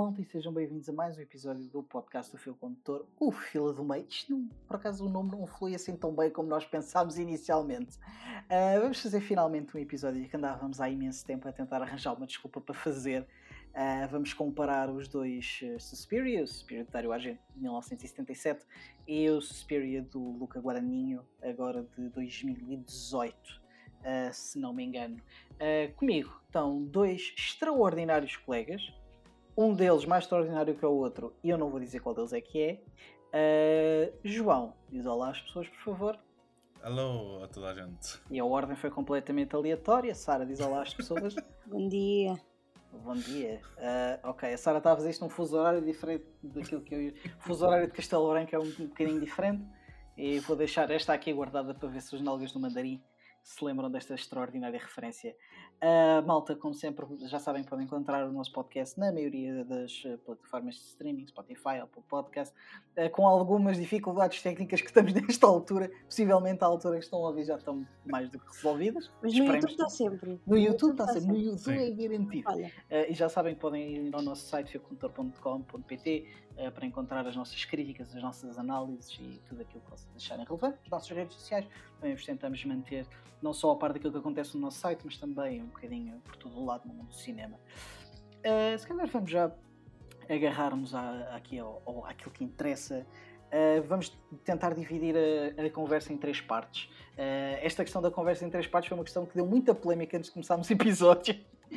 malta, e sejam bem-vindos a mais um episódio do podcast do Fio Condutor, o Fila do Meio. Isto, por acaso, o nome não flui assim tão bem como nós pensámos inicialmente. Vamos fazer finalmente um episódio que andávamos há imenso tempo a tentar arranjar uma desculpa para fazer. Vamos comparar os dois Suspiria, o Suspiria de Dario Argento de 1977 e o Suspiria do Luca Guadagnino, agora de 2018. Se não me engano. Comigo estão dois extraordinários colegas, um deles mais extraordinário que o outro, e eu não vou dizer qual deles é que é. João, diz olá às pessoas, por favor. Alô a toda a gente. E a ordem foi completamente aleatória. Sara, diz olá às pessoas. Bom dia. Bom dia. Ok, a Sara está a fazer isto num fuso horário diferente daquilo que eu... O fuso horário de Castelo Branco é um bocadinho diferente, e vou deixar esta aqui guardada para ver se os nalgas do mandarim se lembram desta extraordinária referência. Malta, como sempre, já sabem que podem encontrar o nosso podcast na maioria das plataformas de streaming, Spotify, Apple Podcast, com algumas dificuldades técnicas que estamos nesta altura, possivelmente à altura que estão a ouvir já estão mais do que resolvidas. Mas no YouTube está sempre. No YouTube está sempre. No YouTube é garantido. Olha. E já sabem que podem ir ao nosso site fiocondutor.com.pt para encontrar as nossas críticas, as nossas análises e tudo aquilo que vocês acharem relevante. As nossas redes sociais também vos tentamos manter não só a par daquilo que acontece no nosso site, mas também um bocadinho por todo o lado no mundo do cinema. Se calhar vamos já agarrar-nos àquilo que interessa. Vamos tentar dividir a conversa em três partes. Esta questão da conversa em três partes foi uma questão que deu muita polémica antes de começarmos o episódio.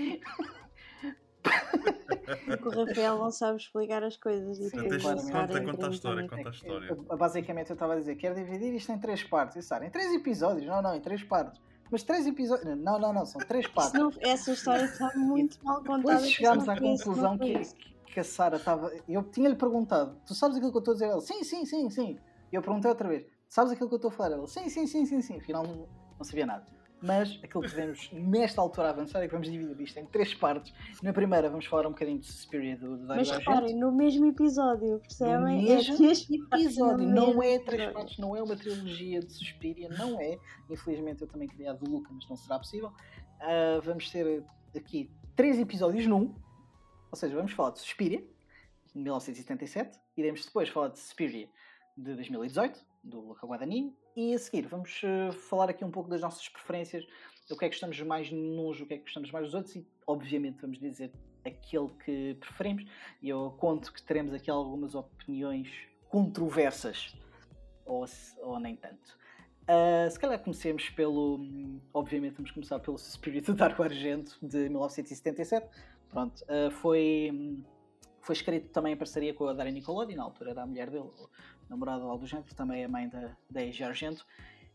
O Rafael não sabe explicar as coisas. E conta a história. Basicamente eu estava a dizer, quero dividir isto em três partes. E Sara, em três episódios? Não, em três partes. Mas três episódios? Não, são três partes. Essa história está muito mal contada. Depois chegámos à conclusão que a Sara estava... Eu tinha-lhe perguntado, tu sabes aquilo que eu estou a dizer? Ela, sim. E eu perguntei outra vez, sabes aquilo que eu estou a falar? Ela, sim. Afinal não sabia nada. Mas aquilo que podemos, nesta altura, avançar é que vamos dividir isto em três partes. Na primeira vamos falar um bocadinho de Suspiria do Dario Argento. Mas reparem, no mesmo episódio, percebem? No mesmo episódio, não é três partes, não é uma trilogia de Suspiria, não é. Infelizmente eu também queria a do Luca, mas não será possível. Vamos ter aqui três episódios num, ou seja, vamos falar de Suspiria, de 1977, iremos depois falar de Suspiria de 2018, do Luca Guadagnino, e a seguir vamos falar aqui um pouco das nossas preferências, o que é que gostamos mais nos, o que é que gostamos mais dos outros, e obviamente vamos dizer aquele que preferimos, e eu conto que teremos aqui algumas opiniões controversas, ou nem tanto. Se calhar comecemos obviamente vamos começar pelo Suspiria do Dario Argento de 1977. Pronto, foi escrito também em parceria com a Daria Nicolodi, na altura era a mulher dele, namorada do Aldo Gento, também a mãe da Daisy Argento.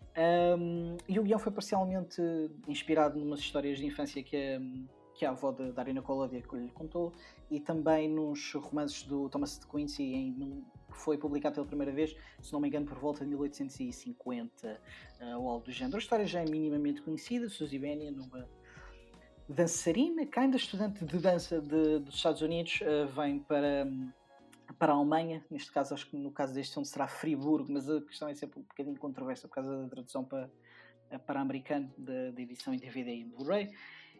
E o guião foi parcialmente inspirado numas histórias de infância que a avó da Daria Nicolodi lhe contou, e também nos romances do Thomas de Quincey, que foi publicado pela primeira vez, se não me engano, por volta de 1850, o Aldo Gento. A história já é minimamente conhecida. Suzy Benion, uma dançarina, ainda estudante de dança dos Estados Unidos, vem para a Alemanha. Neste caso, acho que no caso deste filme será Friburgo, mas a questão é sempre um bocadinho controversa por causa da tradução para americano da edição em DVD e Blu-ray.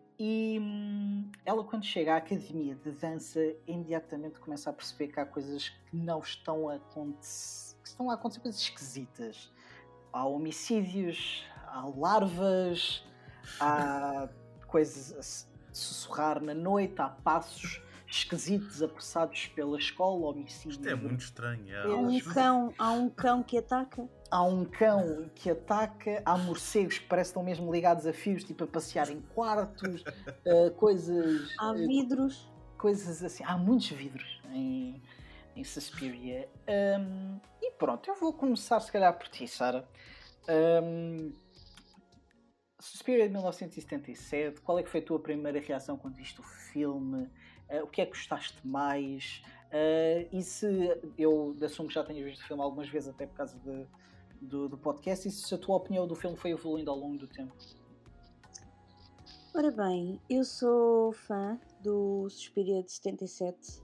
E ela, quando chega à academia de dança, imediatamente começa a perceber que há coisas que não estão a acontecer, coisas esquisitas. Há homicídios, há larvas, há coisas a sussurrar na noite, há passos esquisitos apressados pela escola, homicídios. Isto é muito estranho. Há um cão que ataca. Há morcegos que parecem estão mesmo ligados a fios, tipo a passear em quartos, coisas... Há vidros. Coisas assim, há muitos vidros em Suspiria. E pronto, eu vou começar se calhar por ti, Sara. Suspiria de 1977, qual é que foi a tua primeira reação quando viste o filme? O que é que gostaste mais? E se eu assumo que já tenho visto o filme algumas vezes, até por causa do podcast, e se a tua opinião do filme foi evoluindo ao longo do tempo? Ora bem, eu sou fã do Suspiria de 77.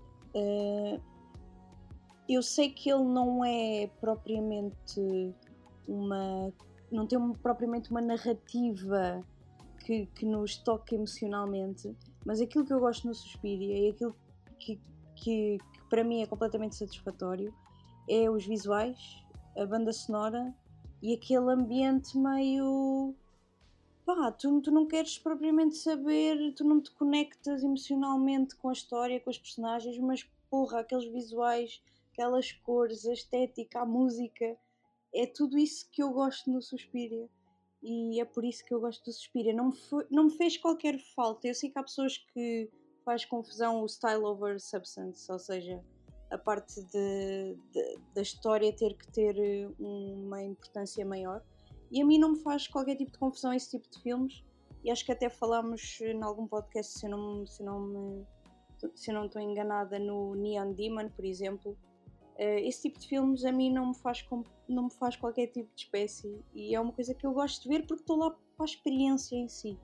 Eu sei que ele não é propriamente não tem propriamente uma narrativa que nos toca emocionalmente, mas aquilo que eu gosto no Suspiria e aquilo que que para mim é completamente satisfatório é os visuais, a banda sonora e aquele ambiente meio... Pá, tu não queres propriamente saber, tu não te conectas emocionalmente com a história, com os personagens, mas porra, aqueles visuais, aquelas cores, a estética, a música, é tudo isso que eu gosto no Suspiria. E é por isso que eu gosto do Suspiria. Não me fez qualquer falta. Eu sei que há pessoas que faz confusão o style over substance, ou seja, a parte da história ter que ter uma importância maior. E a mim não me faz qualquer tipo de confusão esse tipo de filmes. E acho que até falámos em algum podcast, se eu não estou enganada, no Neon Demon, por exemplo. Esse tipo de filmes a mim não me faz qualquer tipo de espécie. E é uma coisa que eu gosto de ver porque estou lá para a experiência em si.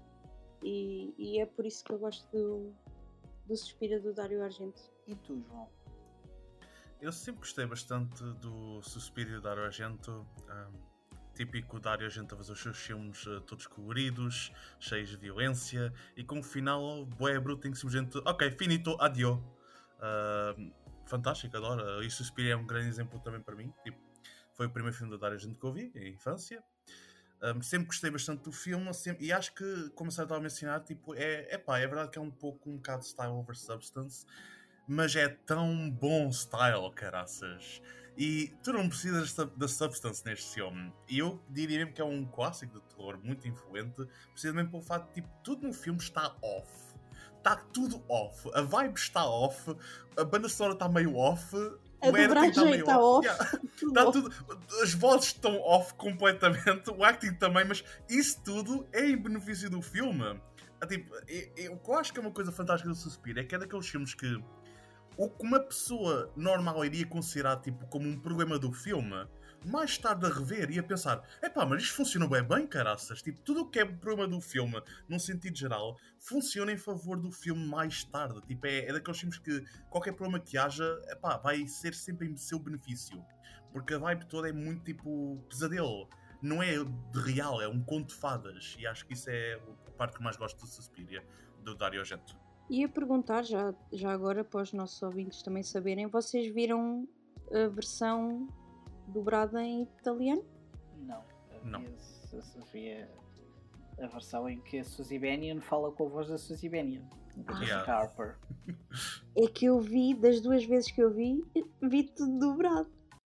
E é por isso que eu gosto do Suspiria do Dario Argento. E tu, João? Eu sempre gostei bastante do Suspiria do Dario Argento. Típico Dario Argento a fazer os seus filmes todos coloridos, cheios de violência e com um final bué bruto em que simplesmente ok, finito, adio. Fantástico, adoro. E Suspiria é um grande exemplo também para mim. Tipo, foi o primeiro filme do Dario Argento que eu vi em infância. Sempre gostei bastante do filme e acho que, como a Sara estava a mencionar, tipo, é verdade que é um bocado style over substance, mas é tão bom style, caraças. E tu não precisas da substance neste filme. E eu diria mesmo que é um clássico de terror muito influente, precisamente pelo facto de tipo, tudo no filme está off. Está tudo off. A vibe está off. A banda sonora está meio off. A dobragem está off. Yeah. Está tudo. As vozes estão off completamente. O acting também, mas isso tudo é em benefício do filme. Tipo, o que eu acho que é uma coisa fantástica do Suspiria é que é daqueles filmes que o que uma pessoa normal iria considerar tipo, como um problema do filme, mais tarde a rever e a pensar, mas isto funcionou bem, caraças. Tipo, tudo o que é problema do filme, num sentido geral, funciona em favor do filme mais tarde. Tipo, é daqueles filmes que qualquer problema que haja, vai ser sempre em seu benefício. Porque a vibe toda é muito tipo pesadelo. Não é de real, é um conto de fadas. E acho que isso é a parte que mais gosto do Suspiria, do Dario Argento. Ia perguntar, já agora, para os nossos ouvintes também saberem, vocês viram a versão dobrada em italiano? Não. Havia a versão em que a Suzy Bennion fala com a voz da Suzy Bennion, da Jessica Harper. É que eu vi, das 2 vezes que eu vi tudo dobrado.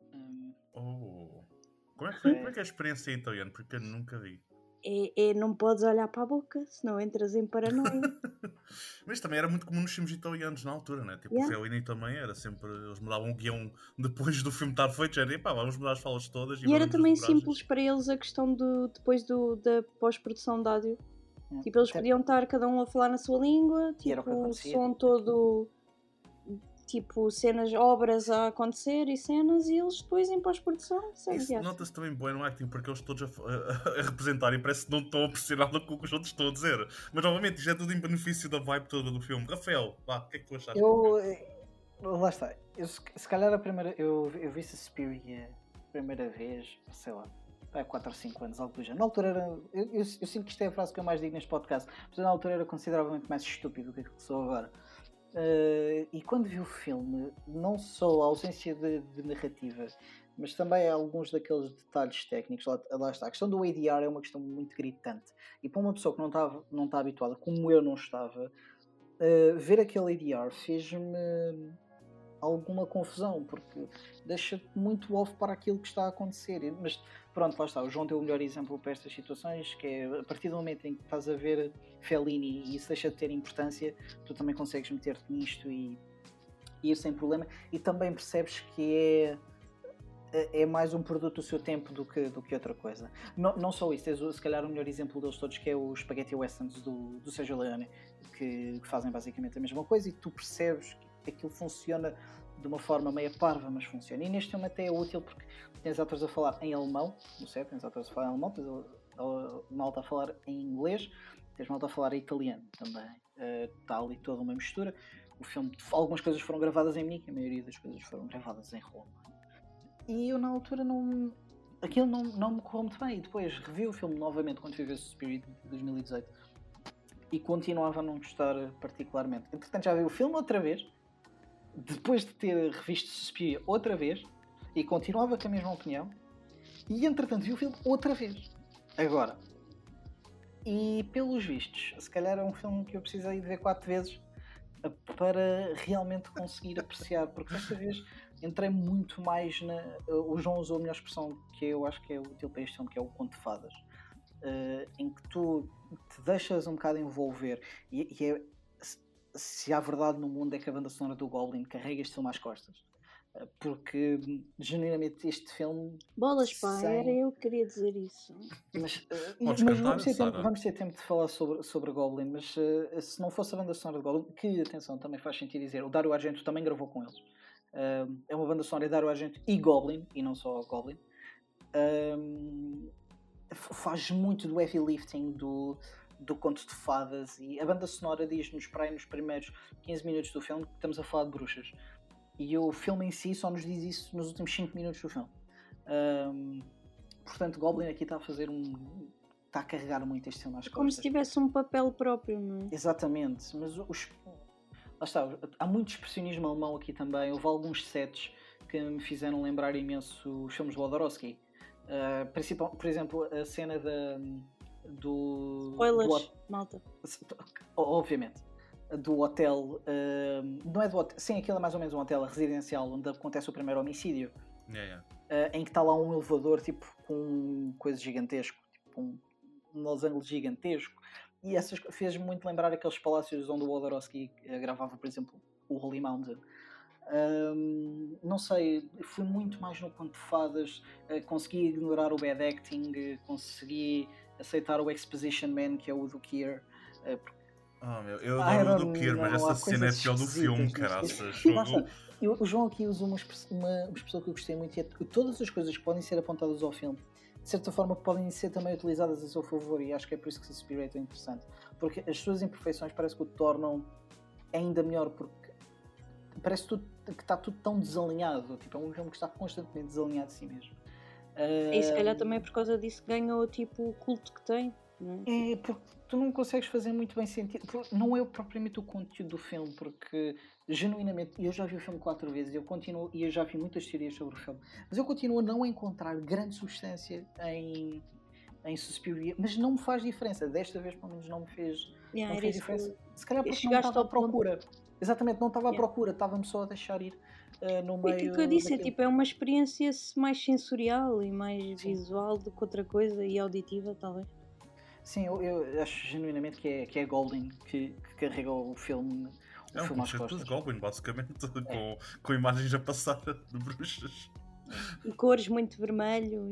Como é que é a experiência em italiano? Porque eu nunca vi. Não podes olhar para a boca, senão entras em paranoia. Mas também era muito comum nos filmes italianos na altura, né? Tipo, o Fellini também era sempre... Eles mudavam o guião depois do filme estar feito. Já era, vamos mudar as falas todas. E era também simples para eles a questão depois da pós-produção de áudio. Tipo, eles podiam estar cada um a falar na sua língua, tipo, o som todo... Tipo, obras a acontecer e cenas, e eles depois em pós-produção isso nota-se também bem no acting, porque eles todos a representarem parece que não estão a pressionar com o que os outros estão a dizer. Mas novamente isto é tudo em benefício da vibe toda do filme. Rafael, o que é que tu achaste? Lá está. Se calhar a primeira... Eu vi Suspiria a primeira vez, sei lá, há 4 ou 5 anos, algo do género. Na altura era... Eu sinto que isto é a frase que eu mais digo neste podcast, mas na altura era consideravelmente mais estúpido do que sou agora. E quando vi o filme, não só a ausência de narrativa, mas também alguns daqueles detalhes técnicos, lá está. A questão do ADR é uma questão muito gritante. E para uma pessoa que não está habituada, como eu não estava, ver aquele ADR fez-me alguma confusão, porque deixa-te muito off para aquilo que está a acontecer. Mas pronto, lá está, o João deu o melhor exemplo para estas situações, que é a partir do momento em que estás a ver Fellini e isso deixa de ter importância, tu também consegues meter-te nisto e ir sem problema, e também percebes que é mais um produto do seu tempo do que outra coisa. Não só isso, tens se calhar o melhor exemplo deles todos, que é os Spaghetti Westerns do Sergio Leone, que fazem basicamente a mesma coisa, e tu percebes que aquilo funciona de uma forma meio parva, mas funciona. E neste filme até é útil porque tens atores a falar em alemão, não sei, tens atores a falar em alemão, tens malta a falar em inglês, tens malta a falar em italiano também. Está ali toda uma mistura. O filme, algumas coisas foram gravadas em Munique, a maioria das coisas foram gravadas em Roma. E eu na altura aquilo não me correu muito bem. E depois revi o filme novamente quando fui ver Suspiria de 2018 e continuava a não gostar particularmente. Entretanto já vi o filme outra vez depois de ter revisto Suspiria outra vez, e continuava com a mesma opinião, e entretanto vi o filme outra vez. Agora. E pelos vistos, se calhar é um filme que eu precisei de ver 4 vezes para realmente conseguir apreciar, porque desta vez entrei muito mais na... O João usou a melhor expressão que eu acho que é útil para este filme, que é o conto de fadas, em que tu te deixas um bocado envolver, e é, se há verdade no mundo é que a banda sonora do Goblin carrega este filme às costas. Porque genuinamente este filme Bolas, pá, era eu que queria dizer isso. Mas cantar, vamos ter tempo de falar sobre Goblin, mas se não fosse a banda sonora de Goblin, que atenção, também faz sentido dizer, o Dario Argento também gravou com eles. É uma banda sonora de Dario Argento e Goblin, e não só Goblin. Faz muito do heavy lifting do conto de fadas, e a banda sonora diz-nos para aí nos primeiros 15 minutos do filme que estamos a falar de bruxas. E o filme em si só nos diz isso nos últimos 5 minutos do filme. Portanto, Goblin aqui está a fazer está a carregar muito este filme às costas. Como se tivesse um papel próprio, não é? Exatamente, mas lá está, há muito expressionismo alemão aqui também. Houve alguns sets que me fizeram lembrar imenso os filmes de Jodorowsky. Por exemplo, a cena do... Spoilers, malta. Obviamente. Do hotel, não é do hotel, sim, aquilo é mais ou menos um hotel residencial onde acontece o primeiro homicídio, em que está lá um elevador tipo com coisa gigantesco, tipo um losango gigantesco, e essas fez-me muito lembrar aqueles palácios onde o Jodorowsky gravava, por exemplo, o Holy Mountain. Não sei, fui muito mais no conto de fadas, consegui ignorar o bad acting, consegui aceitar o Exposition Man, que é o do Kier, eu adoro o do Kier, mas essa cena é pior do filme, caraças. O João aqui usa uma expressão que eu gostei muito, e é que todas as coisas que podem ser apontadas ao filme, de certa forma podem ser também utilizadas a seu favor, e acho que é por isso que Suspiria é tão interessante, porque as suas imperfeições parece que o tornam ainda melhor, porque parece que está tudo tão desalinhado, tipo, é um filme que está constantemente desalinhado de si mesmo. E se calhar também por causa disso ganhou tipo o culto que tem. É, porque tu não consegues fazer muito bem sentido, não é propriamente o conteúdo do filme, porque genuinamente, eu já vi o filme 4 vezes, e eu já vi muitas teorias sobre o filme, mas eu continuo a não encontrar grande substância em Suspiria, mas não me faz diferença, desta vez pelo menos não me fez diferença, se calhar porque não estava à procura, exatamente, não estava à procura, estava-me só a deixar ir no meio. Aquilo que eu disse daquilo. É uma experiência mais sensorial e mais visual do que outra coisa, e auditiva talvez. Sim, eu acho genuinamente que é Goblin que carrega o filme. É um conceito de Goblin, basicamente, com imagens a passar de bruxas. E cores muito vermelho.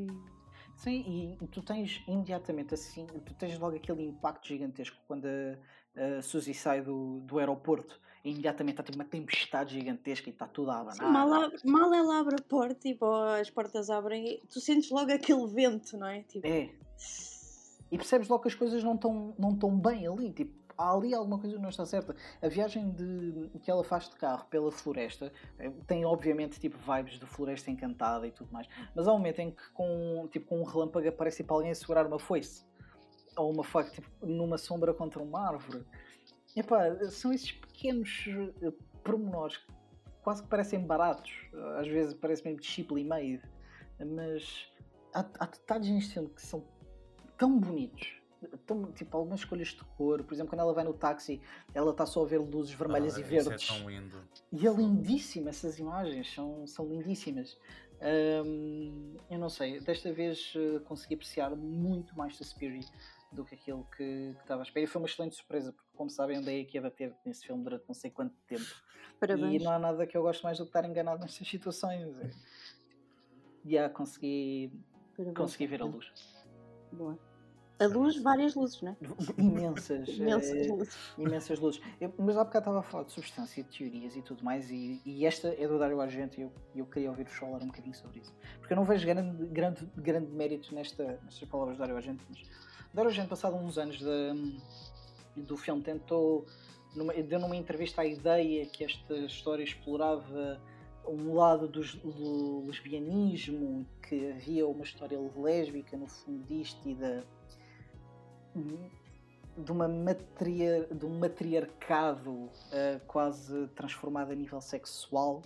Sim, e tu tens imediatamente assim, tu tens logo aquele impacto gigantesco quando a Suzy sai do aeroporto, e imediatamente está tipo uma tempestade gigantesca e está tudo a abanar. Sim, mal ela abre a porta, tipo, as portas abrem, tu sentes logo aquele vento, não é? Tipo... É. E percebes logo que as coisas não estão bem ali, tipo, há ali alguma coisa que não está certa. A viagem que ela faz de carro pela floresta tem obviamente tipo vibes de Floresta Encantada e tudo mais, mas há um momento em que com um relâmpago aparece tipo, alguém a segurar uma foice ou uma faca tipo, numa sombra contra uma árvore. Epá, são esses pequenos pormenores que quase que parecem baratos, às vezes parece mesmo cheaply made, mas há detalhes neste filme que são tão bonitos, tipo algumas escolhas de cor, por exemplo, quando ela vai no táxi, ela está só a ver luzes vermelhas e verdes. Isso é tão lindo. E é lindíssima, essas imagens são lindíssimas. Eu não sei, desta vez consegui apreciar muito mais Suspiria do que aquilo que estava à espera, e foi uma excelente surpresa, porque como sabem andei aqui a bater nesse filme durante não sei quanto tempo. Parabéns. E não há nada que eu gosto mais do que estar enganado nestas situações. Consegui ver a luz. Boa. A luz, várias luzes, não é? Imensas. Imensas luzes. Mas há bocado estava a falar de substância e de teorias e tudo mais, e esta é do Dario Argento, e eu queria ouvir-vos falar um bocadinho sobre isso. Porque eu não vejo grande mérito nestas palavras do Dario Argento, mas o Dario Argento, passado uns anos do filme, deu numa entrevista a ideia que esta história explorava um lado do lesbianismo, que havia uma história lésbica no fundo disto, de um matriarcado quase transformado a nível sexual.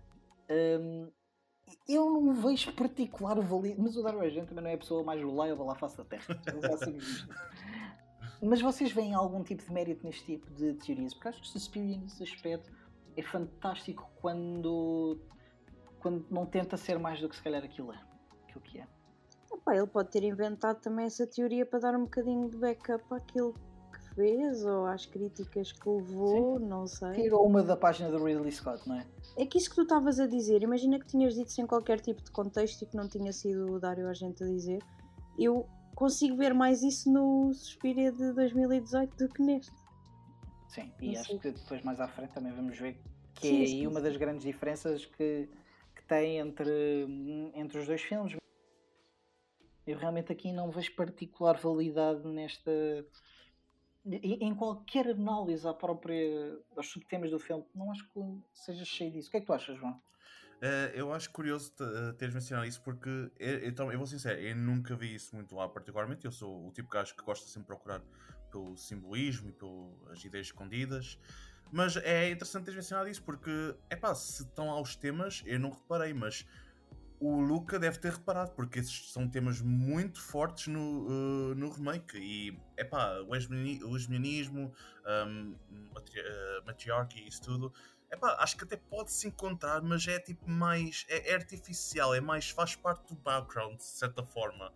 Eu não vejo particular validade, mas o Dario Argento também não é a pessoa mais reliable à face da Terra. Mas vocês veem algum tipo de mérito neste tipo de teorias? Porque acho que Suspiria, nesse aspecto, é fantástico quando não tenta ser mais do que se calhar aquilo que é. Epá, ele pode ter inventado também essa teoria para dar um bocadinho de backup àquilo que fez ou às críticas que levou, não sei. Tirou uma da página do Ridley Scott, não é? É que isso que tu estavas a dizer, imagina que tinhas dito sem qualquer tipo de contexto e que não tinha sido o Dario Argento a dizer. Eu consigo ver mais isso no Suspiria de 2018 do que neste. Sim, e acho que depois mais à frente também vamos ver que Sim, é sim, aí uma sim. das grandes diferenças que tem entre os dois filmes. Eu realmente aqui não vejo particular validade nesta. Em qualquer análise aos subtemas do filme, não acho que seja cheio disso. O que é que tu achas, João? Eu acho curioso teres mencionado isso porque eu vou ser sincero, eu nunca vi isso muito lá particularmente. Eu sou o tipo de gajo que gosta sempre de procurar pelo simbolismo e pelas ideias escondidas. Mas é interessante teres mencionado isso porque, se estão lá os temas, eu não reparei, mas o Luca deve ter reparado, porque esses são temas muito fortes no remake. E, o lesbianismo, matriarchy e isso tudo, acho que até pode-se encontrar, mas é tipo mais... É artificial, faz parte do background, de certa forma.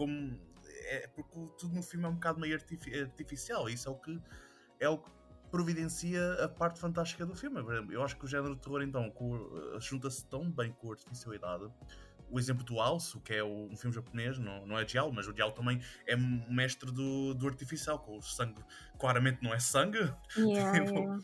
Porque tudo no filme é um bocado meio artificial. Isso é o que providencia a parte fantástica do filme. Eu acho que o género de terror, então, junta-se tão bem com a artificialidade. O exemplo do Alço, que é um filme japonês, não é Diao, mas o Diao também é um mestre do artificial, com o sangue, claramente não é sangue. Yeah.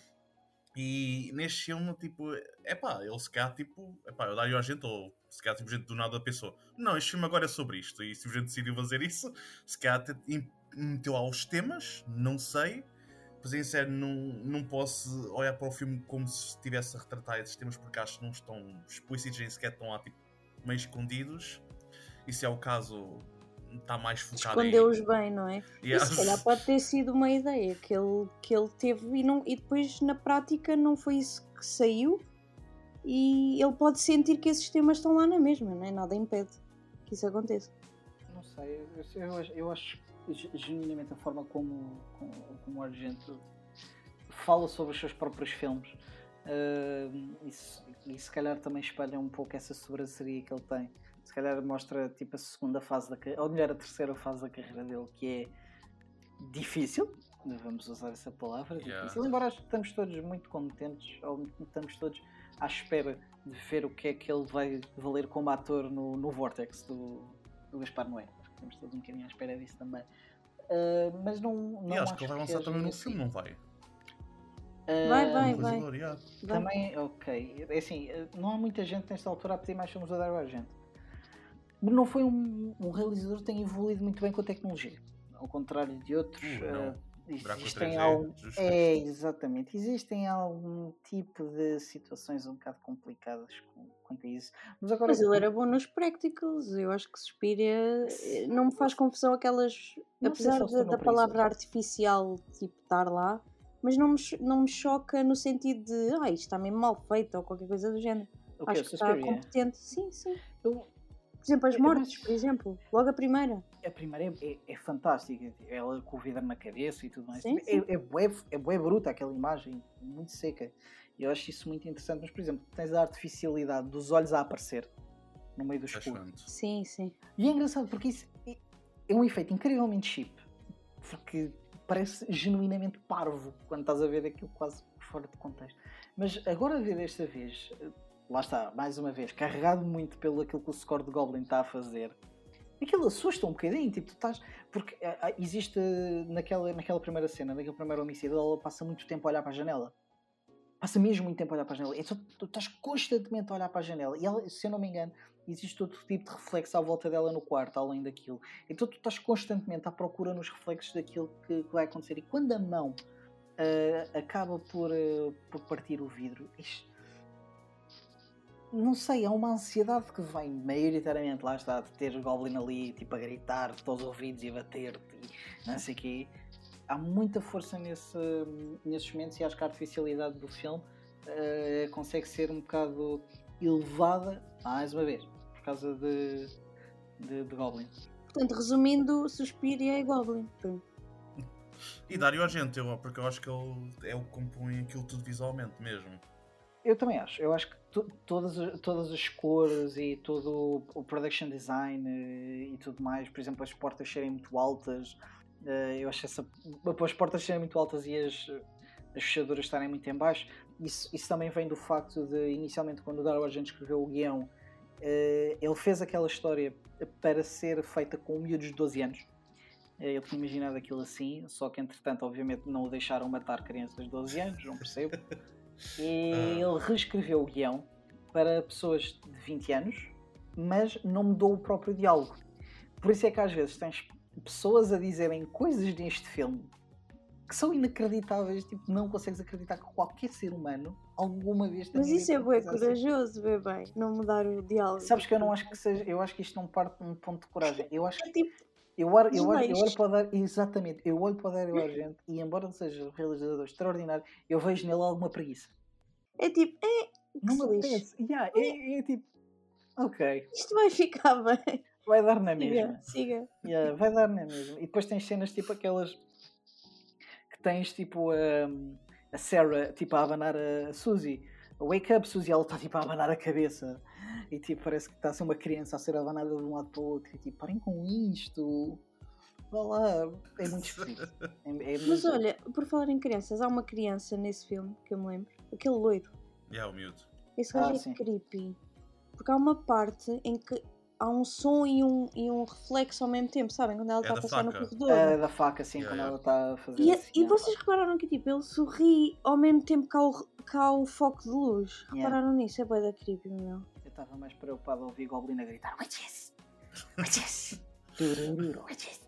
E neste filme, ele se calhar, eu daria a gente, ou se calhar, gente do nada pensou, não, este filme agora é sobre isto, e se a gente decidiu fazer isso, se calhar meteu lá os temas, não sei. Pois em sério, não posso olhar para o filme como se estivesse a retratar esses temas, porque acho que não estão explícitos, nem sequer estão lá meio escondidos. E se é o caso, está mais focado Escondeu-os bem, não é? Yes. E se calhar pode ter sido uma ideia que ele teve e depois na prática não foi isso que saiu, e ele pode sentir que esses temas estão lá na mesma, não é? Nada impede que isso aconteça. Não sei, eu acho genuinamente a forma como o Argento fala sobre os seus próprios filmes, e se calhar também espelha um pouco essa sobranceria que ele tem. Se calhar mostra tipo a segunda fase da carreira, ou melhor, a terceira fase da carreira dele, que é difícil, vamos usar essa palavra, difícil, embora acho que estamos todos muito contentes, ou estamos todos à espera de ver o que é que ele vai valer como ator no Vortex do Gaspar Noé. Estamos todos um bocadinho à espera disso também. Mas não e acho que ele vai lançar também no filme, não vai? Vai. Também, ok. É assim, não há muita gente nesta altura a pedir mais filmes do Dario Argento. Não foi um realizador que tenha evoluído muito bem com a tecnologia. Ao contrário de outros, existem exatamente. Existem algum tipo de situações um bocado complicadas quanto a isso. Mas ele era bom nos practicals. Eu acho que Suspiria não me faz confusão aquelas... Apesar da palavra artificial tipo, estar lá, mas não me choca no sentido de isto está mesmo mal feito ou qualquer coisa do género. Acho que está competente. Sim. Por exemplo, as mortes, por exemplo. Logo a primeira. A primeira é fantástica. Ela com o vidro na cabeça e tudo mais. Sim. É bué bruta aquela imagem. Muito seca. Eu acho isso muito interessante. Mas, por exemplo, tens a artificialidade dos olhos a aparecer no meio do escuro. Sim. E é engraçado porque isso é um efeito incrivelmente cheap. Porque parece genuinamente parvo quando estás a ver aquilo quase fora de contexto. Mas agora a ver desta vez... Lá está, mais uma vez, carregado muito pelo aquilo que o score de Goblin está a fazer. Aquilo assusta um bocadinho, tipo, tu estás... Porque existe naquela primeira cena, naquele primeiro homicídio, ela passa muito tempo a olhar para a janela. Passa mesmo muito tempo a olhar para a janela. Então tu estás constantemente a olhar para a janela. E ela, se eu não me engano, existe outro tipo de reflexo à volta dela no quarto, além daquilo. Então tu estás constantemente à procura nos reflexos daquilo que vai acontecer. E quando a mão acaba por partir o vidro... Não sei, há uma ansiedade que vem maioritariamente, lá está, de ter o Goblin ali, tipo, a gritar, todos os ouvidos e a bater-te e não sei o quê. há muita força nesses momentos e acho que a artificialidade do filme consegue ser um bocado elevada, mais uma vez, por causa de Goblin. Portanto, resumindo, Suspiria é Goblin. Pronto. E Dario Argento, porque eu acho que ele é o que compõe aquilo tudo visualmente mesmo. Eu também acho. Eu acho que todas as cores e todo o production design e tudo mais, por exemplo, as portas serem muito altas, eu acho as portas serem muito altas e as fechaduras estarem muito em baixo, isso também vem do facto de, inicialmente, quando o Dario Argento escreveu o guião, ele fez aquela história para ser feita com miúdos de 12 anos. Ele tinha imaginado aquilo assim, só que entretanto, obviamente, não o deixaram matar crianças de 12 anos, não percebo. E ele reescreveu o guião para pessoas de 20 anos, mas não mudou o próprio diálogo. Por isso é que às vezes tens pessoas a dizerem coisas neste filme que são inacreditáveis, tipo, não consegues acreditar que qualquer ser humano alguma vez tenha. Mas isso é bem corajoso, bem, não mudar o diálogo. Sabes que eu não acho que seja, eu acho que isto não parte de um ponto de coragem. Eu acho que tipo, eu olho para o Dario, exatamente, eu olho para o Dario Argento e, embora ele seja um realizador extraordinário, eu vejo nele alguma preguiça. É tipo, não me apetece. É tipo, ok. Isto vai ficar bem. Vai dar na mesma. Siga. Vai dar na mesma. E depois tens cenas tipo aquelas que tens tipo a Sarah tipo a abanar a Suzy. Wake up, Suzy, ela está tipo a abanar a cabeça. E tipo, parece que está a ser uma criança a ser abanada de um lado para o outro. E tipo, parem com isto. Vá lá. É muito esquisito. Mas olha, por falar em crianças, há uma criança nesse filme que eu me lembro. Aquele loiro. O miúdo. Esse gajo sim. Creepy. Porque há uma parte em que há um som e um reflexo ao mesmo tempo, sabem? Quando ela está a passar no corredor. Da faca, assim, quando ela está a fazer assim. E vocês repararam que tipo, ele sorri ao mesmo tempo que há o foco de luz. Repararam nisso? É bué da creepy, meu. Eu estava mais preocupado a ouvir Goblin a gritar Witches! Witches! Witches!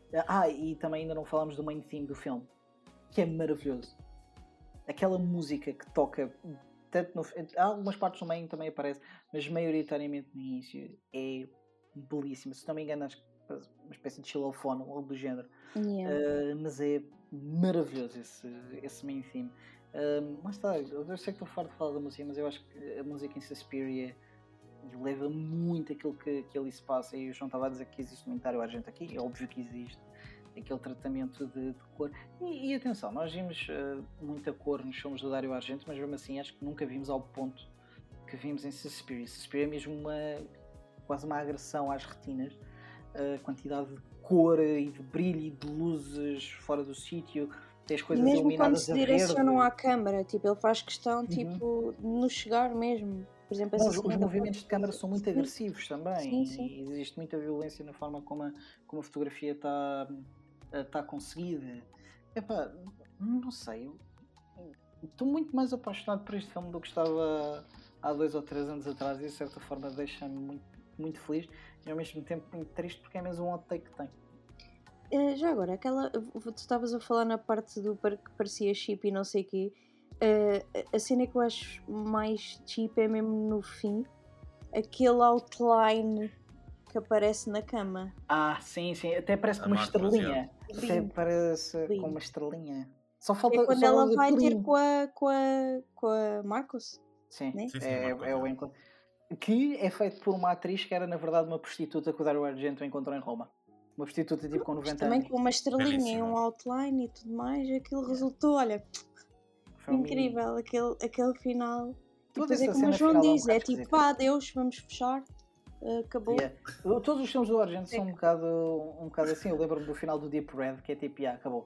E também ainda não falámos do main theme do filme, que é maravilhoso. Aquela música que toca tanto há algumas partes no meio também aparece, mas maioritariamente no início é belíssima. Se não me engano, acho que uma espécie de xilofone ou algo do género. Mas é maravilhoso esse main theme. Mas está, eu sei que estou farto de falar da música, mas eu acho que a música em Suspiria leva muito aquilo que ali se passa. E o João estava a dizer que existe um Dario Argento aqui, é óbvio que existe aquele tratamento de cor. E atenção, nós vimos muita cor nos filmes do Dario Argento, mas mesmo assim acho que nunca vimos ao ponto que vimos em Suspiria. Suspiria é mesmo quase uma agressão às retinas. A quantidade de cor e de brilho e de luzes fora do sítio, tem as coisas mesmo iluminadas quando se direcionam à câmara, tipo, ele faz questão tipo, de nos chegar mesmo. Por exemplo, os movimentos de câmara são muito agressivos também. Sim. E existe muita violência na forma como a fotografia está conseguida. Epá, não sei, estou muito mais apaixonado por este filme do que estava há 2 ou 3 anos atrás, e de certa forma deixa-me muito, muito feliz e ao mesmo tempo muito triste, porque é mesmo um hot take que tem. Já agora, tu estavas a falar na parte do que parecia cheap e não sei o quê. A cena que eu acho mais cheap é mesmo no fim, aquele outline que aparece na cama. Sim, até parece com uma estrelinha. Até parece com uma estrelinha. Só falta quando ela vai ter com a Marcos. Sim, né? é o encontro. Que é feito por uma atriz que era na verdade uma prostituta que o Dario Argento encontrou em Roma. Uma prostituta tipo com 90 anos. Também com uma estrelinha e um outline e tudo mais, aquilo resultou, olha, incrível, aquele final. Depois é como o João diz, é tipo, adeus, vamos fechar. Acabou. Todos os filmes do Argento são um bocado assim. Eu lembro-me do final do Deep Red, que é tipo, acabou.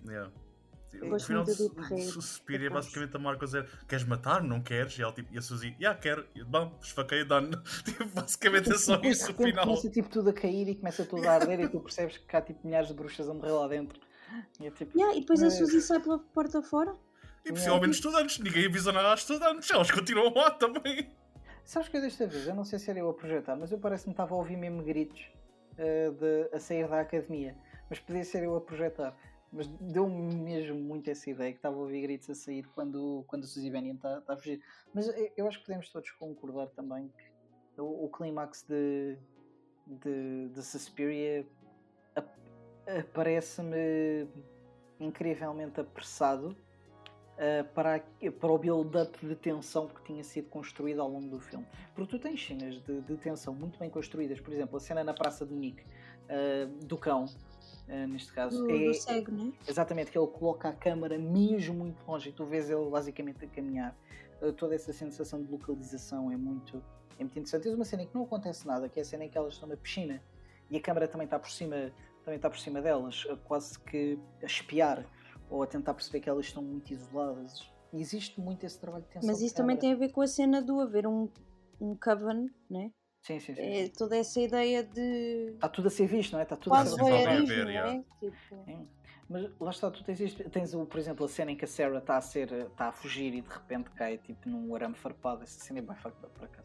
O final de Suspiria é basicamente a Marcos dizer: queres matar? Não queres? E ela tipo, e a Suzy, quero. E bom, esfaqueia, dano. Tipo, basicamente é só isso o final. Começa tipo tudo a cair e começa tudo a arder e tu percebes que há tipo milhares de bruxas a morrer lá dentro. E depois a Suzy sai pela porta fora. E possivelmente estudantes, ninguém avisa nada aos estudantes, eles continuam lá também. Sabes que desta vez, eu não sei se era eu a projetar, mas eu parece-me que estava a ouvir mesmo gritos a sair da academia, mas podia ser eu a projetar. Mas deu-me mesmo muito essa ideia que estava a ouvir gritos a sair quando a Suzy Bennion está a fugir. Mas eu acho que podemos todos concordar também que o clímax de Suspiria parece-me incrivelmente apressado para o build-up de tensão que tinha sido construído ao longo do filme. Porque tu tens cenas de tensão muito bem construídas, por exemplo, a cena na Praça de Munique, do cão, neste caso. Do cego, não é? Exatamente, que ele coloca a câmara mesmo muito longe e tu vês ele basicamente a caminhar. Toda essa sensação de localização é muito interessante. Tens uma cena em que não acontece nada, que é a cena em que elas estão na piscina e a câmara também está por cima delas, quase que a espiar ou a tentar perceber que elas estão muito isoladas. E existe muito esse trabalho de tensão. Mas isso também tem a ver com a cena do haver um coven, né? Sim. É toda essa ideia de... Está tudo a ser visto, não é? Está tudo quase a ser voyeurismo, ver, não é? Tipo... Mas lá está, tu tens por exemplo, a cena em que a Sarah está a fugir e de repente cai tipo num arame farpado. Essa cena é bem facta, por acaso.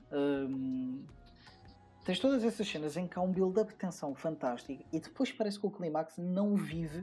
Tens todas essas cenas em que há um build-up de tensão fantástico e depois parece que o clímax não vive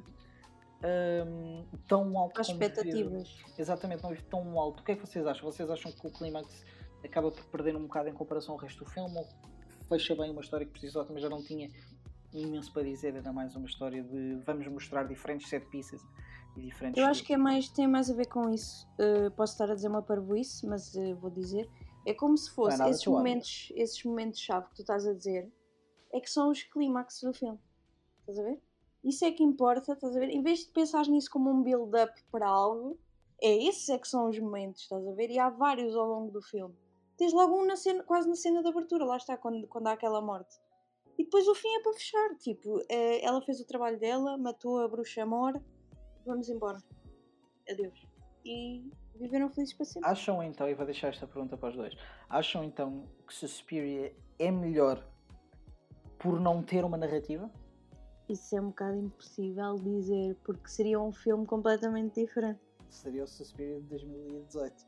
tão alto as expectativas. Exatamente, não vive tão alto. O que é que vocês acham? Vocês acham que o clímax acaba por perder um bocado em comparação ao resto do filme, ou fecha bem uma história que precisava, mas já não tinha imenso para dizer, era mais uma história de vamos mostrar diferentes set pieces e diferentes... Eu acho que tem mais a ver com isso. Posso estar a dizer uma parvoíce, mas vou dizer, é como se fosse esses momentos-chave que tu estás a dizer, é que são os clímax do filme, estás a ver? Isso é que importa, estás a ver? Em vez de pensar nisso como um build-up para algo, esses é que são os momentos, estás a ver? E há vários ao longo do filme. Tens logo um quase na cena de abertura, lá está, quando há aquela morte. E depois o fim é para fechar, tipo, ela fez o trabalho dela, matou a bruxa Mor, vamos embora. Adeus. E viveram felizes para sempre. Acham então, e vou deixar esta pergunta para os dois, acham então que Suspiria é melhor por não ter uma narrativa? Isso é um bocado impossível dizer, porque seria um filme completamente diferente. Seria o Suspiria de 2018.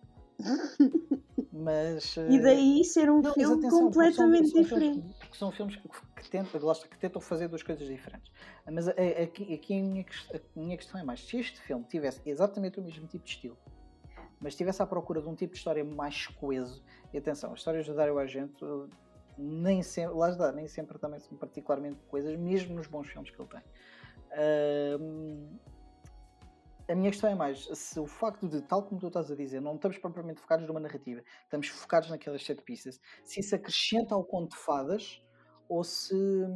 Mas, e daí ser um filme completamente diferente. Porque são filmes que tentam fazer duas coisas diferentes. Mas aqui a minha questão é mais, se este filme tivesse exatamente o mesmo tipo de estilo, mas estivesse à procura de um tipo de história mais coeso, e atenção, as histórias do Dario Argento nem sempre também são particularmente coesas, mesmo nos bons filmes que ele tem. A minha questão é mais, se o facto de, tal como tu estás a dizer, não estamos propriamente focados numa narrativa, estamos focados naquelas set pieces, se isso acrescenta ao conto de fadas, ou se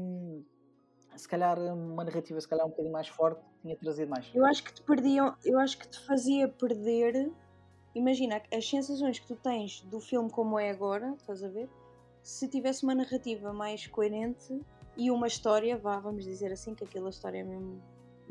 calhar uma narrativa se calhar um bocadinho mais forte tinha trazido mais. Eu acho que te fazia perder, imagina, as sensações que tu tens do filme como é agora, estás a ver? Se tivesse uma narrativa mais coerente e uma história, vamos dizer assim, que aquela história é mesmo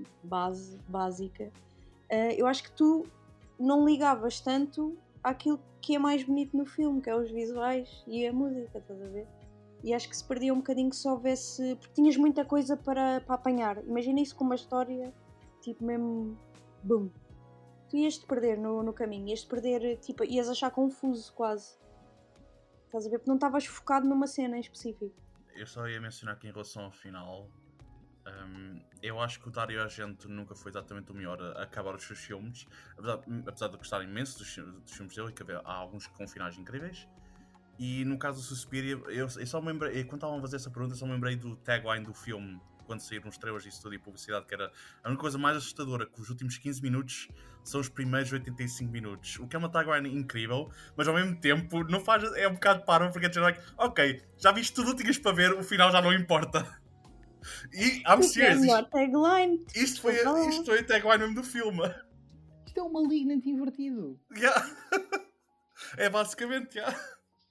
básica, eu acho que tu não ligavas tanto àquilo que é mais bonito no filme, que é os visuais e a música, estás a ver? E acho que se perdia um bocadinho se houvesse... Porque tinhas muita coisa para apanhar. Imagina isso com uma história, tipo mesmo... Boom! Tu ias-te perder no caminho, ias-te perder, tipo, ias achar confuso quase. Estás a ver? Porque não estavas focado numa cena em específico. Eu só ia mencionar que em relação ao final... eu acho que o Dario Argento nunca foi exatamente o melhor a acabar os seus filmes, apesar de eu gostar imenso dos filmes dele, que há alguns com finais incríveis. E no caso do Suspiria, eu só me lembrei, quando estavam a fazer essa pergunta, só me lembrei do tagline do filme, quando saíram os trailers de estúdio e publicidade, que era a única coisa mais assustadora, que os últimos 15 minutos são os primeiros 85 minutos. O que é uma tagline incrível, mas ao mesmo tempo não faz, é um bocado parvo, porque é like, ok, já viste tudo o que tinhas para ver, o final já não importa. E I'm serious. Isto foi a tagline mesmo do filme. Isto é um Malignant invertido. Yeah. É basicamente, yeah.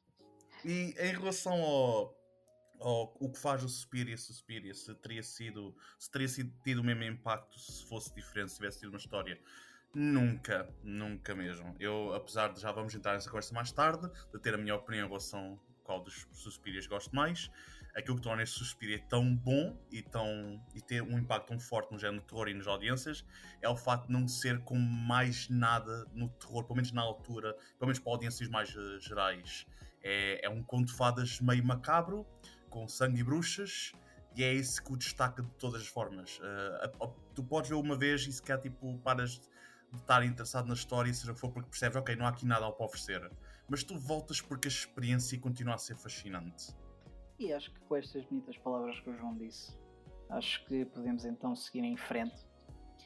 E em relação ao o que faz o Suspiria, se teria tido o mesmo impacto se fosse diferente, se tivesse tido uma história, nunca mesmo. Eu, apesar de, já vamos entrar nessa conversa mais tarde, de ter a minha opinião em relação a qual dos Suspirias gosto mais, aquilo que torna esse Suspiria tão bom e ter um impacto tão forte no género de terror e nas audiências é o facto de não ser como mais nada no terror, pelo menos na altura, pelo menos para audiências mais gerais. É um conto de fadas meio macabro, com sangue e bruxas, e é isso que o destaca de todas as formas. Tu podes ver uma vez e sequer tipo, paras de estar interessado na história, seja for porque percebes, ok, não há aqui nada para oferecer. Mas tu voltas porque a experiência continua a ser fascinante. E acho que com estas bonitas palavras que o João disse, acho que podemos então seguir em frente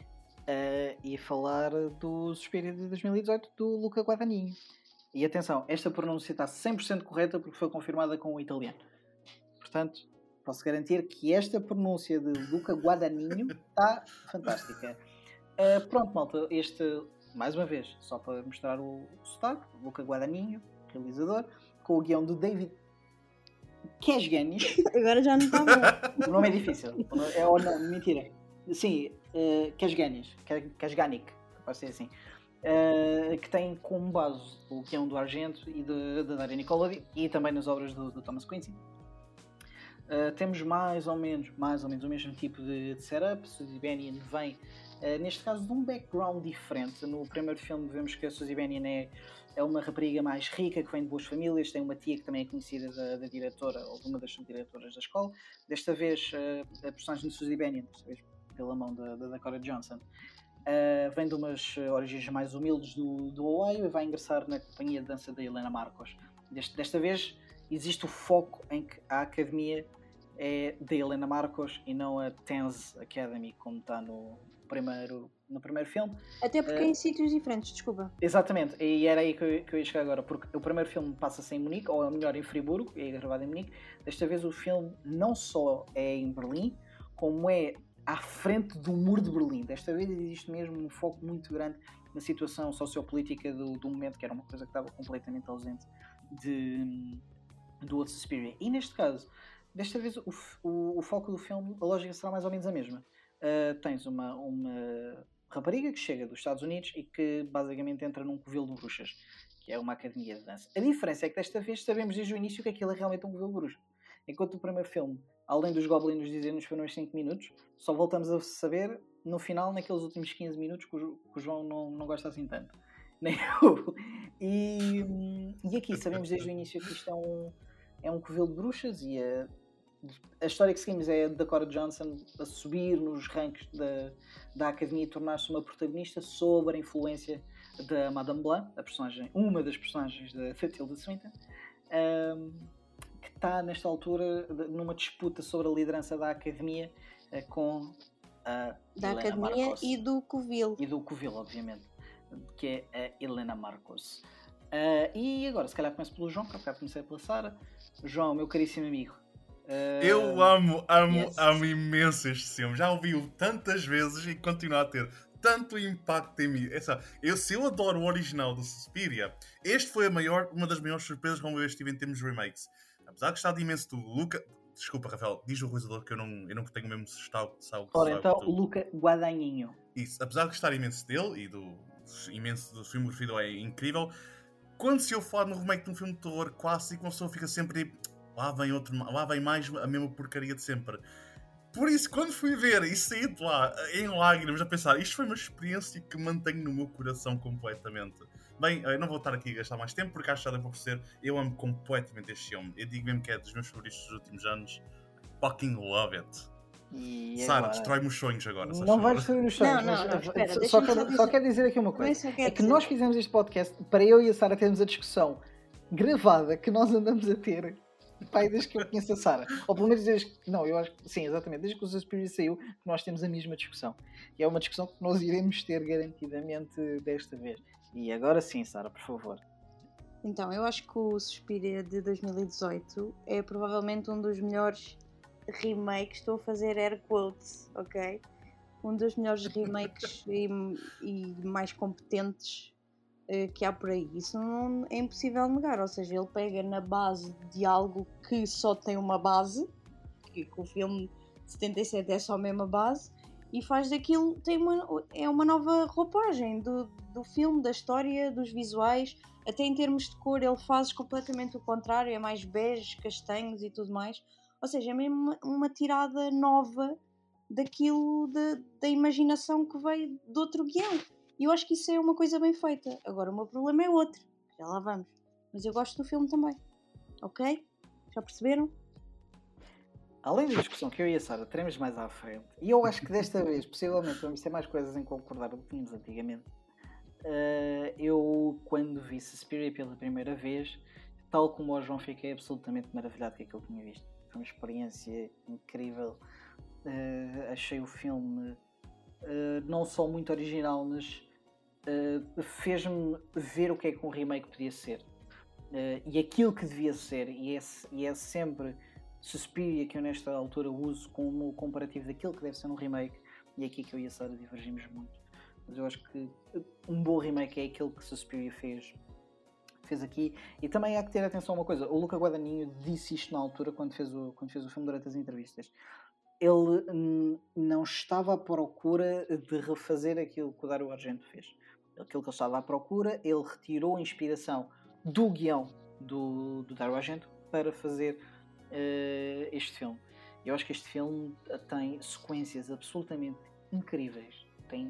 e falar do Suspiria de 2018 do Luca Guadagnino. E atenção, esta pronúncia está 100% correta porque foi confirmada com o italiano. Portanto, posso garantir que esta pronúncia de Luca Guadagnino está fantástica. Pronto, malta, mais uma vez, só para mostrar o sotaque, Luca Guadagnino, realizador, com o guião do David Kashganis. Agora já não está bom. O nome é difícil. Mentira. Sim, Kashganik, pode ser assim. Que tem como base o guião do Argento e da Daria Nicolodi e também nas obras do Thomas Quincy. Temos mais ou menos o mesmo tipo de setup. Suzy Bennion vem, neste caso, de um background diferente. No primeiro filme vemos que a Suzy Bennion é uma rapariga mais rica, que vem de boas famílias, tem uma tia que também é conhecida da diretora, ou de uma das subdiretoras da escola. Desta vez, a personagem de Suzy Bennion, desta vez pela mão da Dakota Johnson, vem de umas origens mais humildes do Ohio e vai ingressar na companhia de dança da Helena Marcos. Desta vez existe o foco em que a academia é da Helena Marcos e não a Tenz Academy, como está no primeiro filme. Até porque é em sítios diferentes, desculpa. Exatamente, e era aí que eu ia chegar agora, porque o primeiro filme passa-se em Munique, ou melhor, em Friburgo, é gravado em Munique. Desta vez o filme não só é em Berlim, como é à frente do muro de Berlim. Desta vez existe mesmo um foco muito grande na situação sociopolítica do momento, que era uma coisa que estava completamente ausente do outro Suspiria. E neste caso, desta vez o foco do filme, a lógica será mais ou menos a mesma. Tens uma rapariga que chega dos Estados Unidos e que basicamente entra num covil de bruxas, que é uma academia de dança. A diferença é que desta vez sabemos desde o início que aquilo é realmente um covil de bruxas. Enquanto o primeiro filme, além dos goblins nos dizerem nos primeiros 5 minutos, só voltamos a saber no final, naqueles últimos 15 minutos, que o João não gosta assim tanto. Nem eu. E aqui sabemos desde o início que isto é um covil de bruxas e a história que seguimos é a Dakota Johnson a subir nos ranks da academia e tornar-se uma protagonista sob a influência da Madame Blanc, uma das personagens da Tilda Swinton, que está nesta altura numa disputa sobre a liderança da academia com a da Helena academia Marcos. e do covil. E do covil, obviamente, que é a Helena Marcos. E agora, se calhar começo pelo João, que eu comecei pela Sara. João, meu caríssimo amigo. Eu amo Yes. imenso este filme. Já ouvi-o tantas vezes e continua a ter tanto impacto em mim. Se eu adoro o original do Suspiria, este foi uma das maiores surpresas como eu estive em termos de remakes. Apesar de gostar de imenso do Luca... Desculpa, Rafael, diz o realizador que eu não tenho o mesmo estado. Ora, então, o Luca Guadagnino. Isso, apesar de gostar imenso dele e imenso do filme referido é incrível, quando se eu falar no remake de um filme de terror clássico, uma pessoa fica sempre tipo, lá vem mais a mesma porcaria de sempre. Por isso, quando fui ver e saí de lá em lágrimas a pensar, isto foi uma experiência que mantenho no meu coração completamente. Bem, eu não vou estar aqui a gastar mais tempo porque acho que já deu para perceber, eu amo completamente este filme. Eu digo mesmo que é dos meus favoritos dos últimos anos. Fucking love it. E Sara, agora... destrói-me os sonhos agora. Não vais destruir os sonhos. Não, espera, só quero dizer aqui uma coisa. É que nós fizemos este podcast para eu e a Sara termos a discussão gravada que nós andamos a ter. Pai, desde que eu conheço a Sara. Ou pelo menos desde que... Não, eu acho que... Sim, exatamente. Desde que o Suspiria saiu, que nós temos a mesma discussão. E é uma discussão que nós iremos ter garantidamente desta vez. E agora sim, Sara, por favor. Então, eu acho que o Suspiria de 2018 é provavelmente um dos melhores remakes. Estou a fazer air quotes, ok? Um dos melhores remakes e mais competentes que há por aí. Isso não é impossível negar, ou seja, ele pega na base de algo que só tem uma base, que o filme de 77 é só a mesma base, e faz daquilo, é uma nova roupagem do filme, da história, dos visuais, até em termos de cor ele faz completamente o contrário, é mais bege, castanhos e tudo mais, ou seja, é mesmo uma tirada nova daquilo, da imaginação que veio de outro guião. E eu acho que isso é uma coisa bem feita. Agora o meu problema é outro. Já lá vamos. Mas eu gosto do filme também. Ok? Já perceberam? Além da discussão que eu e a Sara teremos mais à frente, e eu acho que desta vez, possivelmente, vamos ter mais coisas em concordar do que tínhamos antigamente. Eu, quando vi Suspiria pela primeira vez, tal como o João, fiquei absolutamente maravilhado com aquilo que tinha visto. Foi uma experiência incrível. Achei o filme não só muito original, mas fez-me ver o que é que um remake podia ser. E aquilo que devia ser, e é sempre Suspiria que eu nesta altura uso como comparativo daquilo que deve ser um remake, e é aqui que eu e a Sara divergimos muito. Mas eu acho que um bom remake é aquele que Suspiria fez aqui. E também há que ter atenção a uma coisa: o Luca Guadagnino disse isto na altura, quando fez o filme, durante as entrevistas. Ele não estava à procura de refazer aquilo que o Dario Argento fez. Aquilo que ele estava à procura, ele retirou a inspiração do guião do Dario Argento para fazer este filme. Eu acho que este filme tem sequências absolutamente incríveis.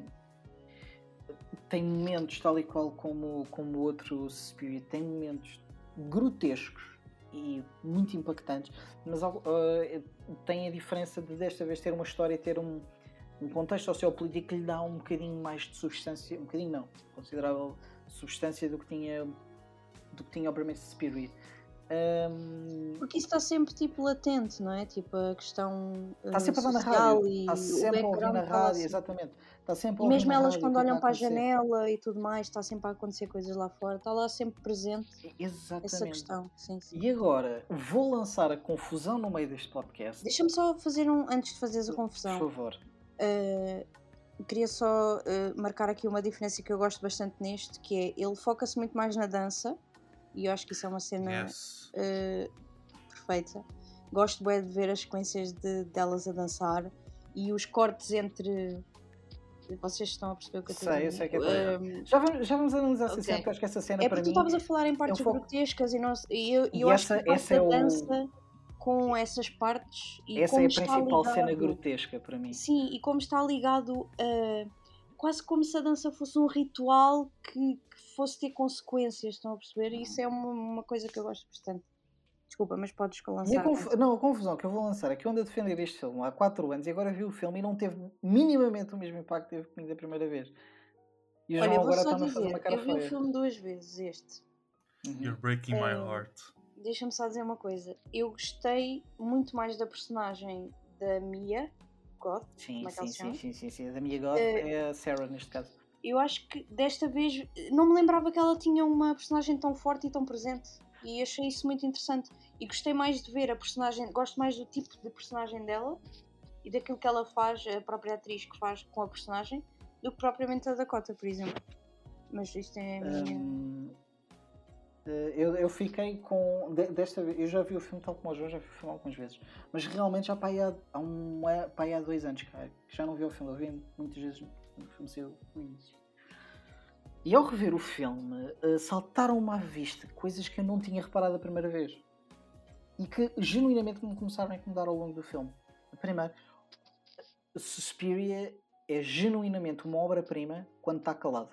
Tem momentos, tal e qual como o outro Spirit, tem momentos grotescos e muito impactantes, mas tem a diferença de desta vez ter uma história e ter um contexto sociopolítico que lhe dá um bocadinho mais de substância, um bocadinho não, considerável substância do que tinha o primeiro Spirit. Porque isso está sempre tipo latente, não é? Tipo a questão está sempre a dar na rádio, está sempre a ouvir na rádio, exatamente. Está sempre a e mesmo elas rádio, quando olham para a janela e tudo mais, está sempre a acontecer coisas lá fora, está lá sempre presente. Exatamente. Essa questão. Sim. E agora vou lançar a confusão no meio deste podcast. Deixa-me só fazer antes de fazeres a confusão. Por favor. Queria só marcar aqui uma diferença que eu gosto bastante neste, que é ele foca-se muito mais na dança. E eu acho que isso é uma cena perfeita. Gosto bem de ver as sequências delas a dançar e os cortes entre. Vocês estão a perceber o que eu estou a dizer? Eu sei que é já vamos analisar essa cena, porque acho que essa cena para mim. É porque tu estavas a falar em partes grotescas e eu acho que essa dança com essas partes. E essa como é a principal cena grotesca para mim. Sim, e como está ligado quase como se a dança fosse um ritual que fosse ter consequências, estão a perceber? E isso é uma coisa que eu gosto bastante. Desculpa, mas podes lançar. A confusão que eu vou lançar é que eu ando a defender este filme há 4 anos e agora vi o filme e não teve minimamente o mesmo impacto que teve comigo da primeira vez. E olha, agora está-me a fazer uma cara feia. Eu vi o filme 2 vezes, este. You're breaking my heart. Deixa-me só dizer uma coisa. Eu gostei muito mais da personagem da Mia Goth. Sim. A da Mia Goth é a Sarah neste caso. Eu acho que desta vez não me lembrava que ela tinha uma personagem tão forte e tão presente. E achei isso muito interessante. E gostei mais de ver a personagem, gosto mais do tipo de personagem dela e daquilo que ela faz, a própria atriz que faz com a personagem, do que propriamente a Dakota, por exemplo. Mas isto é a minha. Eu fiquei com. Desta vez, eu já vi o filme tal como o João, já vi o filme algumas vezes, mas realmente já para aí há 2 anos, cara, que já não vi o filme. Eu vi muitas vezes no filme saiu no início. E ao rever o filme, saltaram-me à vista coisas que eu não tinha reparado a primeira vez e que genuinamente me começaram a incomodar ao longo do filme. Primeiro, Suspiria é genuinamente uma obra-prima quando está calado.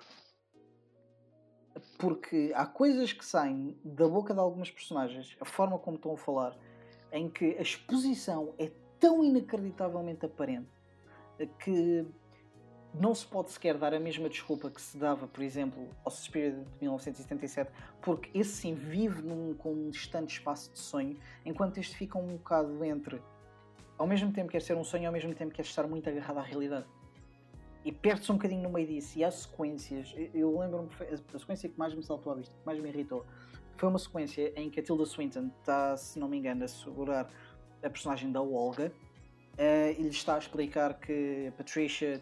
Porque há coisas que saem da boca de algumas personagens, a forma como estão a falar, em que a exposição é tão inacreditavelmente aparente que não se pode sequer dar a mesma desculpa que se dava, por exemplo, ao Suspiria de 1977, porque esse sim vive com um distante espaço de sonho, enquanto este fica um bocado entre ao mesmo tempo quer ser um sonho, ao mesmo tempo quer estar muito agarrado à realidade. E perde-se um bocadinho no meio disso. E há sequências, eu lembro-me, a sequência que mais me saltou à vista, que mais me irritou, foi uma sequência em que a Tilda Swinton está, se não me engano, a segurar a personagem da Olga e lhe está a explicar que a Patricia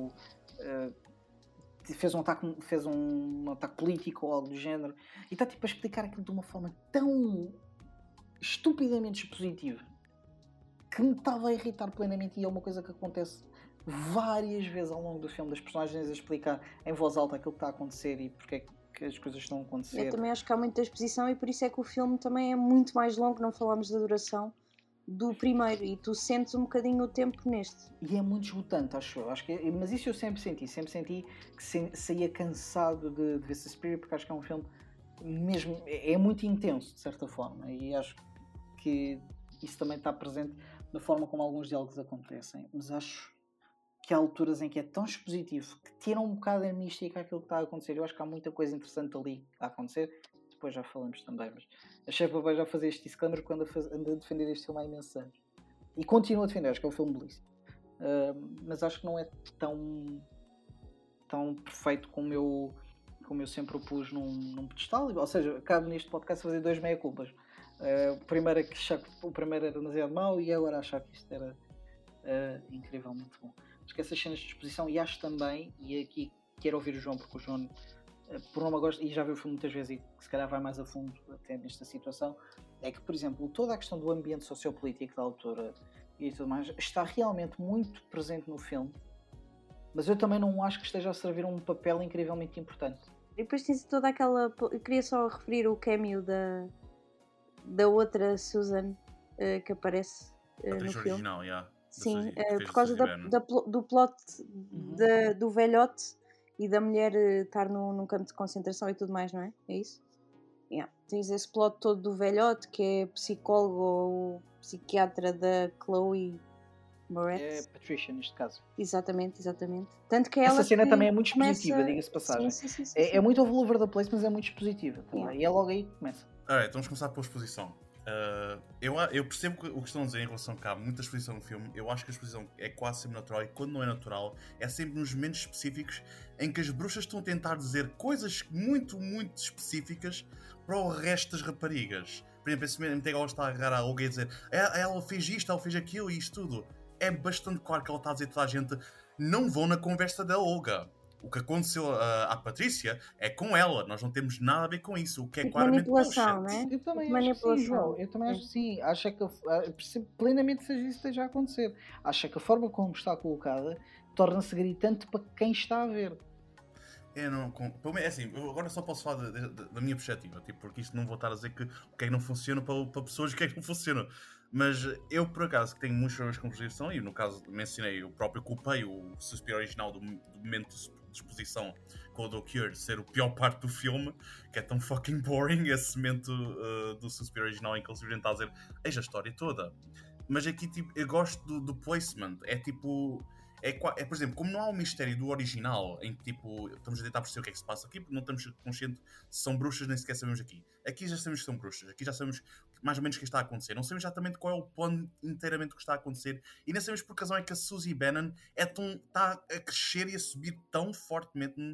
fez um ataque político ou algo do género, e está a explicar aquilo de uma forma tão estupidamente expositiva que me estava a irritar plenamente. E é uma coisa que acontece várias vezes ao longo do filme, das personagens a explicar em voz alta aquilo que está a acontecer e porque é que as coisas estão a acontecer. Eu também acho que há muita exposição e por isso é que o filme também é muito mais longo, não falámos da duração do primeiro, e tu sentes um bocadinho o tempo neste. E é muito esgotante, acho eu. Mas isso eu sempre senti que saía cansado de ver Suspiria, porque acho que é um filme mesmo, é muito intenso de certa forma, e acho que isso também está presente na forma como alguns diálogos acontecem, mas acho que há alturas em que é tão expositivo que tiram um bocado a mística àquilo que está a acontecer. Eu acho que há muita coisa interessante ali a acontecer, depois já falamos também, mas achei que eu já fazer este disclaimer quando ando a defender este filme há imensos anos. E continuo a defender, acho que é um filme belíssimo. mas acho que não é tão perfeito como eu sempre o pus num pedestal. Ou seja, cabe neste podcast fazer 2 meia-culpas. O primeiro é que achar que o primeiro era demasiado mau e agora achar que isto era incrivelmente bom. Acho que essas cenas de exposição, e acho também, e aqui quero ouvir o João, porque o João por não me gosta, e já viu o filme muitas vezes e se calhar vai mais a fundo até nesta situação, é que, por exemplo, toda a questão do ambiente sociopolítico da autora e tudo mais está realmente muito presente no filme, mas eu também não acho que esteja a servir um papel incrivelmente importante. E depois tens toda aquela... Eu queria só referir o cameo da outra Susan que aparece no filme. Original, yeah. Sim, por causa do plot do velhote e da mulher estar num campo de concentração e tudo mais, não é? É isso? Yeah. Tens esse plot todo do velhote que é psicólogo ou psiquiatra da Chloe Moretz. É Patricia, neste caso. Exatamente. Tanto que essa cena também é muito expositiva, diga-se de passagem. Sim. É muito all over the place, mas é muito expositiva. Yeah. E é logo aí que começa. Alright, vamos começar pela exposição. Eu percebo o que estão a dizer em relação a que há muita exposição no filme. Eu acho que a exposição é quase sempre natural, e quando não é natural é sempre nos momentos específicos em que as bruxas estão a tentar dizer coisas muito, muito específicas para o resto das raparigas. Por exemplo, esse momento em que ela está a agarrar a Olga e a dizer ela fez isto, ela fez aquilo e isto tudo. É bastante claro que ela está a dizer a toda a gente: não vão na conversa da Olga. O que aconteceu à Patrícia é com ela, nós não temos nada a ver com isso, o que é claramente manipulação, não é? Eu também acho que sim, João. Eu também acho que sim. Acho que percebo plenamente que isso esteja a acontecer. Acho que a forma como está colocada torna-se gritante para quem está a ver. É assim, eu agora só posso falar da minha perspectiva, tipo, porque isto não vou estar a dizer que o que é que não funciona para pessoas, o que é que não funciona. Mas eu, por acaso, que tenho muitos problemas com exposição, e no caso mencionei, eu próprio culpei o Suspiro original do momento de exposição com o The Cure ser a pior parte do filme, que é tão fucking boring, esse momento do Suspiro original em que ele simplesmente está a dizer eis a história toda. Mas aqui, tipo, eu gosto do placement, é tipo... por exemplo, como não há um mistério do original, em que tipo, estamos a tentar perceber o que é que se passa aqui, porque não estamos conscientes se são bruxas, nem sequer sabemos aqui. Aqui já sabemos que são bruxas, aqui já sabemos mais ou menos o que está a acontecer. Não sabemos exatamente qual é o plano inteiramente que está a acontecer, e nem sabemos por que razão é que a Susie Bannon está a crescer e a subir tão fortemente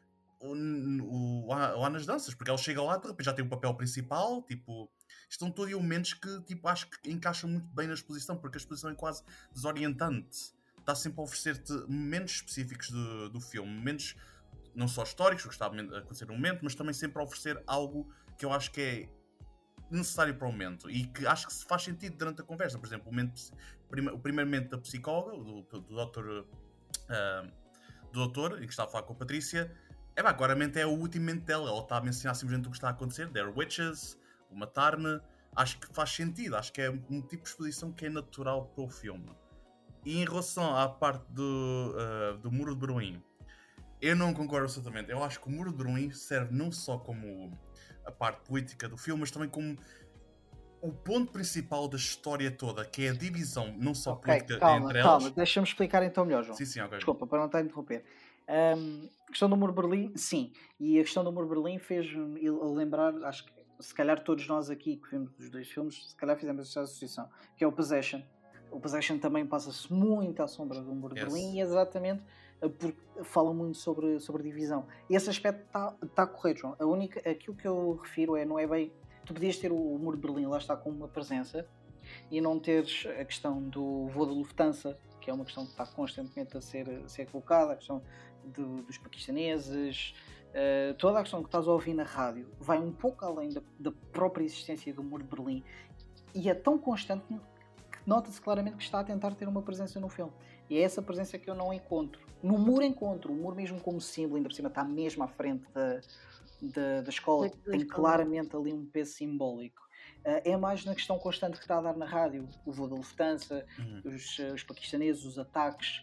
lá nas danças, porque ela chega lá, de repente já tem o papel principal, tipo... Estão todos elementos que tipo, acho que encaixam muito bem na exposição, porque a exposição é quase desorientante. Está sempre a oferecer-te momentos específicos do filme, momentos não só históricos, o que está a acontecer no momento, mas também sempre a oferecer algo que eu acho que é necessário para o momento e que acho que se faz sentido durante a conversa. Por exemplo, o primeiro momento da psicóloga, do doutor, em que está a falar com a Patrícia, claramente é o último momento dela. Ela está a mencionar simplesmente o que está a acontecer, there are witches, vou matar-me. Acho que faz sentido, acho que é um tipo de exposição que é natural para o filme. E em relação à parte do Muro de Berlim, eu não concordo absolutamente. Eu acho que o Muro de Berlim serve não só como a parte política do filme, mas também como o ponto principal da história toda, que é a divisão não só política entre elas. Calma, deixa-me explicar então melhor, João. Sim, ok. Desculpa, para não estar a interromper. A questão do Muro de Berlim, sim. E a questão do Muro de Berlim fez-me lembrar, acho que se calhar todos nós aqui que vimos os 2 filmes, se calhar fizemos esta associação, que é o Possession. O Possession também passa-se muito à sombra do Muro de Berlim, e exatamente porque fala muito sobre divisão. E esse aspecto está correto, João. Aquilo que eu refiro não é bem... Tu podias ter o Muro de Berlim, lá está, com uma presença, e não teres a questão do voo da Lufthansa, que é uma questão que está constantemente a ser colocada, a questão dos paquistaneses, toda a questão que estás a ouvir na rádio vai um pouco além da própria existência do Muro de Berlim, e é tão constante que nota-se claramente que está a tentar ter uma presença no filme. E é essa presença que eu não encontro. No muro encontro, o muro mesmo como símbolo, ainda por cima está mesmo à frente da escola, tem claramente ali um peso simbólico. É mais na questão constante que está a dar na rádio, o voo da Lufthansa, os paquistaneses, os ataques.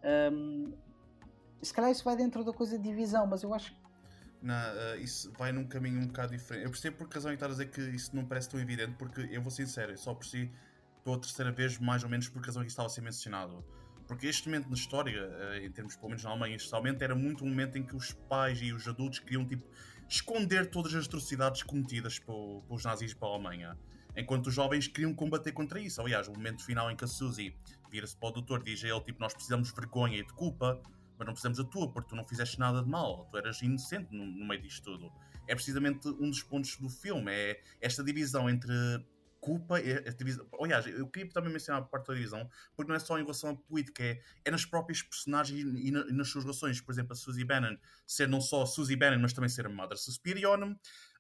Se calhar isso vai dentro da coisa de divisão, mas eu acho que isso vai num caminho um bocado diferente. Eu percebo por que razão está a dizer que isso não parece tão evidente, porque eu vou ser sincero, só por si pela terceira vez, mais ou menos por razão que isso estava a ser mencionado. Porque este momento na história, em termos, pelo menos na Alemanha, especialmente, era muito um momento em que os pais e os adultos queriam, tipo, esconder todas as atrocidades cometidas pelos nazis para a Alemanha. Enquanto os jovens queriam combater contra isso. Aliás, o momento final em que a Suzy vira-se para o doutor e diz a ele, tipo, nós precisamos de vergonha e de culpa, mas não precisamos da tua, porque tu não fizeste nada de mal, tu eras inocente no meio disto tudo. É precisamente um dos pontos do filme, é esta divisão entre culpa, aliás, eu queria também mencionar a parte da divisão, porque não é só em relação à política, é nas próprias personagens e nas suas relações. Por exemplo, a Suzy Bannon ser não só a Suzy Bannon, mas também ser a Mother Suspiriorum,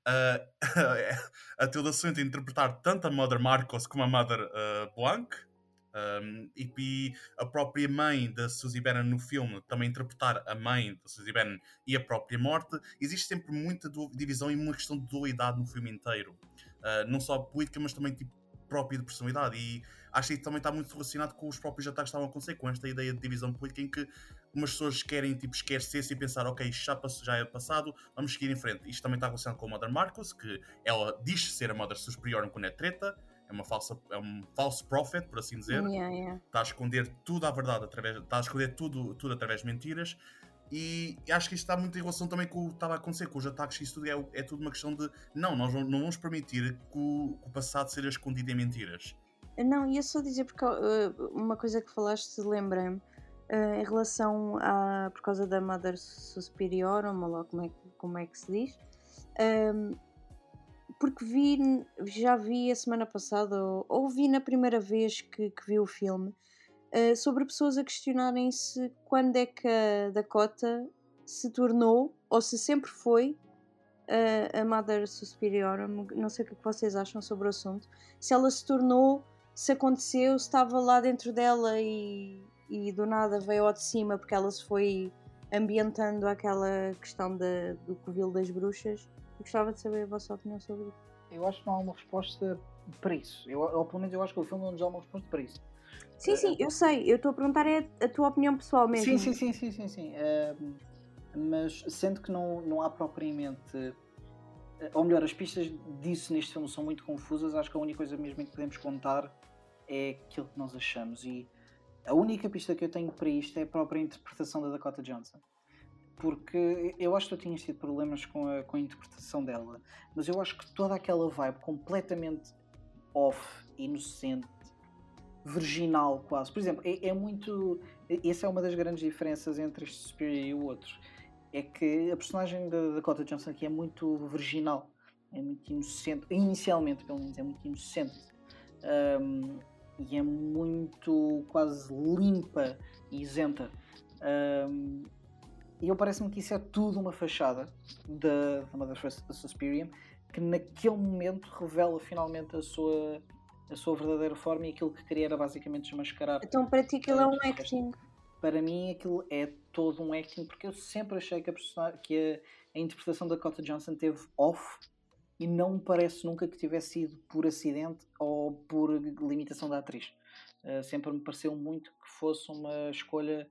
a Tilda Swinton interpretar tanto a Mother Marcos como a Mother Blanc, e a própria mãe da Suzy Bannon no filme também interpretar a mãe da Suzy Bannon e a própria morte. Existe sempre muita divisão e uma questão de dualidade no filme inteiro, não só política, mas também tipo própria de personalidade, e acho que isso também está muito relacionado com os próprios ataques que estavam a acontecer, com esta ideia de divisão política em que umas pessoas querem tipo esquecer-se e pensar, ok, isto já é passado, vamos seguir em frente. Isto também está relacionado com a Mother Marcos, que ela diz ser a Mother Superior quando é treta, é um falso prophet, por assim dizer. Está a esconder tudo à verdade, está a esconder tudo através de mentiras. E acho que isto está muito em relação também com o que estava a acontecer, com os ataques, isso tudo é tudo uma questão de nós não vamos permitir que o passado seja escondido em mentiras. Não, ia só dizer, porque uma coisa que falaste, lembrei-me, em relação a, por causa da Mother Suspiriorum, ou lá como é que se diz, porque já vi a semana passada, ou vi na primeira vez que vi o filme, sobre pessoas a questionarem-se quando é que a Dakota se tornou, ou se sempre foi, a Mother Suspiriorum. Não sei o que vocês acham sobre o assunto. Se ela se tornou, se aconteceu, se estava lá dentro dela e do nada veio ao de cima porque ela se foi ambientando aquela questão do covil das bruxas. Eu gostava de saber a vossa opinião sobre isso. Eu acho que não há uma resposta para isso. Ou pelo menos eu acho que o filme não nos dá uma resposta para isso. Sim, eu sei. Eu estou a perguntar a tua opinião pessoal mesmo. Sim. Mas sendo que não há propriamente... Ou melhor, as pistas disso neste filme são muito confusas. Acho que a única coisa mesmo em que podemos contar é aquilo que nós achamos. E a única pista que eu tenho para isto é a própria interpretação da Dakota Johnson. Porque eu acho que tu tinhas tido problemas com a interpretação dela. Mas eu acho que toda aquela vibe completamente off, inocente, virginal quase. Por exemplo, é muito... Essa é uma das grandes diferenças entre este Suspiria e o outro. É que a personagem da Dakota Johnson aqui é muito virginal. É muito inocente. Inicialmente, pelo menos, é muito inocente. E é muito quase limpa e isenta. E parece-me que isso é tudo uma fachada da Mother Suspirium, que naquele momento revela finalmente a sua verdadeira forma, e aquilo que queria era basicamente desmascarar. Então para ti aquilo é um acting? Para mim aquilo é todo um acting, porque eu sempre achei que a interpretação da Dakota Johnson teve off, e não me parece nunca que tivesse sido por acidente ou por limitação da atriz. Sempre me pareceu muito que fosse uma escolha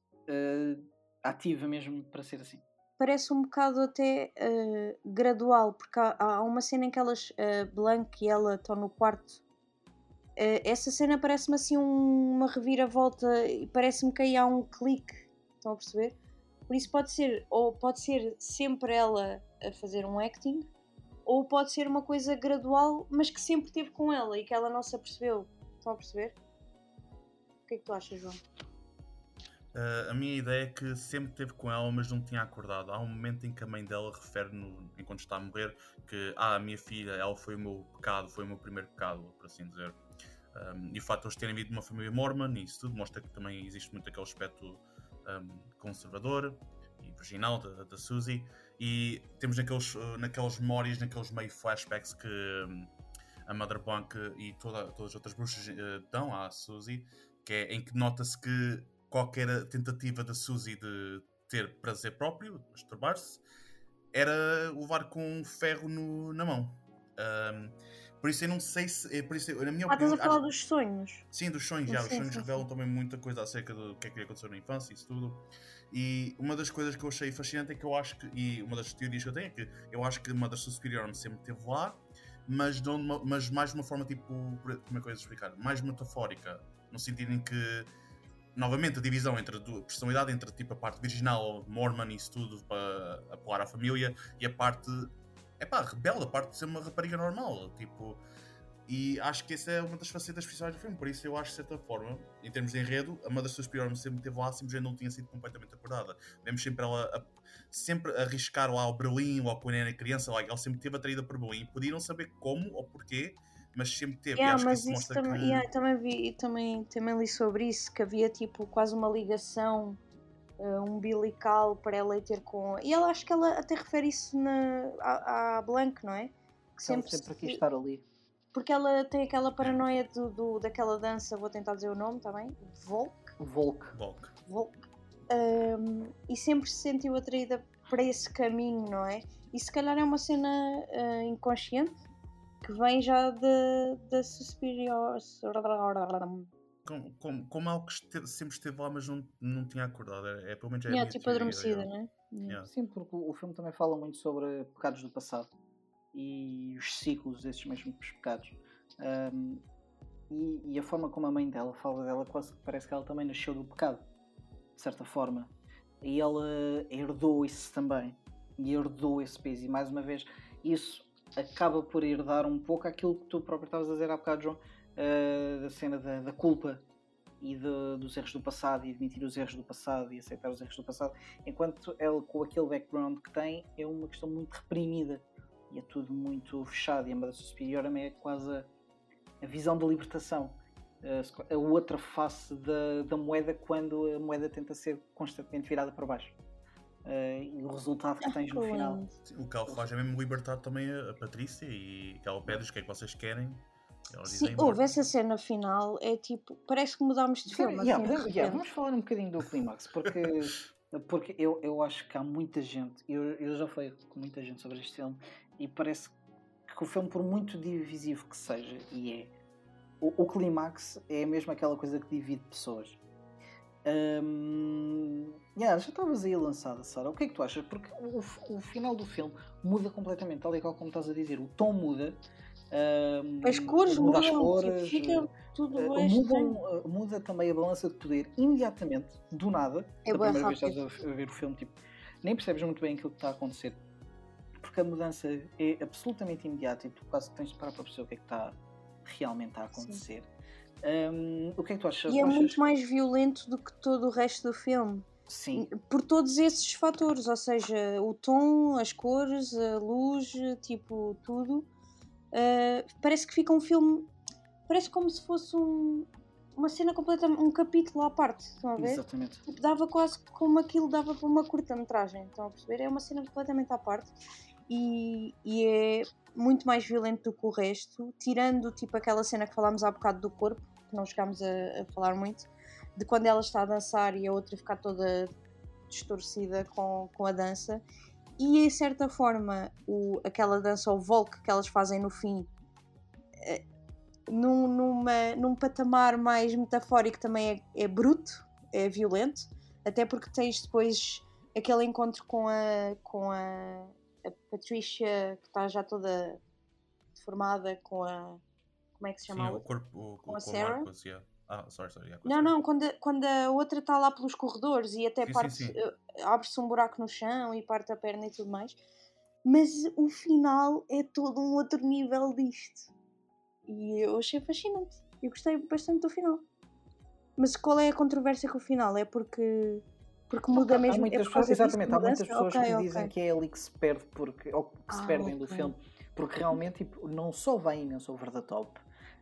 ativa mesmo para ser assim. Parece um bocado até gradual, porque há uma cena em que elas, Blanc e ela, estão no quarto. Essa cena parece-me assim uma reviravolta, e parece-me que aí há um clique, estão a perceber? Por isso pode ser sempre ela a fazer um acting, ou pode ser uma coisa gradual, mas que sempre teve com ela e que ela não se apercebeu. Estão a perceber? O que é que tu achas, João? A minha ideia é que sempre teve com ela, mas não tinha acordado. Há um momento em que a mãe dela refere, enquanto está a morrer, que a minha filha, ela foi o meu pecado, foi o meu primeiro pecado, por assim dizer. E o facto de eles terem vindo de uma família mormon, e isso tudo mostra que também existe muito aquele aspecto conservador e virginal da Suzy. E temos naquelas memórias, naqueles meio flashbacks que a Mother Blanc e todas as outras bruxas dão à Suzy, que é em que nota-se que qualquer tentativa da Suzy de ter prazer próprio, masturbar-se, era levar com um ferro na mão. Por isso eu não sei se... Por isso, na minha opinião, estás a falar dos sonhos? Sim, dos sonhos. Os sonhos revelam também muita coisa acerca do que é que aconteceu na infância e isso tudo. E uma das coisas que eu achei fascinante é que eu acho que... E uma das teorias que eu tenho é que eu acho que a Mother Suspiriorum sempre esteve lá, mas mais de uma forma tipo... Como é que eu ia explicar? Mais metafórica. No sentido em que... Novamente, a divisão entre a personalidade, entre tipo a parte virginal, mormon e isso tudo para apoiar a família, e a parte rebelde, a parte de ser uma rapariga normal, tipo. E acho que essa é uma das facetas principais do filme, por isso eu acho, de certa forma, em termos de enredo, a Mother Suspiro sempre teve lá, simplesmente não tinha sido completamente acordada. Vemos sempre ela sempre arriscar lá ao Berlim, ou quando era criança, lá, ela sempre esteve atraída por Berlim. Podiam não saber como ou porquê, mas sempre teve. E acho que isso mostra que... também li sobre isso, que havia tipo quase uma ligação umbilical para ela ter com... E ela, acho que ela até refere isso à Blanc, não é? Que sempre quis estar ali. Porque ela tem aquela paranoia daquela dança, vou tentar dizer o nome, está bem? Volk. E sempre se sentiu atraída para esse caminho, não é? E se calhar é uma cena inconsciente que vem já da Suspirior. Como algo que sempre esteve lá, mas não tinha acordado. É pelo menos tipo adormecida, não é? Sim, porque o filme também fala muito sobre pecados do passado e os ciclos desses mesmos pecados. E a forma como a mãe dela fala dela, quase que parece que ela também nasceu do pecado, de certa forma. E ela herdou isso também. E herdou esse peso. E mais uma vez, isso acaba por herdar um pouco aquilo que tu próprio estavas a dizer há bocado, João, da cena da culpa e dos erros do passado, e admitir os erros do passado e aceitar os erros do passado. Enquanto ela, com aquele background que tem, é uma questão muito reprimida. E é tudo muito fechado, e a Mother Suspirior é quase a visão da libertação, a outra face da moeda, quando a moeda tenta ser constantemente virada para baixo, e o resultado que tens no final. O que ela faz é mesmo libertar também a Patrícia, e que ela pede-lhes o que é que vocês querem. Sim, houve essa cena final, é tipo, parece que mudámos de filme. Vamos falar um bocadinho do clímax, porque eu acho que há muita gente, eu já falei com muita gente sobre este filme, e parece que o filme, por muito divisivo que seja, e é, o clímax é mesmo aquela coisa que divide pessoas. Já estavas aí lançada, Sara. O que é que tu achas? Porque o final do filme muda completamente, tal e qual como estás a dizer. O tom muda. As cores muda mudam, as cores, fica tudo muda também a balança de poder imediatamente, do nada. É da primeira vez que rápido. estás a ver o filme, tipo, nem percebes muito bem aquilo que está a acontecer, porque a mudança é absolutamente imediata e tu quase tens de parar para perceber o que é que está realmente a acontecer. O que é que tu achas? E é muito mais violento do que todo o resto do filme. Sim. Por todos esses fatores, ou seja, o tom, as cores, a luz, tipo, tudo. Parece que fica um filme, parece como se fosse uma cena completamente, um capítulo à parte, estão a ver? Exatamente. Tipo, dava quase como aquilo dava para uma curta-metragem, estão a perceber? É uma cena completamente à parte e é muito mais violento do que o resto, tirando tipo aquela cena que falámos há bocado do corpo, que não chegámos a falar muito, de quando ela está a dançar e a outra ficar toda distorcida com a dança. E, de certa forma, aquela dança, o Volk que elas fazem no fim, num patamar mais metafórico, também é bruto, é violento, até porque tens depois aquele encontro com a Patrícia, que está já toda deformada, com a... Como é que se chama? Sim, o corpo com a Sarah? Marcos, yeah. Sorry. Não, quando a outra está lá pelos corredores e até sim. abre-se um buraco no chão e parte a perna e tudo mais. Mas o final é todo um outro nível disto. E eu achei fascinante. Eu gostei bastante do final. Mas qual é a controvérsia com o final? É porque muda mesmo. Há muitas pessoas, exatamente, há muitas pessoas que dizem que é ali que se perde, ou que se perdem do filme. Porque realmente tipo, não só vai imenso over the top,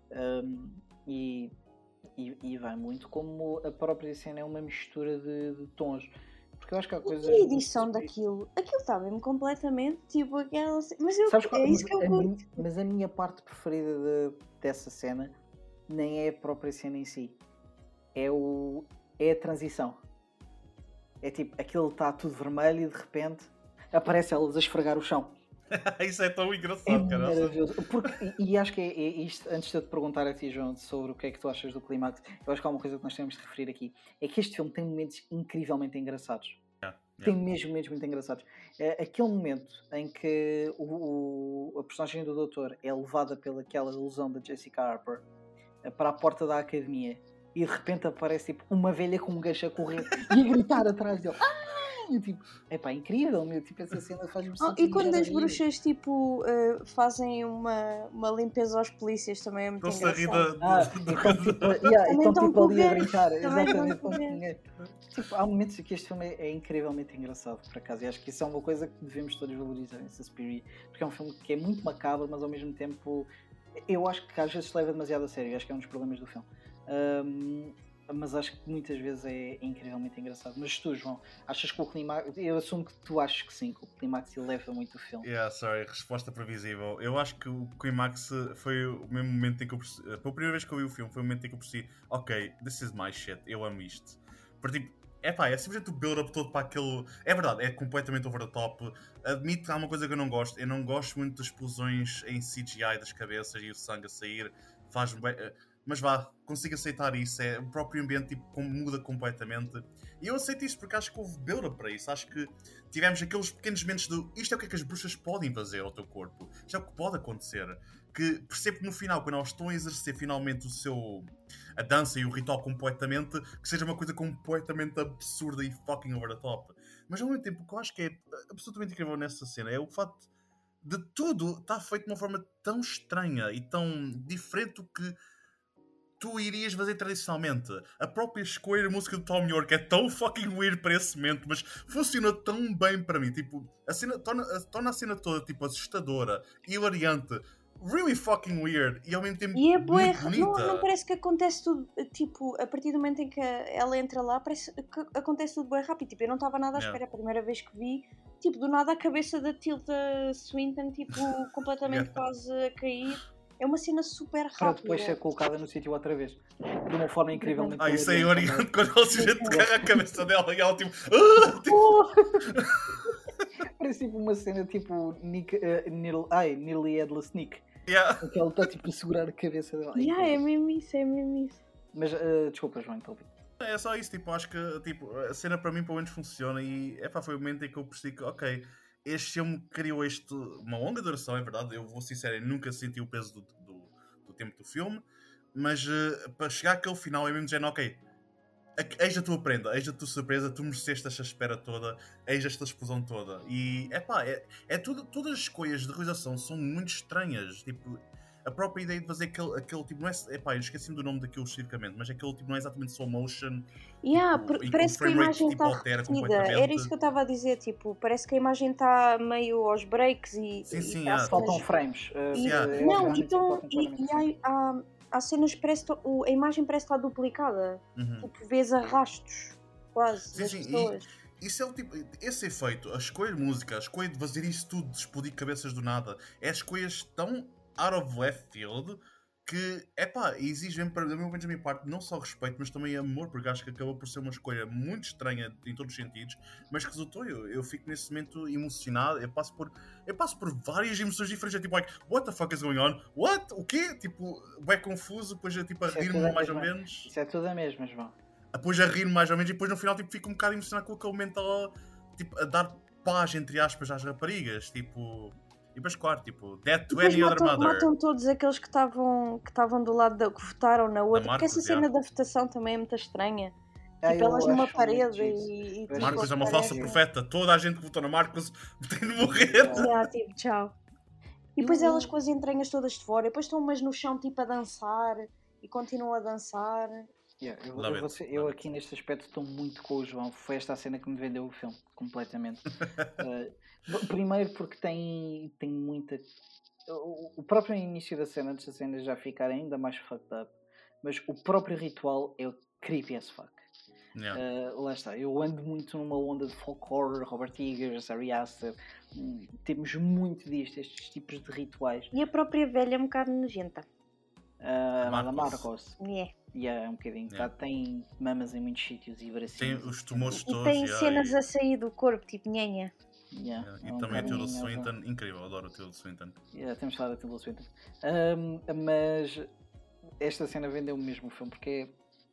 e vai muito, como a própria cena é uma mistura de tons. Porque eu acho que há coisas. E a edição daquilo? Aquilo está mesmo completamente tipo aquela. Mas isso que eu curto. Mas a minha parte preferida dessa cena nem é a própria cena em si, é a transição. É tipo, aquilo está tudo vermelho e de repente aparece elas a esfregar o chão. Isso é tão engraçado, cara. Maravilhoso. E acho que é isto, antes de eu te perguntar a ti, João, sobre o que é que tu achas do clímax, eu acho que há uma coisa que nós temos de referir aqui, é que este filme tem momentos incrivelmente engraçados. Tem mesmo muito engraçados. Aquele momento em que a personagem do doutor é levada pelaquela ilusão da Jessica Harper para a porta da academia e de repente aparece tipo uma velha com um gancho a correr e a gritar atrás dele. E, tipo, é incrível, meu. Tipo, essa cena faz-me E quando as bruxas, tipo, fazem uma limpeza aos polícias, também é muito Estão-se a rir engraçado. então, tipo ali a brincar. Também Exatamente. Tipo, há momentos em que este filme é incrivelmente engraçado, por acaso. E acho que isso é uma coisa que devemos todos valorizar em Suspiria. Porque é um filme que é muito macabro, mas ao mesmo tempo eu acho que às vezes se leva demasiado a sério. Acho que é um dos problemas do filme. Mas acho que muitas vezes é incrivelmente engraçado. Mas tu, João, achas que o clímax... Eu assumo que tu achas que sim, que o clímax eleva muito o filme. Resposta previsível. Eu acho que o clímax foi o mesmo momento em que eu percebi... Pela primeira vez que eu vi o filme, foi o momento em que eu percebi, ok, this is my shit, eu amo isto. Porque tipo, é simplesmente o build-up todo para aquele... É verdade, é completamente over the top. Admito que há uma coisa que eu não gosto. Eu não gosto muito das explosões em CGI das cabeças e o sangue a sair. Faz-me bem... Mas consigo aceitar isso. O próprio ambiente tipo, muda completamente. E eu aceito isso porque acho que houve build-up para isso. Acho que tivemos aqueles pequenos momentos do isto é o que é que as bruxas podem fazer ao teu corpo. Isto é o que pode acontecer. Que percebo que no final, quando elas estão a exercer finalmente a dança e o ritual completamente, que seja uma coisa completamente absurda e fucking over the top. Mas ao mesmo tempo, o que eu acho que é absolutamente incrível nessa cena é o facto de tudo estar feito de uma forma tão estranha e tão diferente do que tu irias fazer tradicionalmente. A própria escolha da música do Tom York é tão fucking weird para esse momento, mas funciona tão bem para mim. Tipo, a cena torna a cena toda tipo, assustadora, hilariante, really fucking weird e ao mesmo tempo e é muito bonita. Não parece que acontece tudo, tipo, a partir do momento em que ela entra lá, parece que acontece tudo bem rápido. Tipo, eu não estava nada à espera. A primeira vez que vi, tipo, do nada a cabeça da Tilda Swinton, tipo, completamente quase a cair. É uma cena super rápida. Para depois ser colocada no sítio outra vez. De uma forma incrivelmente... isso é hilariante quando ela se agarra a cabeça dela e ela tipo... Parece tipo uma cena tipo Nearly Headless Nick. Em que ela está tipo a segurar a cabeça dela. É mesmo isso. Mas desculpa, João, então. É só isso, tipo, acho que tipo, a cena para mim pelo menos funciona e foi o momento em que eu percebi que, ok, este filme criou uma longa duração, é verdade, eu vou ser sincero, eu nunca senti o peso do tempo do filme, mas para chegar àquele final é mesmo dizendo, ok, eis a tua prenda, eis a tua surpresa, tu mereceste esta espera toda, eis esta explosão toda. E todas as escolhas de realização são muito estranhas, tipo, a própria ideia de fazer aquele tipo, não é, eu esqueci-me do nome daquilo especificamente, mas aquele tipo não é exatamente slow motion. Tipo, parece que a imagem está altera repetida. Era isso que eu estava a dizer, tipo, parece que a imagem está meio aos breaks e faltam frames. Há cenas que a imagem parece estar duplicada. Tipo, vês arrastos quase das pessoas. Isso é o tipo, esse efeito, a escolha de música, a escolha de fazer isso tudo, de explodir cabeças do nada, é escolhas tão out of left field que, exige mesmo, pelo menos da minha parte, não só respeito, mas também amor, porque acho que acabou por ser uma escolha muito estranha em todos os sentidos, mas que resultou, eu fico nesse momento emocionado, eu passo por várias emoções diferentes, tipo, like, what the fuck is going on? What? O quê? Tipo, é confuso, depois tipo, a rir-me mais ou menos. Isso é tudo a mesma, João. Depois a rir-me mais ou menos e depois no final tipo, fico um bocado emocionado com aquele momento tipo, a dar paz, entre aspas, às raparigas, tipo... E depois, claro, tipo, Death to Any Other Mother. Matam todos aqueles que estavam do lado que votaram na outra. Porque essa cena da votação também é muito estranha. Tipo, elas numa parede e tipo, Marcos é uma falsa profeta. Toda a gente que votou na Marcos tem de morrer. Tipo, tchau. E depois elas com as entranhas todas de fora. E depois estão umas no chão, tipo, a dançar. E continuam a dançar. Eu aqui neste aspecto estou muito com o João. Foi esta a cena que me vendeu o filme, completamente. Primeiro porque tem muita... O próprio início da cena, antes da cena já ficar ainda mais fucked up, mas o próprio ritual é creepy as fuck. Lá está, eu ando muito numa onda de folk horror, Robert Eggers, Ari Aster, temos muito disto, estes tipos de rituais. E a própria velha é um bocado nojenta. Marcos. É um bocadinho. Tem mamas em muitos sítios e bracinhos. Tem os tumores todos. E tem cenas a sair do corpo, tipo nhanha. E também a Tilda Swinton, incrível, adoro a Tilda Swinton. Temos falado da Tilda Swinton. Mas esta cena vendeu-me mesmo o filme porque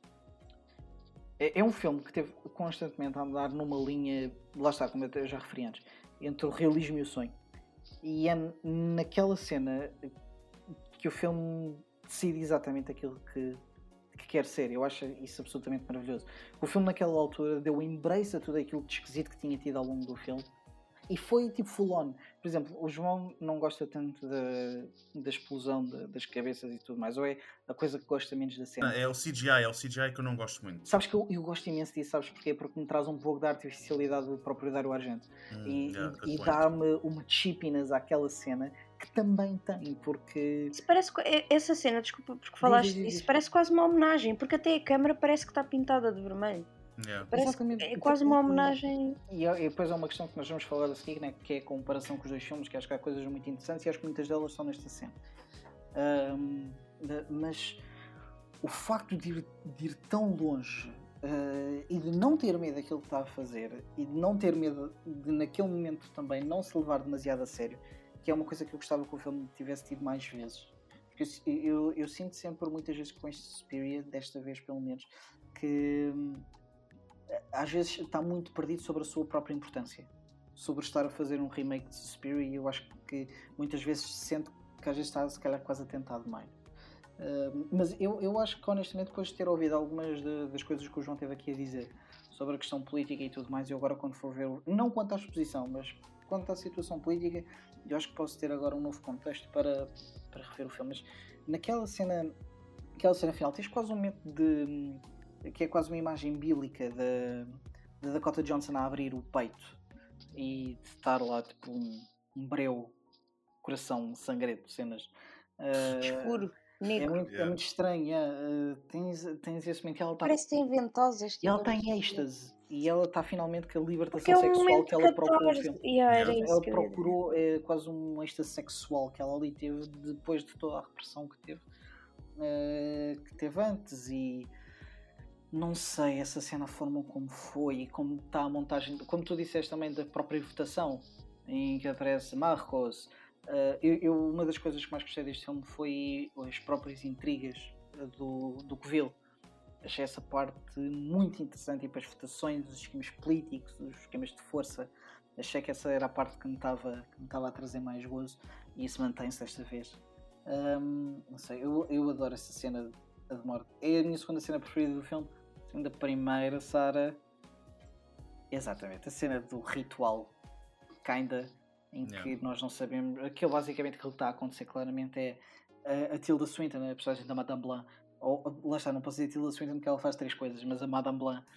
é um filme que teve constantemente a andar numa linha, lá está, como eu já referi antes, entre o realismo e o sonho. E é naquela cena que o filme decide exatamente aquilo que que quer ser. Eu acho isso absolutamente maravilhoso. O filme naquela altura deu embrace a tudo aquilo de esquisito que tinha tido ao longo do filme. E foi tipo full on. Por exemplo, o João não gosta tanto da explosão das cabeças e tudo mais. Ou é a coisa que gosta menos da cena. É o CGI que eu não gosto muito. Sabes que eu gosto imenso disso, sabes porquê? Porque me traz um pouco da artificialidade do próprio Dario Argento. E dá-me uma cheapiness àquela cena que também tem, porque... Isso parece, essa cena, desculpa porque falaste disso, parece quase uma homenagem, porque até a câmera parece que está pintada de vermelho. Parece que é quase uma homenagem. E depois há uma questão que nós vamos falar a seguir, né, que é a comparação com os dois filmes, que acho que há coisas muito interessantes e acho que muitas delas estão nesta cena. Mas o facto de ir tão longe e de não ter medo daquilo que está a fazer e de não ter medo de naquele momento também não se levar demasiado a sério, que é uma coisa que eu gostava que o filme tivesse tido mais vezes. Porque eu sinto sempre, muitas vezes com este Suspiria, desta vez pelo menos, que às vezes está muito perdido sobre a sua própria importância, sobre estar a fazer um remake de Suspiria, e eu acho que muitas vezes se sente que às vezes está se calhar quase a tentar demais. Mas eu acho que honestamente, depois de ter ouvido algumas das coisas que o João teve aqui a dizer sobre a questão política e tudo mais, eu agora quando for ver, não quanto à exposição, mas quanto à situação política, eu acho que posso ter agora um novo contexto para rever o filme. Mas naquela cena final tens quase um momento que é quase uma imagem bíblica da Dakota Johnson a abrir o peito e de estar lá tipo um breu coração sangrento, cenas escuro, negro. É muito estranho. Tens esse momento que ela parece que tem ventosas, e ela está em êxtase e ela está finalmente com a libertação é um sexual que ela procurou no filme. Ela procurou quase um êxtase sexual que ela ali teve depois de toda a repressão que teve antes. E não sei, essa cena, a forma como foi e como está a montagem, como tu disseste também, da própria votação em que aparece Marcos. Uma das coisas que mais gostei deste filme foi as próprias intrigas do Covil. Achei essa parte muito interessante, tipo as votações, os esquemas políticos, os esquemas de força. Achei que essa era a parte que me estava a trazer mais gozo, e isso mantém-se desta vez. Não sei, eu adoro essa cena de morte. É a minha segunda cena preferida do filme. A segunda primeira, Sara. Exatamente, a cena do ritual, em que nós não sabemos. Aquilo basicamente que está a acontecer claramente é a Tilda Swinton, a personagem da Madame Blanc. Lá está, não posso dizer Tilda Swinton porque ela faz 3 coisas, mas a Madame Blanc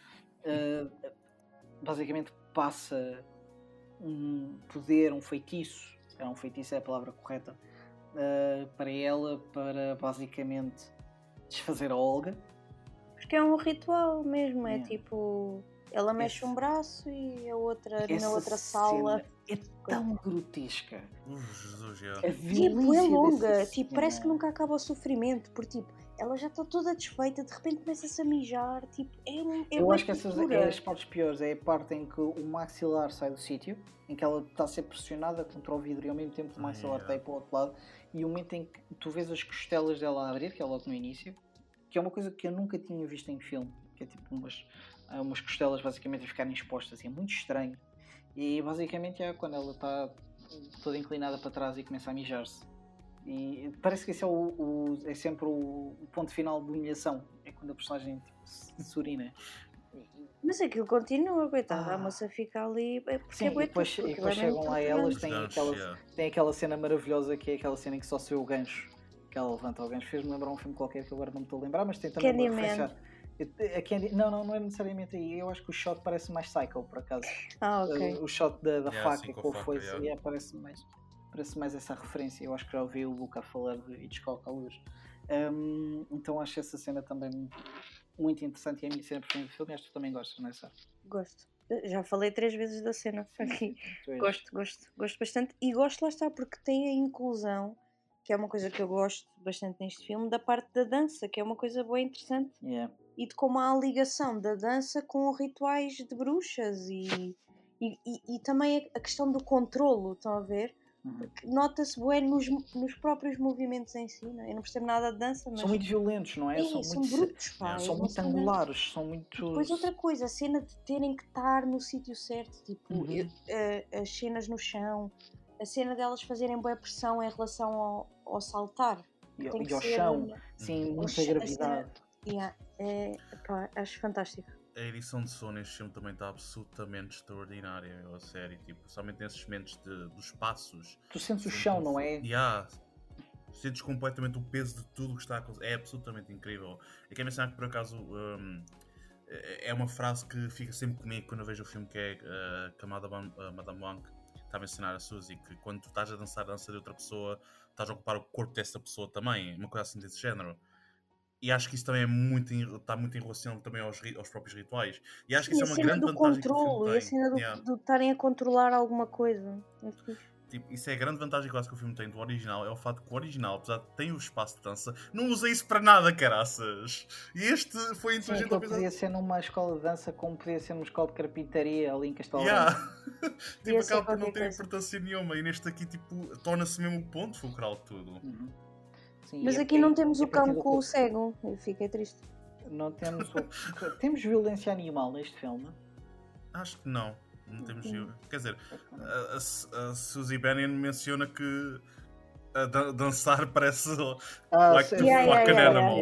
basicamente passa um poder, um feitiço, é a palavra correta, para ela, para basicamente desfazer a Olga. Porque é um ritual mesmo, é tipo, ela mexe um braço e a outra na outra sala. É tão grotesca. Jesus, tipo, é longa, tipo, parece que nunca acaba o sofrimento, porque tipo, ela já está toda desfeita, de repente começa-se a mijar, tipo, eu acho que essas é as partes piores, é a parte em que o maxilar sai do sítio, em que ela está a ser pressionada contra o vidro e ao mesmo tempo o maxilar está aí para o outro lado, e o momento em que tu vês as costelas dela a abrir, que é logo no início, que é uma coisa que eu nunca tinha visto em filme, que é tipo umas costelas basicamente a ficarem expostas, e é muito estranho. E basicamente é quando ela está toda inclinada para trás e começa a mijar-se. E parece que esse é sempre o ponto final de humilhação. É quando a personagem tipo, se urina. Mas aquilo continua, coitada. A moça fica ali. Sim, e depois chegam lá elas, tem aquela cena maravilhosa que é aquela cena em que só se vê o gancho. Que ela levanta o gancho. Fez-me lembrar um filme qualquer que agora não me estou a lembrar, mas tem também uma referência. Não é necessariamente aí. Eu acho que o shot parece mais Psycho, por acaso. Ok. O shot da faca com a foice parece mais essa referência. Eu acho que já ouvi o Luca falar de Hitchcock à luz. Então acho essa cena também muito interessante e é a minha cena preferida do filme. Acho que tu também gostas, não é, Sara? Gosto. Já falei 3 vezes da cena aqui. Gosto bastante. E gosto, lá está, porque tem a inclusão, que é uma coisa que eu gosto bastante neste filme, da parte da dança, que é uma coisa boa e interessante. E de como há a ligação da dança com rituais de bruxas e também a questão do controlo, estão a ver? Nota-se bem nos próprios movimentos em si, não é? Eu não percebo nada de dança, mas... São muito violentos, não é? São brutos, pá. São muito angulares, são muito... Depois outra coisa, a cena de terem que estar no sítio certo, tipo, as cenas no chão, a cena delas fazerem boa pressão em relação ao saltar. E ao chão, sim, muita gravidade. Pá, acho fantástico. A edição de som neste filme também está absolutamente extraordinária, a série, tipo, somente nesses momentos dos passos. Tu sentes o chão, não é? Sentes completamente o peso de tudo o que está a acontecer. É absolutamente incrível. Eu quero mencionar que, por acaso, é uma frase que fica sempre comigo quando eu vejo o filme, que é que a Madame Wang está a mencionar a Suzy, que quando tu estás a dançar a dança de outra pessoa, estás a ocupar o corpo dessa pessoa também, uma coisa assim desse género. E acho que isso também está muito em relação também aos próprios rituais. E acho que isso é uma grande vantagem que o filme tem. E a cena do estarem a controlar alguma coisa. Tipo, isso é a grande vantagem que eu acho que o filme tem do original, é o fato que o original, apesar de ter o espaço de dança, não usa isso para nada, caraças. E este foi inteligente a pensar... podia ser numa escola de dança, como podia ser numa escola de carpintaria ali em Castelo Tipo, acaba por não ter importância nenhuma. E neste aqui, tipo, torna-se mesmo o ponto fulcral de tudo. Uhum. Sim, mas aqui não temos o cão com o cego. Eu fiquei triste. Não temos temos violência animal neste filme? Acho que não. Não temos. Quer dizer, a Suzy Bannion menciona que dançar parece like an animal.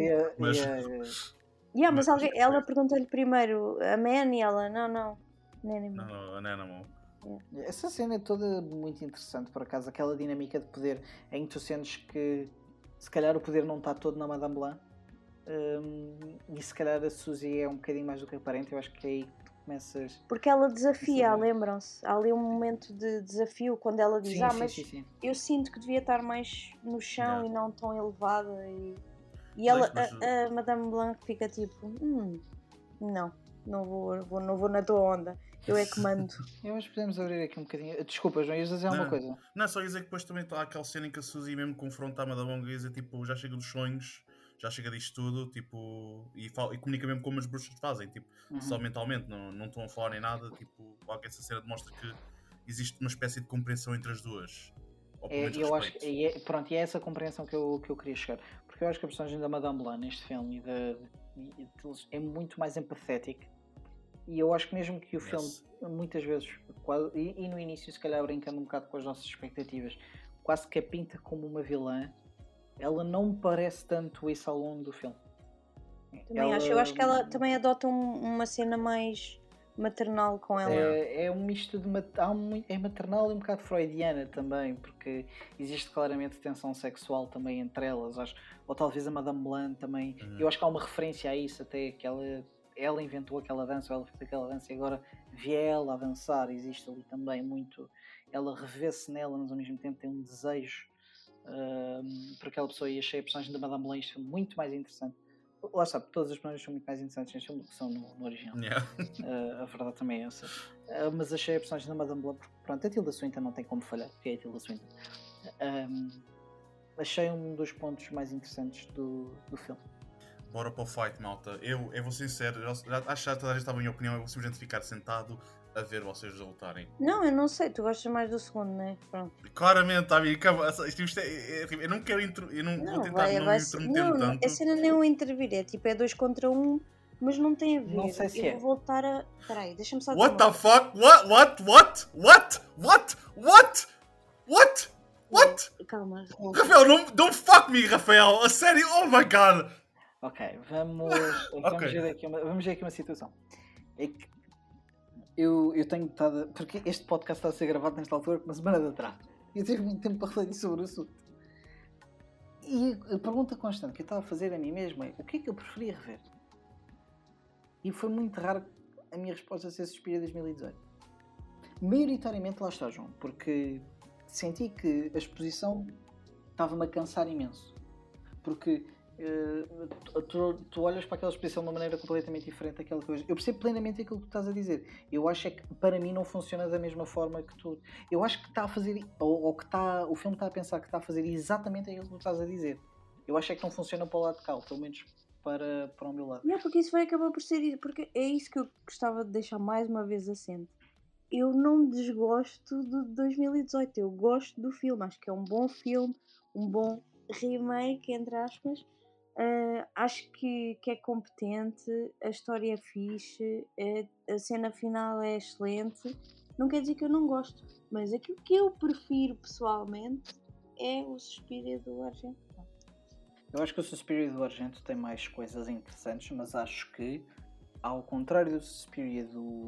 Mas ela pergunta-lhe primeiro a man e ela, não, an animal. Essa cena é toda muito interessante, por acaso, aquela dinâmica de poder em que tu sentes que se calhar o poder não está todo na Madame Blanc, e se calhar a Suzy é um bocadinho mais do que aparente. Eu acho que é aí que tu começas... Porque ela desafia, lembram-se? Há ali um momento de desafio quando ela diz, sim. Eu sinto que devia estar mais no chão e não tão elevada. E ela, a Madame Blanc fica tipo, não vou na tua onda. Eu é que mando. Eu acho que podemos abrir aqui um bocadinho. Desculpa, João, ias dizer alguma coisa? Não, só dizer que depois também está aquela cena em que a Suzy mesmo confronta a Madame Blanc e diz, tipo, já chega dos sonhos, já chega disto tudo, tipo, e comunica mesmo como as bruxas fazem, tipo, só mentalmente, não estão a falar nem nada, tipo, essa cena demonstra que existe uma espécie de compreensão entre as duas. Eu acho que pronto, e é essa compreensão que eu queria chegar, porque eu acho que a personagem da Madame Blanc neste filme é muito mais empatética. E eu acho que mesmo que o filme, muitas vezes, e no início se calhar brincando um bocado com as nossas expectativas, quase que a pinta como uma vilã, ela não me parece tanto isso ao longo do filme. Eu acho que ela também adota uma cena mais maternal com ela. É um misto de é maternal e um bocado freudiana também, porque existe claramente tensão sexual também entre elas, ou talvez a Madame Blanc também. Eu acho que há uma referência a isso, até que ela inventou aquela dança, ela fez aquela dança e agora vê ela a dançar. Existe ali também muito, ela revê-se nela, mas ao mesmo tempo tem um desejo por aquela pessoa, e achei a personagem da Madame Blanc este muito mais interessante. Lá está, todas as personagens são muito mais interessantes neste filme do que são no original. A verdade também é essa. Mas achei a personagem da Madame Blanc, porque pronto, a Tilda Swinton não tem como falhar, porque é a Tilda Swinton. Achei um dos pontos mais interessantes do filme. Bora para o fight, malta. Eu vou ser sincero, acho que toda a gente estava em minha opinião, eu vou simplesmente ficar sentado a ver vocês lutarem. Não, eu não sei, tu gostas mais do segundo, não é? Pronto. Claramente, amigo, eu não quero vou tentar não me intrometer tanto. A cena nem é um intervir, é 2 contra 1, mas não tem a ver. Não sei se vou voltar a... Peraí, deixa-me só... What the fuck? What? Calma. Rafael, don't fuck me, Rafael! A sério, oh my god! Ok, vamos ver aqui uma situação. É que eu tenho estado... Porque este podcast está a ser gravado nesta altura, uma semana de atrás. Eu tive muito tempo para refletir sobre o assunto. E a pergunta constante que eu estava a fazer a mim mesmo é: o que é que eu preferia rever? E foi muito raro a minha resposta ser Suspiria 2018. Maioritariamente lá está, João, porque senti que a exposição estava-me a cansar imenso. Porque tu olhas para aquela exposição de uma maneira completamente diferente daquela coisa. Eu percebo plenamente aquilo que tu estás a dizer. Eu acho é que para mim não funciona da mesma forma que tu. Eu acho que está a fazer, ou que o filme está a pensar que está a fazer exatamente aquilo que tu estás a dizer. Eu acho é que não funciona para o lado de cá, pelo menos para o meu lado. Não, porque isso vai acabar por ser isso, porque é isso que eu gostava de deixar mais uma vez assente. Eu não desgosto de 2018, eu gosto do filme, acho que é um bom filme, um bom remake, entre aspas. Acho que é competente, a história é fixe, a cena final é excelente. Não quer dizer que eu não gosto, mas aquilo que eu prefiro pessoalmente é o Suspiria do Argento. Eu acho que o Suspiria do Argento tem mais coisas interessantes, mas acho que, ao contrário do Suspiria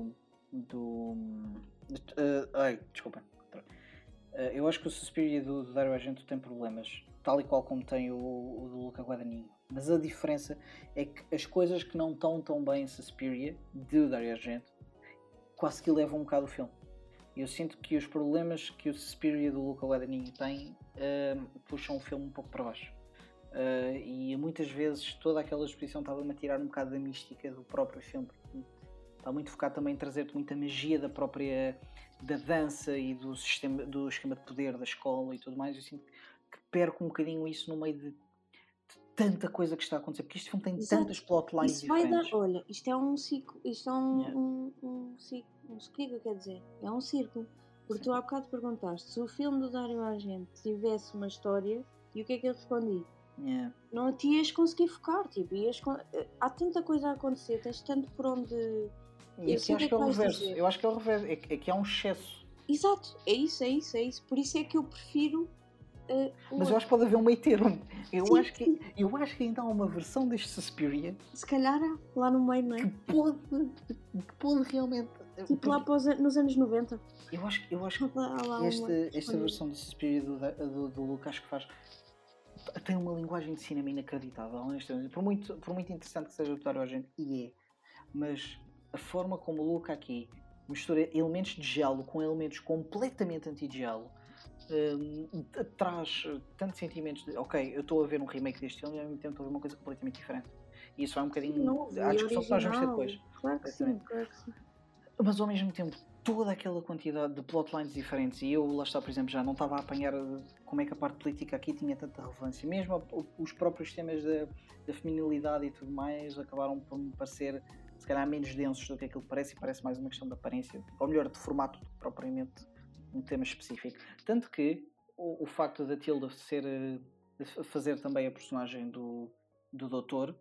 desculpem. Eu acho que o Suspiria do Dario Argento tem problemas, tal e qual como tem o do Luca Guadagnino. Mas a diferença é que as coisas que não estão tão bem em Suspiria, de Dario Argento, quase que levam um bocado o filme. Eu sinto que os problemas que o Suspiria do Luca Guadagnino tem puxam o filme um pouco para baixo. E muitas vezes toda aquela exposição estava-me a tirar um bocado da mística do próprio filme. Está muito focado também em trazer-te muita magia da dança e do esquema de poder da escola e tudo mais. Eu sinto que perco um bocadinho isso no meio de tanta coisa que está a acontecer, porque este filme tem tantas plotlines diferentes. Olha, isto é um ciclo, isto é um ciclo, o que é que eu quero dizer? É um círculo, porque tu há bocado perguntaste se o filme do Dario Argento tivesse uma história, e o que é que eu respondi? Não te ias conseguir focar, tipo, há tanta coisa a acontecer, tens tanto por onde... E aqui acho que é o reverso, eu acho que é o reverso, é que há um excesso. Exato, é isso, por isso é que eu prefiro... Mas eu acho que pode haver um meio termo. Eu acho que ainda há uma versão deste Suspiria. Se calhar há, lá no meio, não é? Que pode realmente. Tipo lá nos anos 90. Eu acho que esta versão do Suspiria do Luca, acho que tem uma linguagem de cinema inacreditável, honestamente. Por muito interessante que seja o Dario Argento, e é. Mas a forma como o Luca aqui mistura elementos de gelo com elementos completamente anti-gelo. Traz tantos sentimentos de ok, eu estou a ver um remake deste filme e ao mesmo tempo estou a ver uma coisa completamente diferente. E isso vai um bocadinho à discussão que nós vamos ter depois. Claro que sim. Mas ao mesmo tempo, toda aquela quantidade de plotlines diferentes, e eu lá está, por exemplo, já não estava a apanhar como é que a parte política aqui tinha tanta relevância. Mesmo os próprios temas da feminilidade e tudo mais acabaram por me parecer se calhar menos densos do que aquilo que parece, e parece mais uma questão de aparência, ou melhor, de formato propriamente um tema específico. Tanto que o facto da Tilda fazer também a personagem do doutor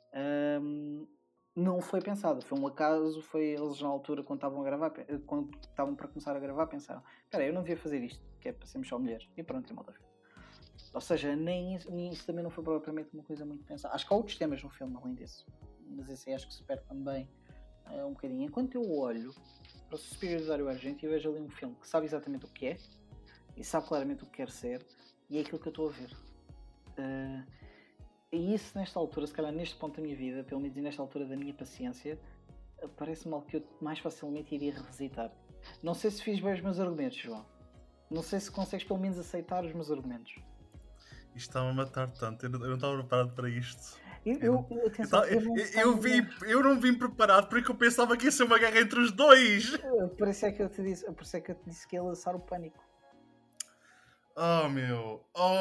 não foi pensado, foi um acaso. Eles na altura, quando estavam para começar a gravar, pensaram: espera, eu não devia fazer isto, que é para sermos só mulheres, e pronto, é ver. Ou seja, nem isso também não foi propriamente uma coisa muito pensada. Acho que há outros temas no filme além disso, mas esse aí acho que se perde também um bocadinho. Enquanto eu olho para o Suspiria do Dario Argento e eu vejo ali um filme que sabe exatamente o que é e sabe claramente o que quer ser, e é aquilo que eu estou a ver. E isso, nesta altura, se calhar neste ponto da minha vida, pelo menos nesta altura da minha paciência, parece-me algo que eu mais facilmente iria revisitar. Não sei se fiz bem os meus argumentos, João. Não sei se consegues pelo menos aceitar os meus argumentos. Isto está-me a matar tanto, eu não estava preparado para isto. Eu não vim preparado porque eu pensava que ia ser uma guerra entre os dois. Por isso é que eu te disse que ia lançar o pânico. Oh meu.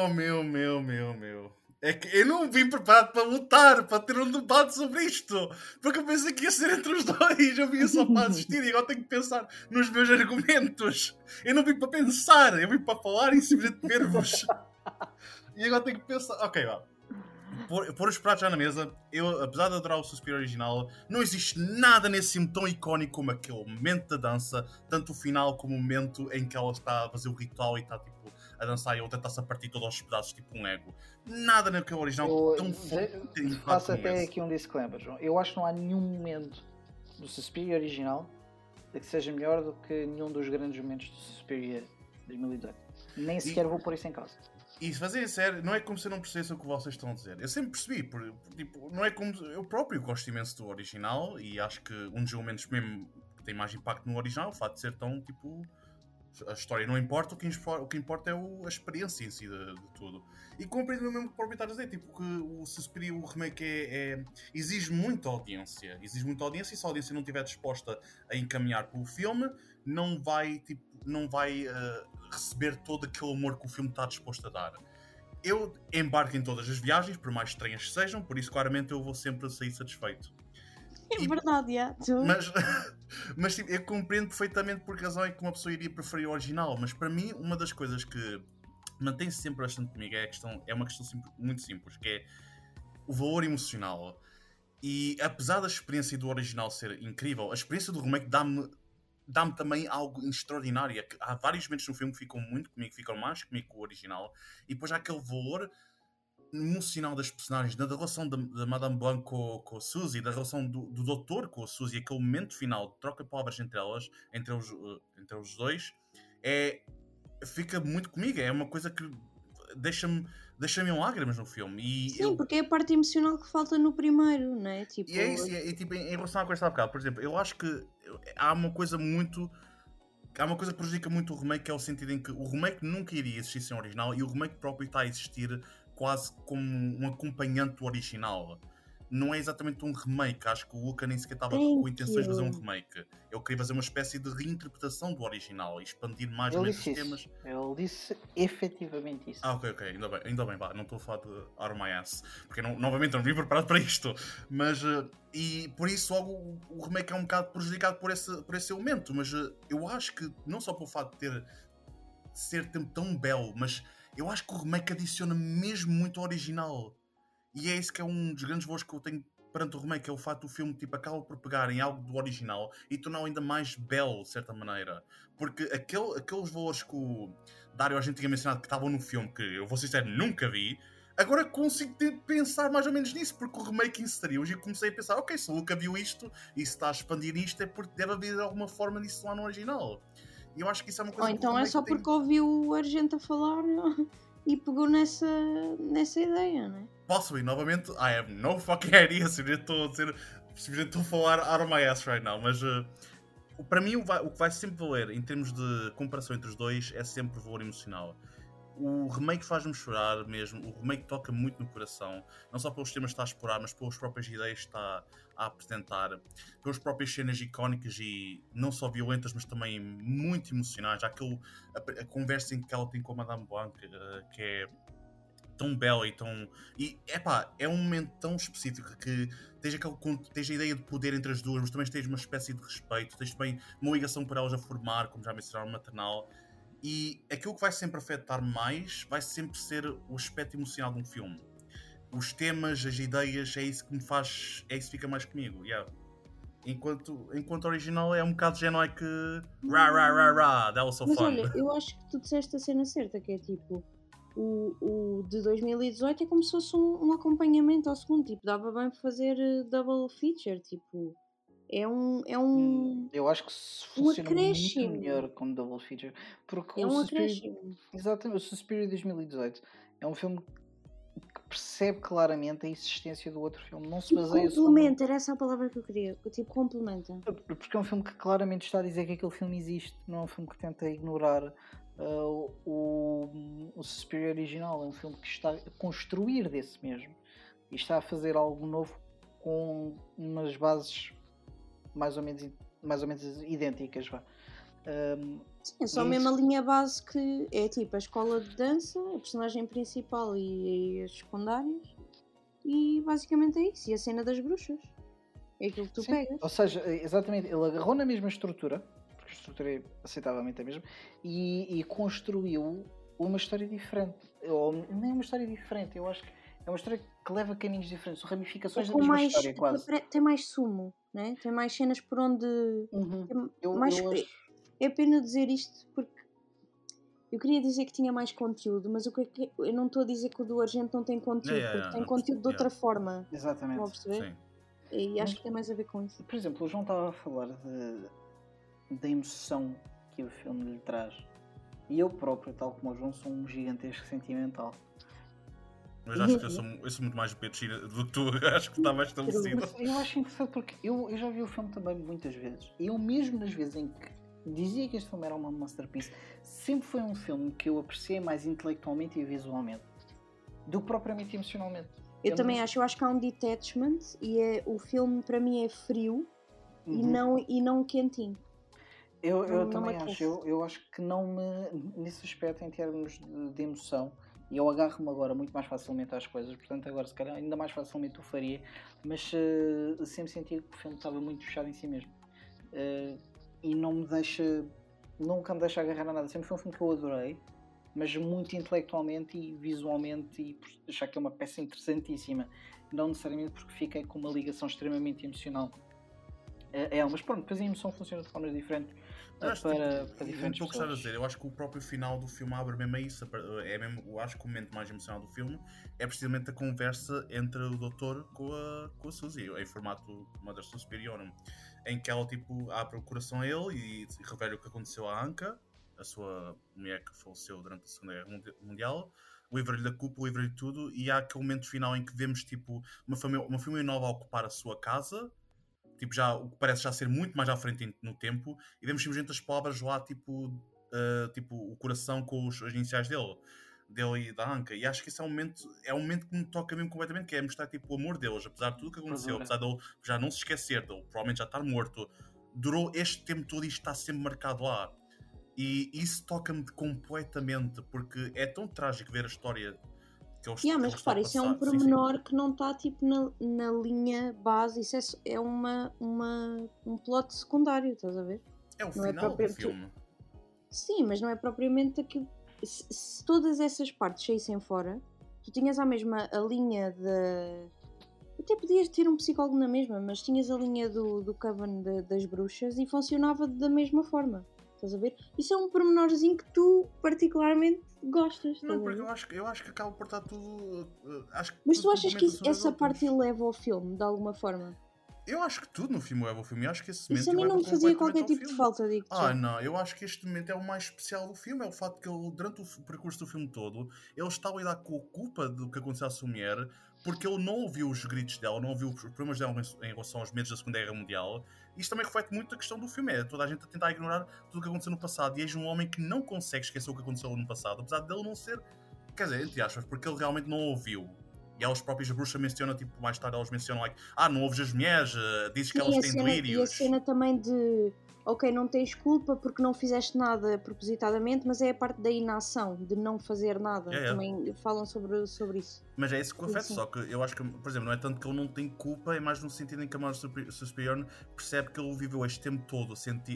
É que eu não vim preparado para lutar, para ter um debate sobre isto. Porque eu pensei que ia ser entre os dois. Eu vim só para assistir e agora tenho que pensar nos meus argumentos. Eu não vim para pensar, eu vim para falar e simplesmente ver-vos. E agora tenho que pensar. Ok, vá. Pôr os pratos já na mesa, eu, apesar de adorar o Suspiria original, não existe nada nesse filme tão icónico como aquele momento da dança, tanto o final como o momento em que ela está a fazer o ritual e está tipo a dançar e ele tenta-se a partir todos aos pedaços, tipo um ego. Nada naquele original tão forte. Faço até aqui um disclaimer, João. Eu acho que não há nenhum momento do Suspiria original que seja melhor do que nenhum dos grandes momentos do Suspiria 2018. Nem sequer vou pôr isso em causa. E se fazerem sério, não é como se eu não percebesse o que vocês estão a dizer. Eu sempre percebi, tipo, não é como eu próprio gosto imenso do original e acho que um dos elementos mesmo que tem mais impacto no original é o facto de ser tão, tipo, a história não importa, o que importa é a experiência em si de tudo. E compreendo mesmo o que o próprio está a dizer, tipo, que o Suspiria, o remake exige muita audiência. Exige muita audiência e se a audiência não estiver disposta a encaminhar para o filme, não vai receber todo aquele amor que o filme está disposto a dar. Eu embarco em todas as viagens, por mais estranhas que sejam, por isso claramente eu vou sempre sair satisfeito. É verdade, mas tipo, eu compreendo perfeitamente por que razão é que uma pessoa iria preferir o original, mas para mim uma das coisas que mantém-se sempre bastante comigo é uma questão muito simples, que é o valor emocional. E apesar da experiência do original ser incrível, a experiência do remake dá-me também algo extraordinário. Há vários momentos no filme que ficam muito comigo, ficam mais comigo que o original, e depois há aquele valor emocional das personagens, da relação da Madame Blanc com a Suzy, da relação do doutor com a Suzy, aquele momento final de troca de palavras entre elas, entre os dois, fica muito comigo. É uma coisa que deixa-me em lágrimas no filme. Sim, porque é a parte emocional que falta no primeiro, não é? Tipo... E é isso, tipo, em relação à coisa há bocado, por exemplo, eu acho que há uma coisa que prejudica muito o remake, que é o sentido em que o remake nunca iria existir sem o original e o remake próprio está a existir quase como um acompanhante do original. Não é exatamente um remake, acho que o Luca nem sequer estava com intenções de fazer um remake. Eu queria fazer uma espécie de reinterpretação do original e expandir mais ou menos os temas. Ele disse efetivamente isso. Ok, ainda bem, não estou a falar de out of my ass, porque novamente não vim preparado para isto, mas e por isso logo o remake é um bocado prejudicado por esse elemento, mas eu acho que não só pelo fato de ser tão belo, mas eu acho que o remake adiciona mesmo muito ao original. E é isso que é um dos grandes valores que eu tenho perante o remake, é o facto do filme tipo, acaba por pegar em algo do original e torná-lo ainda mais belo, de certa maneira. Porque aqueles valores que o Dario Argento tinha mencionado que estavam no filme, que eu vou ser sincero, nunca vi, agora consigo pensar mais ou menos nisso, porque o remake inseriu-os e comecei a pensar, ok, se o Luca viu isto e se está a expandir isto é porque deve haver alguma forma disso lá no original. E eu acho que isso é uma coisa Ou então é só porque ouviu o Argento a falar e pegou nessa ideia, não é? Possibly, novamente, I have no fucking idea se estou a falar out of my ass right now, mas para mim o que vai sempre valer em termos de comparação entre os dois é sempre o valor emocional. O remake faz-me chorar mesmo, o remake toca muito no coração, não só pelos temas que está a explorar, mas pelas próprias ideias que está a apresentar, pelas próprias cenas icónicas e não só violentas, mas também muito emocionais. Há a conversa em que ela tem com a Madame Blanc, que é tão bela é um momento tão específico que tens a ideia de poder entre as duas, mas também tens uma espécie de respeito, tens também uma ligação para elas a formar, como já mencionaram, maternal, e aquilo que vai sempre afetar mais vai sempre ser o aspecto emocional de um filme. Os temas, as ideias, é isso que fica mais comigo, yeah. Enquanto o original é um bocado género que that was so mas fun. Olha, eu acho que tu disseste a cena certa, que é tipo o de 2018 é como se fosse um acompanhamento ao segundo, tipo, dava bem para fazer double feature, tipo, é um Eu acho que funciona muito melhor como double feature, porque é um acréscimo. Exatamente, o Suspiria 2018 é um filme que percebe claramente a existência do outro filme, não se baseia só complementa, era essa a palavra que eu queria, tipo, complementa. Porque é um filme que claramente está a dizer que aquele filme existe, não é um filme que tenta ignorar o Suspiria original, é um filme que está a construir desse mesmo e está a fazer algo novo com umas bases mais ou menos idênticas. Sim, é só a mesma linha base, que é tipo a escola de dança, a personagem principal e as secundárias, e basicamente é isso, e a cena das bruxas é aquilo que tu pegas. Ou seja, exatamente, ele agarrou na mesma estrutura, porque a estrutura é aceitavelmente a mesma, e construiu uma história diferente. Ou nem uma história diferente, eu acho que é uma história que leva caminhos diferentes, são ramificações da mesma história, quase. Tem mais sumo, né? Tem mais cenas por onde. Eu acho... É pena dizer isto porque eu queria dizer que tinha mais conteúdo, mas eu não estou a dizer que o do Argento não tem conteúdo, porque tem conteúdo de outra forma. Exatamente. Vou perceber? Sim. E acho que tem mais a ver com isso. Por exemplo, o João estava a falar da emoção que o filme lhe traz. E eu próprio, tal como o João, sou um gigantesco sentimental. Mas acho que eu sou muito mais bitchy do que tu, acho que está mais estabelecido. Eu acho interessante porque eu já vi o filme também muitas vezes. E eu mesmo nas vezes em que dizia que este filme era uma masterpiece, sempre foi um filme que eu apreciei mais intelectualmente e visualmente do que propriamente emocionalmente. Eu também acho que há um detachment e o filme para mim é frio e não quentinho. Eu também acho, eu acho que não nesse aspecto, em termos de emoção, e eu agarro-me agora muito mais facilmente às coisas, portanto agora se calhar ainda mais facilmente o faria, mas sempre senti que o filme estava muito fechado em si mesmo. E nunca me deixa agarrar a nada. Sempre foi um filme que eu adorei, mas muito intelectualmente e visualmente, e por achar que é uma peça interessantíssima, não necessariamente porque fiquei com uma ligação extremamente emocional. Mas pronto, depois a emoção funciona de formas diferentes. para diferentes pouco estar a pessoas. dizer, eu acho que o próprio final do filme abre mesmo a isso. É mesmo, eu acho que o momento mais emocional do filme é precisamente a conversa entre o doutor com a Suzy, em formato Mother Suspiriorum, em que ela tipo abre o coração a ele e revela o que aconteceu à Anka, a sua mulher que faleceu durante a Segunda Guerra Mundial, livra-lhe da culpa, livra-lhe de tudo, e há aquele momento final em que vemos tipo uma família nova a ocupar a sua casa, tipo, já, o que parece já ser muito mais à frente no tempo, e vemos simplesmente as palavras lá, tipo, tipo o coração com as iniciais dele e da Anka, e acho que esse é um momento que me toca mesmo completamente, que é mostrar tipo, o amor deles, apesar de tudo o que aconteceu, apesar dele já não se esquecer dele, provavelmente já estar morto, durou este tempo todo e está sempre marcado lá, e isso toca-me completamente, porque é tão trágico ver a história que eles mas estão a repara, isso é um passar. Sim. pormenor que não está tipo na linha base, isso é um plot secundário, estás a ver? É o Não é final do filme. Sim, mas não é propriamente aquilo. Se todas essas partes saíssem fora, tu tinhas a mesma a linha de. Até podias ter um psicólogo na mesma, mas tinhas a linha do Coven das bruxas e funcionava da mesma forma. Estás a ver? Isso é um pormenorzinho que tu particularmente gostas. Não, porque eu acho que acaba por estar tudo. Mas tu achas que essa parte eleva ao filme, de alguma forma? Eu acho que tudo no filme leva ao filme. Eu acho que esse Isso momento a mim não me fazia qualquer tipo de falta, digo-te já. Não, eu acho que este momento é o mais especial do filme. É o facto que ele, durante o percurso do filme todo, ele está a lidar com a culpa do que aconteceu à sua mulher, porque ele não ouviu os gritos dela, não ouviu os problemas dela em relação aos medos da Segunda Guerra Mundial. E isto também reflete muito a questão do filme. É toda a gente a tentar ignorar tudo o que aconteceu no passado. E eis um homem que não consegue esquecer o que aconteceu no passado, apesar dele não ser. Quer dizer, entre aspas, porque ele realmente não ouviu. E elas próprias bruxas mencionam, tipo, mais tarde elas mencionam, like, não ouves as mulheres, dizes que elas têm delírios. E a cena também de, ok, não tens culpa porque não fizeste nada propositadamente, mas é a parte da inação, de não fazer nada. Também falam sobre isso. Mas é isso que confesso, só que eu acho que, por exemplo, não é tanto que ele não tem culpa, é mais no sentido em que a Mother Superior percebe que ele viveu este tempo todo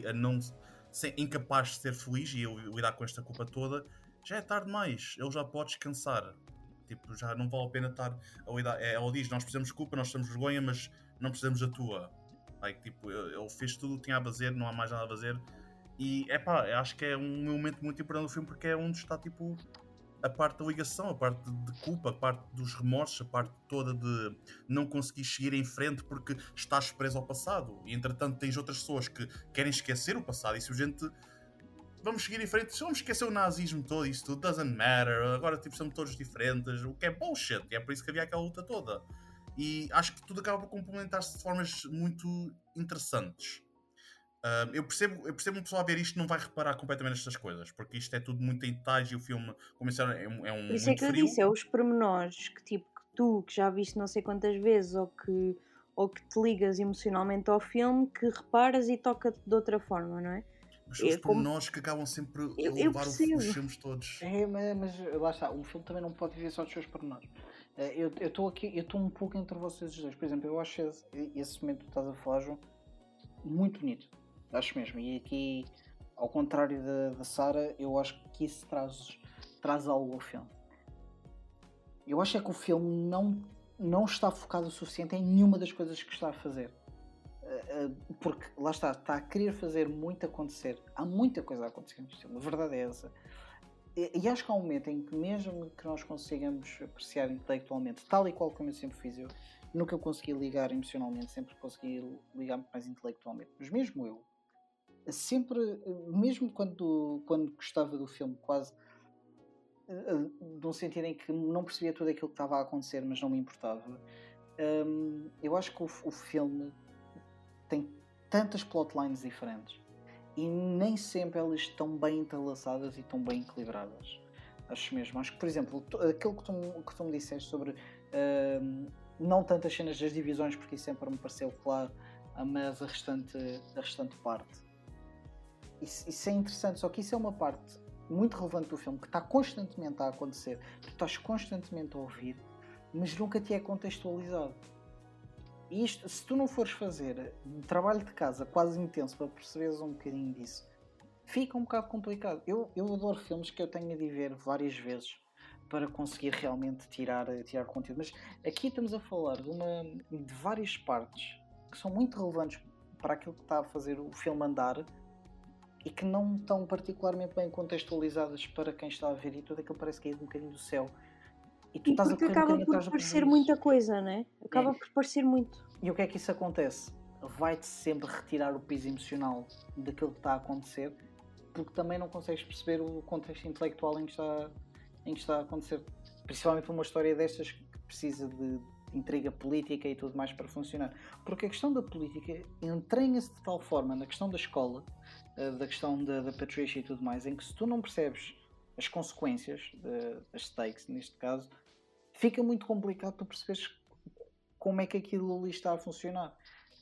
incapaz de ser feliz e lidar com esta culpa toda. Já é tarde demais, ele já pode descansar. Tipo, já não vale a pena estar a lidar. Ela diz, nós precisamos de culpa, nós precisamos de vergonha, mas não precisamos da tua. Like, tipo, ele fez tudo o que tinha a fazer, não há mais nada a fazer. E, acho que é um momento muito importante do filme, porque é onde está, tipo, a parte da ligação, a parte de culpa, a parte dos remorsos, a parte toda de não conseguir seguir em frente porque estás preso ao passado. E, entretanto, tens outras pessoas que querem esquecer o passado e simplesmente... Vamos seguir em frente, se vamos esquecer o nazismo todo, isso tudo doesn't matter, agora tipo, somos todos diferentes, o que é bullshit, e é por isso que havia aquela luta toda. E acho que tudo acaba por complementar-se de formas muito interessantes. Eu percebo um pessoal a ver isto não vai reparar completamente nestas coisas, porque isto é tudo muito em detalhes e o filme, como é um por isso muito é que eu disse, é os pormenores que tipo que tu, que já viste não sei quantas vezes, ou que te ligas emocionalmente ao filme, que reparas e toca-te de outra forma, não é? Mas são os pormenores que acabam sempre a levar os filmes todos. Mas lá está, o filme também não pode viver só dos seus pormenores. Eu estou um pouco entre vocês os dois. Por exemplo, eu acho esse momento que tu estás a falar, João, muito bonito. Acho mesmo. E aqui, ao contrário da Sara, eu acho que isso traz algo ao filme. Eu acho é que o filme não está focado o suficiente em nenhuma das coisas que está a fazer. Porque lá está a querer fazer muito acontecer. Há muita coisa a acontecer neste filme, a verdade é essa. E acho que há um momento em que, mesmo que nós consigamos apreciar intelectualmente, tal e qual como eu sempre fiz, eu nunca consegui ligar emocionalmente, sempre consegui ligar muito mais intelectualmente. Mas mesmo eu, sempre, mesmo quando gostava do filme, quase de um sentido em que não percebia tudo aquilo que estava a acontecer, mas não me importava, eu acho que o filme tem tantas plotlines diferentes e nem sempre elas estão bem entrelaçadas e tão bem equilibradas. Acho mesmo. Acho que, por exemplo, aquilo que tu me disseste sobre não tantas cenas das divisões, porque isso sempre me pareceu claro, mas a restante parte. Isso é interessante, só que isso é uma parte muito relevante do filme, que está constantemente a acontecer, que tu estás constantemente a ouvir, mas nunca te é contextualizado. E isto, se tu não fores fazer um trabalho de casa quase intenso para perceberes um bocadinho disso, fica um bocado complicado. Eu adoro filmes que eu tenho de ver várias vezes para conseguir realmente tirar conteúdo. Mas aqui estamos a falar de várias partes que são muito relevantes para aquilo que está a fazer o filme andar, e que não estão particularmente bem contextualizadas para quem está a ver, e tudo aquilo parece cair um bocadinho do céu. E tu E estás a porque correr um acaba bocadinho por atrás do parecer prejuízo. muita coisa, né? Acaba por parecer muito. E o que é que isso acontece? Vai-te sempre retirar o peso emocional daquilo que está a acontecer, porque também não consegues perceber o contexto intelectual em que está a acontecer. Principalmente por uma história destas que precisa de intriga política e tudo mais para funcionar. Porque a questão da política entranha-se de tal forma na questão da escola, da questão da Patricia e tudo mais, em que se tu não percebes as consequências, as stakes neste caso, fica muito complicado tu perceberes como é que aquilo ali está a funcionar.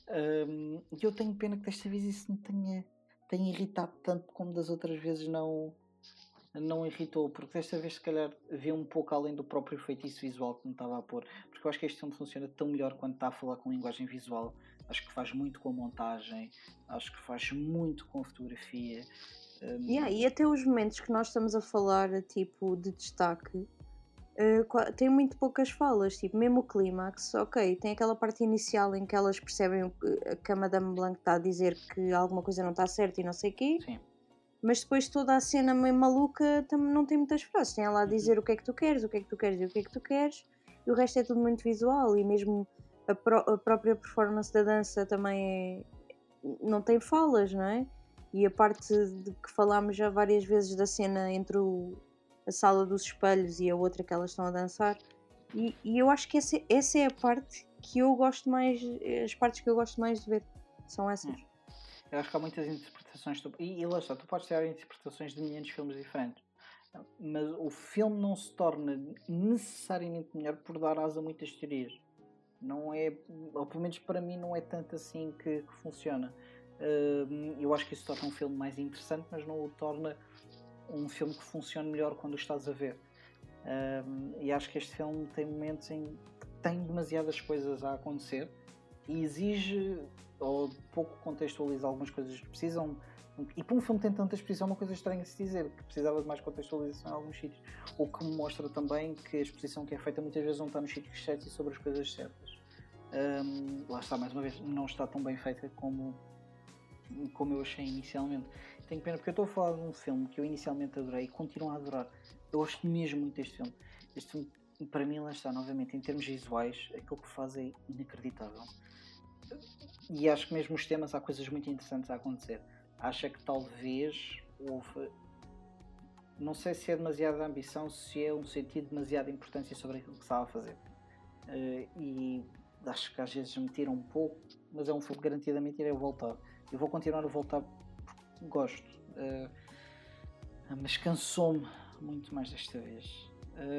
E eu tenho pena que desta vez isso me tenha irritado tanto como das outras vezes não irritou, porque desta vez se calhar vi um pouco além do próprio feitiço visual que me estava a pôr, porque eu acho que este filme funciona tão melhor quando está a falar com linguagem visual. Acho que faz muito com a montagem, acho que faz muito com a fotografia. E até os momentos que nós estamos a falar, tipo, de destaque, tem muito poucas falas, tipo, mesmo o clímax, ok, tem aquela parte inicial em que elas percebem que a Madame Blanc está a dizer que alguma coisa não está certa e não sei o quê. Sim. Mas depois toda a cena meio maluca não tem muitas frases. Tem ela a dizer o que é que tu queres, o que é que tu queres e o que é que tu queres. E o resto é tudo muito visual. E mesmo a própria performance da dança também não tem falas, não é? E a parte de que falámos já várias vezes da cena entre a sala dos espelhos e a outra que elas estão a dançar. E eu acho que essa é a parte que eu gosto mais. As partes que eu gosto mais de ver são essas. Eu acho que há muitas interpretações e lá está, tu podes ter interpretações de milhares de filmes diferentes, mas o filme não se torna necessariamente melhor por dar asa a muitas teorias. Não é, ou pelo menos para mim não é tanto assim que funciona. Eu acho que isso torna um filme mais interessante, mas não o torna um filme que funcione melhor quando o estás a ver. E acho que este filme tem momentos em que tem demasiadas coisas a acontecer e exige ou pouco contextualiza algumas coisas que precisam, e para um filme que tem tanta exposição é uma coisa estranha de se dizer, que precisava de mais contextualização em alguns sítios, o que me mostra também que a exposição que é feita muitas vezes não está nos sítios certos e sobre as coisas certas. Lá está, mais uma vez, não está tão bem feita como eu achei inicialmente. Tenho pena porque eu estou a falar de um filme que eu inicialmente adorei e continuo a adorar. Eu gosto mesmo muito deste filme. Este filme, para mim, lá está, novamente, em termos visuais, aquilo que faz é inacreditável. E acho que mesmo os temas, há coisas muito interessantes a acontecer. Acho que talvez houve, não sei se é demasiada ambição, se é um sentido de demasiada importância sobre aquilo que se estava a fazer. E acho que às vezes me tira um pouco, mas é um filme que garantidamente irei voltar. Eu vou continuar a voltar porque gosto, mas cansou-me muito mais desta vez.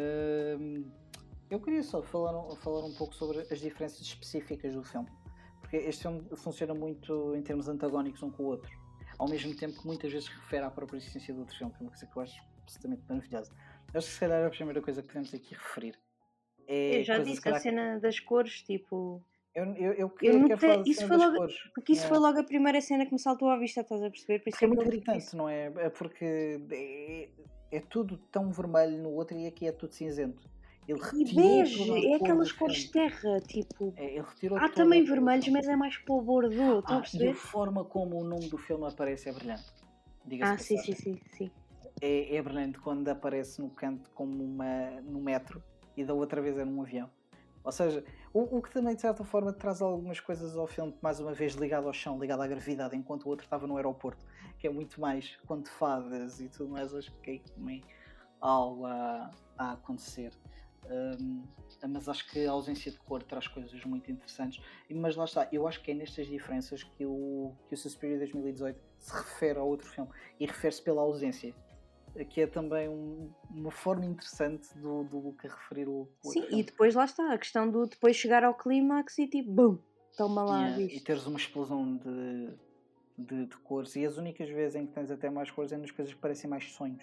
Eu queria só falar um pouco sobre as diferenças específicas do filme, porque este filme funciona muito em termos antagónicos um com o outro, ao mesmo tempo que muitas vezes refere à própria existência do outro filme, que é uma coisa que eu acho absolutamente maravilhosa. Acho que se calhar a primeira coisa que podemos aqui referir é Eu já disse a cena das cores, tipo. Eu quero falar da cena das cores. Porque isso foi logo a primeira cena que me saltou à vista, estás a perceber? Por isso porque é muito que eu gritante, disse. não é? É porque é tudo tão vermelho no outro e aqui é tudo cinzento. Ele E retirou bege, toda a é cor aquelas do cores de filme. terra, tipo. Ele retirou Há toda também a cor do vermelhos, filme. mas é mais para o bordeaux, estão a E perceber? a forma como o nome do filme aparece é brilhante. Diga-se de passagem. Sim. É brilhante quando aparece no canto como no metro e da outra vez é num avião. Ou seja, o que também de certa forma traz algumas coisas ao filme, mais uma vez ligado ao chão, ligado à gravidade, enquanto o outro estava no aeroporto, que é muito mais quanto fadas e tudo mais. Acho que é também algo a acontecer. Mas acho que a ausência de cor traz coisas muito interessantes. Mas lá está, eu acho que é nestas diferenças que o Suspiria 2018 se refere ao outro filme e refere-se pela ausência, que é também uma forma interessante do Luca referir o outro filme. E depois lá está, a questão do depois chegar ao clímax e tipo, bum, toma lá, E teres uma explosão de cores, e as únicas vezes em que tens até mais cores é nas coisas que parecem mais sonhos.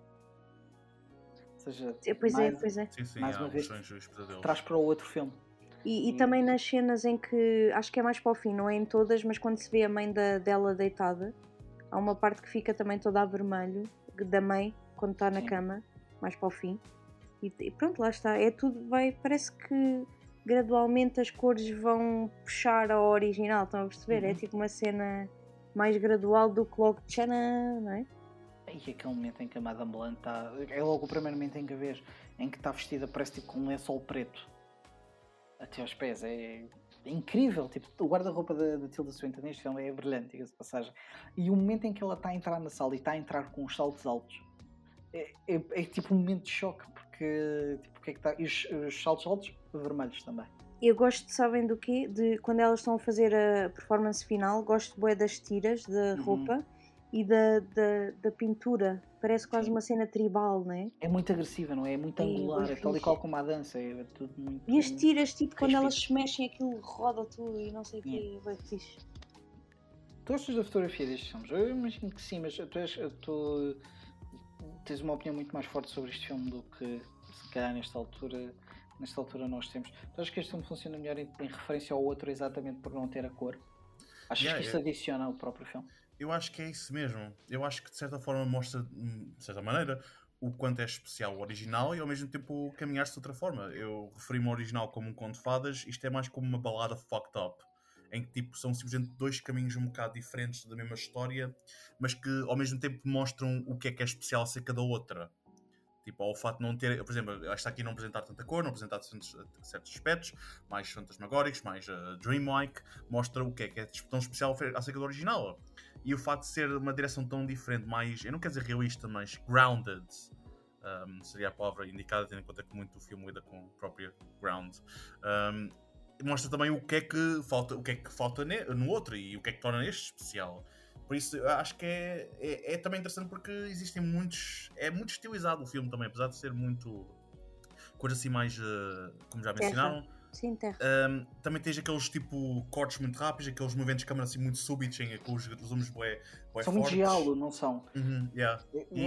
Ou seja, pois é. Sim, mais uma vez sonhos, traz para o outro filme. E também nas cenas em que, acho que é mais para o fim, não é em todas, mas quando se vê a mãe dela deitada, há uma parte que fica também toda a vermelho, da mãe, quando está na cama, mais para o fim. E pronto, lá está, é tudo, parece que gradualmente as cores vão puxar ao original, estão a perceber? É tipo uma cena mais gradual do que logo tcharam, não é? E aquele momento em que a Madame Blanc está. É logo o primeiro momento em que a vês, em que está vestida, parece tipo com um lençol preto até aos pés. É incrível. Tipo, o guarda-roupa da Tilda Swinton neste filme é brilhante, diga-se de passagem. E o momento em que ela está a entrar na sala e está a entrar com os saltos altos é tipo um momento de choque, porque tipo, o que é que está? E os saltos altos vermelhos também. Eu gosto, sabem do quê? De quando elas estão a fazer a performance final, gosto bué das tiras da roupa e da pintura. Parece quase Sim. uma cena tribal, não é? É muito agressiva, não é? É muito É, angular, bem é tal e fixe. qual como a dança, é tudo muito. E as tiras, tipo, quando elas fixe. se mexem, aquilo roda tudo e não sei o quê, é bem fixe. Tu gostas da fotografia destes filmes? Eu imagino que sim, mas tu tens uma opinião muito mais forte sobre este filme do que se calhar nesta altura nós temos. Tu achas que este filme funciona melhor em referência ao outro exatamente por não ter a cor? Achas que isso adiciona ao próprio filme? Eu acho que é isso mesmo. Eu acho que de certa forma mostra, de certa maneira, o quanto é especial o original e ao mesmo tempo caminhar-se de outra forma. Eu referi-me ao original como um conto de fadas, isto é mais como uma balada fucked up, em que tipo, são simplesmente dois caminhos um bocado diferentes da mesma história, mas que ao mesmo tempo mostram o que é especial acerca da outra. Tipo, ao fato de não ter, por exemplo, esta aqui não apresentar tanta cor, não apresentar certos aspectos, mais fantasmagóricos, mais dreamlike, mostra o que é tão especial acerca do original. E o facto de ser uma direção tão diferente, mais, eu não quero dizer realista, mas grounded, seria a palavra indicada, tendo em conta que muito o filme lida com o próprio ground. Mostra também o que é que falta no outro e o que é que torna este especial. Por isso, eu acho que é também interessante porque existem muitos... É muito estilizado o filme também, apesar de ser muito... coisa assim mais... como já mencionaram. Sim, terra. Também tens aqueles tipo cortes muito rápidos, aqueles movimentos de câmera assim muito súbitos, com os zooms bué são fortes. muito giallo, não são? Yeah.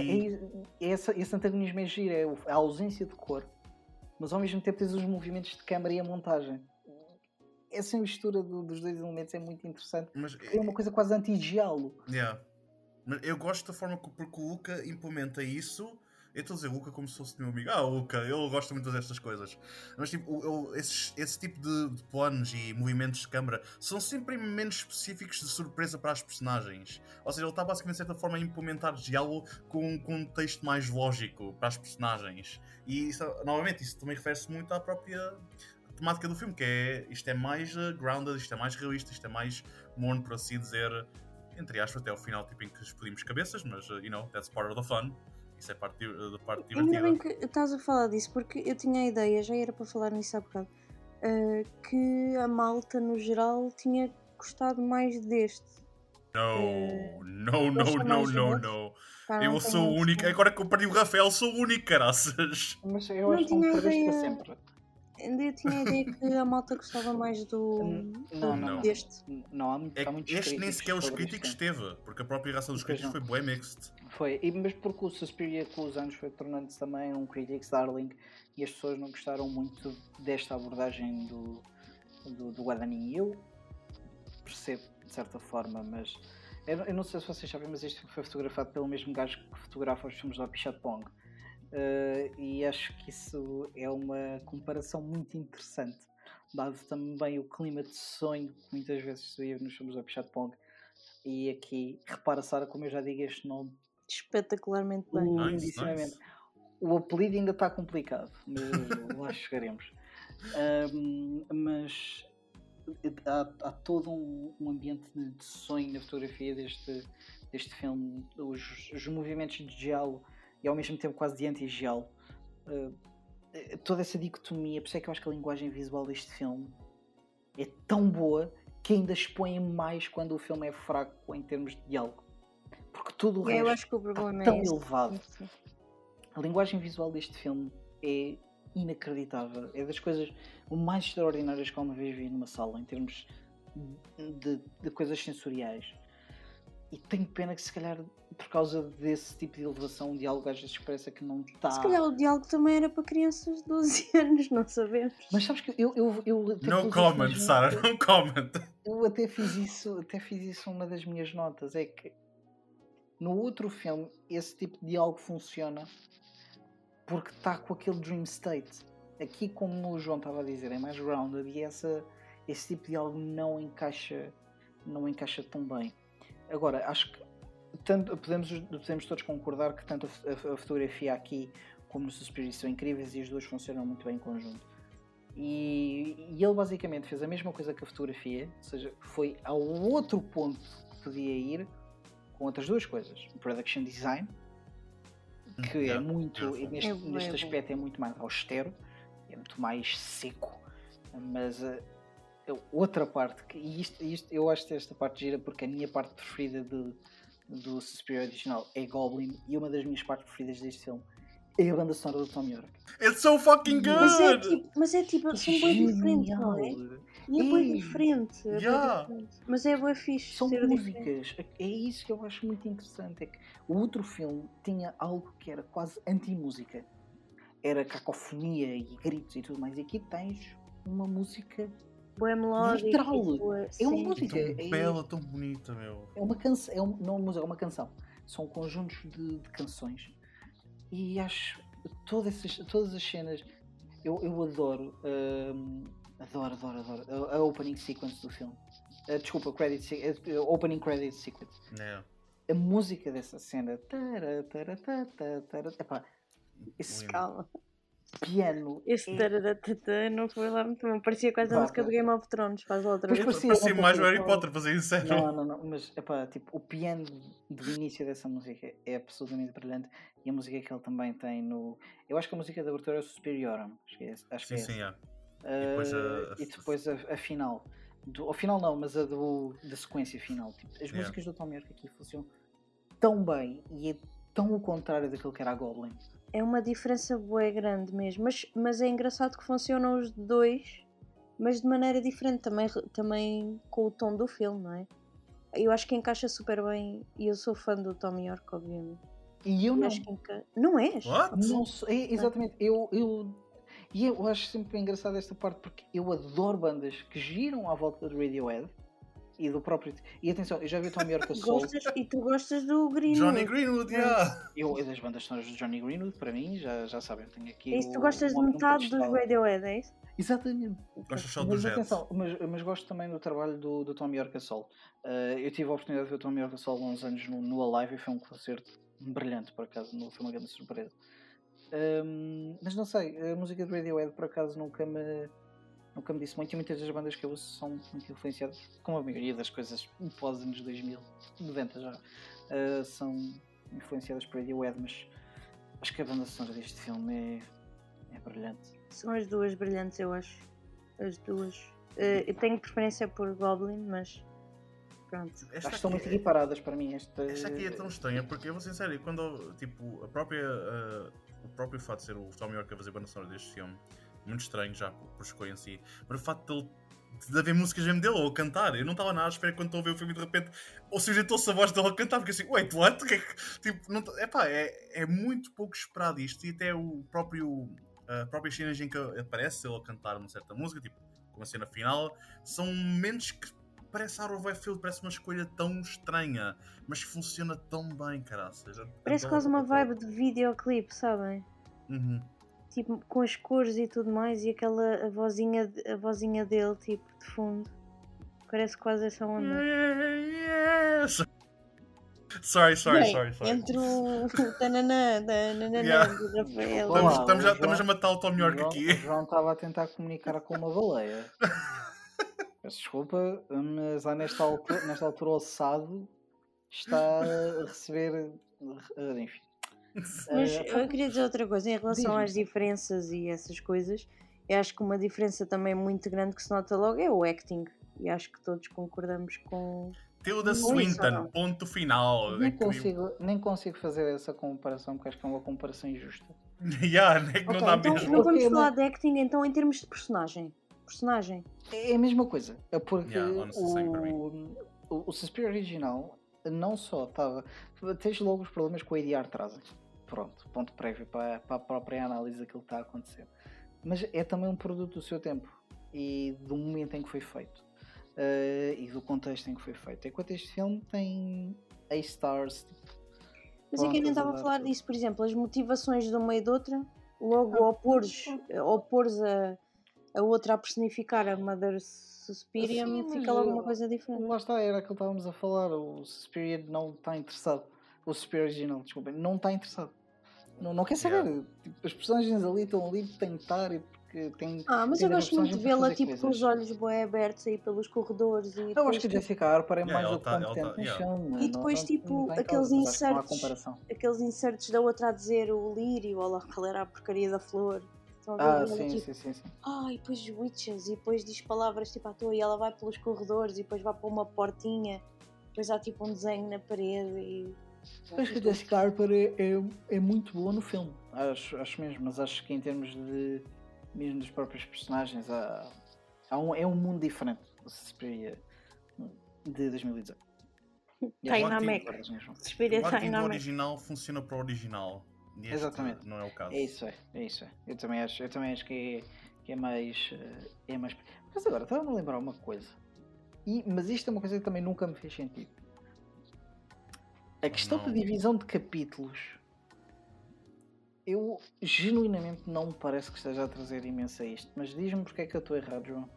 Esse antagonismo é giro, é a ausência de cor, mas ao mesmo tempo tens os movimentos de câmera e a montagem. Essa mistura dos dois elementos é muito interessante, porque é uma coisa quase anti-giallo. Yeah. Mas eu gosto da forma porque o Luca implementa isso. Eu estou a dizer Luca como se fosse meu amigo. O Luca, ele gosta muito destas coisas. Mas tipo, esse tipo de planos e movimentos de câmara são sempre momentos específicos de surpresa para as personagens. Ou seja, ele está basicamente de certa forma a implementar diálogo com um texto mais lógico para as personagens. E isso, novamente, isso também refere-se muito à própria temática do filme, que é isto é mais grounded, isto é mais realista, isto é mais morno, por assim dizer, entre aspas, até ao final, tipo, em que explodimos cabeças, mas, that's part of the fun. Isso é parte divertida. Ainda bem que estás a falar disso, porque eu tinha a ideia, já era para falar nisso há bocado, que a malta, no geral, tinha gostado mais deste. Não. Eu sou o único. Agora que eu perdi o Rafael, sou o único, caraças. Mas eu acho que não perdeste para sempre. Eu tinha a ideia que a malta gostava mais deste. Não, há muitos este nem sequer os críticos teve, porque a própria reação dos críticos foi bué mixed. Foi, mas porque o Suspiria com os anos foi tornando-se também um critics darling e as pessoas não gostaram muito desta abordagem do Guadagnini. Eu percebo de certa forma, mas eu não sei se vocês sabem, mas este foi fotografado pelo mesmo gajo que fotografa os filmes do Apichatpong. E acho que isso é uma comparação muito interessante, dado também o clima de sonho que muitas vezes se vive nos filmes do Apichatpong. E aqui, repara, Sara, como eu já digo este nome espetacularmente bem. Nice. O apelido ainda está complicado, mas lá chegaremos. Mas há todo um ambiente de sonho na fotografia deste filme, os movimentos de giallo e ao mesmo tempo quase de anti-giallo, toda essa dicotomia. Por isso é que eu acho que a linguagem visual deste filme é tão boa que ainda expõe mais quando o filme é fraco em termos de diálogo, porque tudo o resto eu acho que o problema está tão elevado. A linguagem visual deste filme é inacreditável, é das coisas mais extraordinárias que alguma vez vi numa sala em termos de coisas sensoriais. E tenho pena que se calhar por causa desse tipo de elevação o diálogo às vezes parece que não está... Se calhar o diálogo também era para crianças de 12 anos, não sabemos. Mas sabes que eu no comment, Sara, no comment. Eu até fiz isso uma das minhas notas, é que no outro filme esse tipo de diálogo funciona porque está com aquele dream state. Aqui, como o João estava a dizer, é mais grounded e esse tipo de diálogo não encaixa tão bem. Agora, acho que podemos todos concordar que tanto a fotografia aqui como no Suspiria são incríveis e as duas funcionam muito bem em conjunto. E ele basicamente fez a mesma coisa que a fotografia, ou seja, foi ao outro ponto que podia ir com outras duas coisas. O production design, que é muito, neste aspecto é muito mais austero, é muito mais seco, mas a outra parte, e isto eu acho que esta parte gira porque a minha parte preferida do Suspiria original é Goblin, e uma das minhas partes preferidas deste filme é a banda sonora do Tom York. It's so fucking good! Mas é tipo, são bem diferentes, não é? E é bem diferente. Mas é bem fixe. São músicas. É isso que eu acho muito interessante. É que o outro filme tinha algo que era quase anti-música. Era cacofonia e gritos e tudo mais. E aqui tens uma música boa melódica. Literal. É uma música. Tão bela, tão bonita, meu. É uma canção. Não é uma música, é uma canção. São conjuntos de canções. E acho todas as cenas. Eu adoro. Adoro a opening sequence do filme. Desculpa, opening credit sequence. A música dessa cena. Epá, esse piano. Esse não foi lá muito bom. Parecia quase a música do Game of Thrones. Faz lá outra vez. Parecia mais o Harry Potter, fazer isso sério. Não, mas epá, tipo, o piano do início dessa música é absolutamente brilhante. E a música que ele também tem no. Eu acho que a música da abertura é o Suspiriorum. Acho que é sim, essa. E depois a final. Ao final não, mas a da sequência final. Tipo, as músicas do Tom York aqui funcionam tão bem e é tão o contrário daquilo que era a Goblin. É uma diferença bué grande mesmo, mas é engraçado que funcionam os dois, mas de maneira diferente, também com o tom do filme, não é? Eu acho que encaixa super bem, e eu sou fã do Tom York, obviamente. E eu não. Acho que não és? What? Não sou, exatamente, e eu acho sempre engraçado esta parte porque eu adoro bandas que giram à volta do Radiohead e do próprio. E atenção, eu já vi o Tom York a solo. E tu gostas do Greenwood? Johnny Greenwood, Eu das bandas sonoras do Johnny Greenwood, para mim, já sabem, eu tenho aqui. É isso, tu gostas de metade dos Radiohead, é isso? Exatamente. Gostas só do Mas Jet. atenção, mas gosto também do trabalho do Tom York a solo. Eu tive a oportunidade de ver o Tom York a solo há uns anos no Alive e foi um concerto brilhante, por acaso, foi uma grande surpresa. Mas não sei, a música do Radiohead por acaso nunca me disse muito, e muitas das bandas que eu ouço são muito influenciadas, como a maioria das coisas pós anos 2000, 90 já, são influenciadas por Radiohead, mas acho que a banda sonora deste filme é brilhante. São as duas brilhantes, eu acho. As duas. Eu tenho preferência por Goblin, mas pronto. Acho que estão muito equiparadas para mim. Esta aqui é tão estranha, porque eu vou ser sincero, quando tipo, o próprio fato de ser o Tom York a fazer a banda sonora deste filme, muito estranho já por escolha em si, mas o facto de haver músicas mesmo dele ou a cantar, eu não estava nada à espera quando estou a ver o filme e de repente ou seja, estou-se a voz dele a cantar, porque assim, wait, what? Tipo, não, é muito pouco esperado isto, e até a própria cena em que aparece ele a cantar uma certa música, tipo, como a cena final, são momentos que parece Out of Left Field, parece uma escolha tão estranha, mas funciona tão bem, caraças. Parece quase uma vibe de videoclipe, sabem? Uhum. Tipo, com as cores e tudo mais, e a vozinha dele, tipo, de fundo. Parece quase essa onda. Yes. Sorry. Entre o tananã do Rafael. Estamos a matar o Tom York aqui. O João estava a tentar comunicar com uma baleia. Peço desculpa, mas nesta altura o Sado está a receber. Enfim. Mas eu queria dizer outra coisa em relação às diferenças e essas coisas. Eu acho que uma diferença também muito grande que se nota logo é o acting. E acho que todos concordamos com. Tilda Swinton, ponto final. Nem consigo fazer essa comparação porque acho que é uma comparação injusta. Não dá então, mesmo. Não vamos falar de acting então em termos de personagem. É a mesma coisa. É porque o Suspiria original não só estava. Tens logo os problemas que o ADR trazem. Pronto, ponto prévio para a própria análise daquilo que está a acontecer. Mas é também um produto do seu tempo e do momento em que foi feito. E do contexto em que foi feito. Enquanto este filme tem A-stars. Mas é que eu nem estava a falar disso, por exemplo, as motivações de uma e de outra, logo opores a outra a personificar a Mother Suspiria Sim, mas fica logo uma coisa diferente. lá está, era aquilo que estávamos a falar. O Suspiria não está interessado. O Suspiria original, desculpem, não está interessado. Não quer saber. Yeah. Tipo, as personagens ali estão ali de tentar e porque tem. Mas tem eu mesmo gosto muito de personagem para vê-la fazer tipo com coisas. os olhos bem abertos aí pelos corredores e Eu acho depois, que a tipo, Jessica Harper é Yeah, mais ela do que tá- ela competente tá- no yeah. chão. e depois não tipo está em aqueles causa, mas acho que não há insertos, comparação. aqueles insertos da outra a dizer o lírio, ou lá qual era a porcaria da flor. Estão a ver? E ela, Sim, tipo, sim. e depois witches, e depois diz palavras tipo à toa, e ela vai pelos corredores, e depois vai para uma portinha, depois há tipo um desenho na parede e... Acho que a Jessica Harper é muito boa no filme. Acho mesmo, mas acho que em termos de mesmo dos próprios personagens é um mundo diferente. O Suspiria de 2018. E Tá aí acho na que Meca. concordas mesmo. Suspiria O tá aí acting na do Meca. original funciona para o original. E este Exatamente. não é o caso. É isso. Eu também acho que é mais. Mas agora, estava-me a lembrar uma coisa. Mas isto é uma coisa que também nunca me fez sentido. A questão da Não. divisão de capítulos, eu genuinamente não me parece que esteja a trazer imenso a isto. Mas diz-me porque é que eu estou errado, João.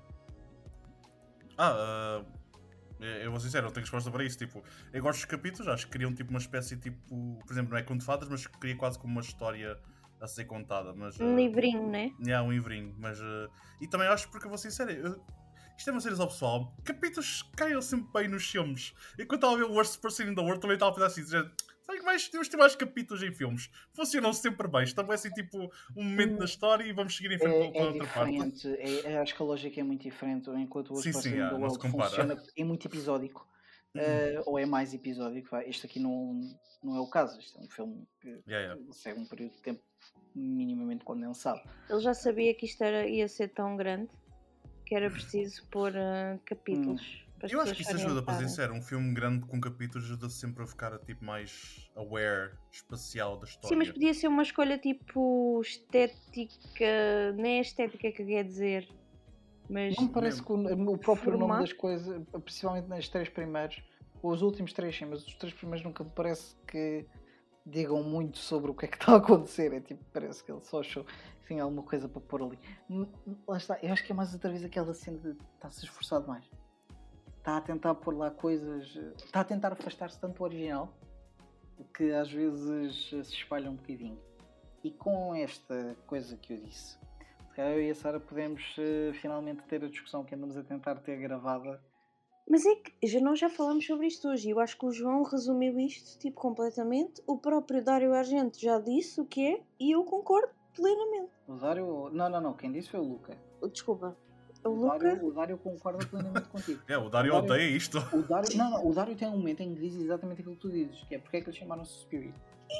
Eu vou ser sincero, não tenho resposta para isso. Tipo, eu gosto dos capítulos, acho que criam tipo uma espécie tipo. Por exemplo, não é conto de fadas, mas cria quase como uma história a ser contada. Mas, Um livrinho, né? um livrinho. Mas, e também acho, porque eu vou ser sincero, isto é uma série ao pessoal. Capítulos caem sempre bem nos filmes. E quando estava a ver o Worst Person in the World, também estava a pensar assim: sabe que temos de ter mais capítulos em filmes? Funcionam sempre bem. Isto também é assim tipo um momento na história e vamos seguir em frente para outra parte. Diferente. Acho que a lógica é muito diferente. Enquanto o Sim, Worst sim, Person in the não se World compara. funciona, é muito episódico. Ou é mais episódico. Este aqui não é o caso. Este é um filme que segue um período de tempo minimamente condensado. Ele já sabia que isto ia ser tão grande que era preciso pôr capítulos. Para as Eu acho pessoas que isso ajuda, para ser orientarem. sincero. Um filme grande com capítulos ajuda sempre a ficar tipo, mais aware, espacial da história. Sim, mas podia ser uma escolha tipo estética, nem é estética que quer dizer, mas Não me parece que o próprio nome formato. das coisas, principalmente nas três primeiros, ou os últimos três sim, mas os três primeiros nunca me parece que digam muito sobre o que é que está a acontecer. É tipo, parece que ele só achou enfim, alguma coisa para pôr ali. Lá está, eu acho que é mais outra vez aquela cena de está-se esforçado mais. Está a tentar pôr lá coisas, está a tentar afastar-se tanto do original que às vezes se espalha um bocadinho. E com esta coisa que eu disse, eu e a Sara podemos finalmente ter a discussão que andamos a tentar ter gravada. Mas é que nós já falamos sobre isto hoje e eu acho que o João resumiu isto tipo completamente. O próprio Dario Argento já disse o que é e eu concordo plenamente. O Dário. Não, quem disse foi o Luca. Desculpa. O Dário concorda plenamente contigo. O Dário odeia isto. O Dário tem um momento em que diz exatamente aquilo que tu dizes, que é porque é que eles chamaram Suspiria.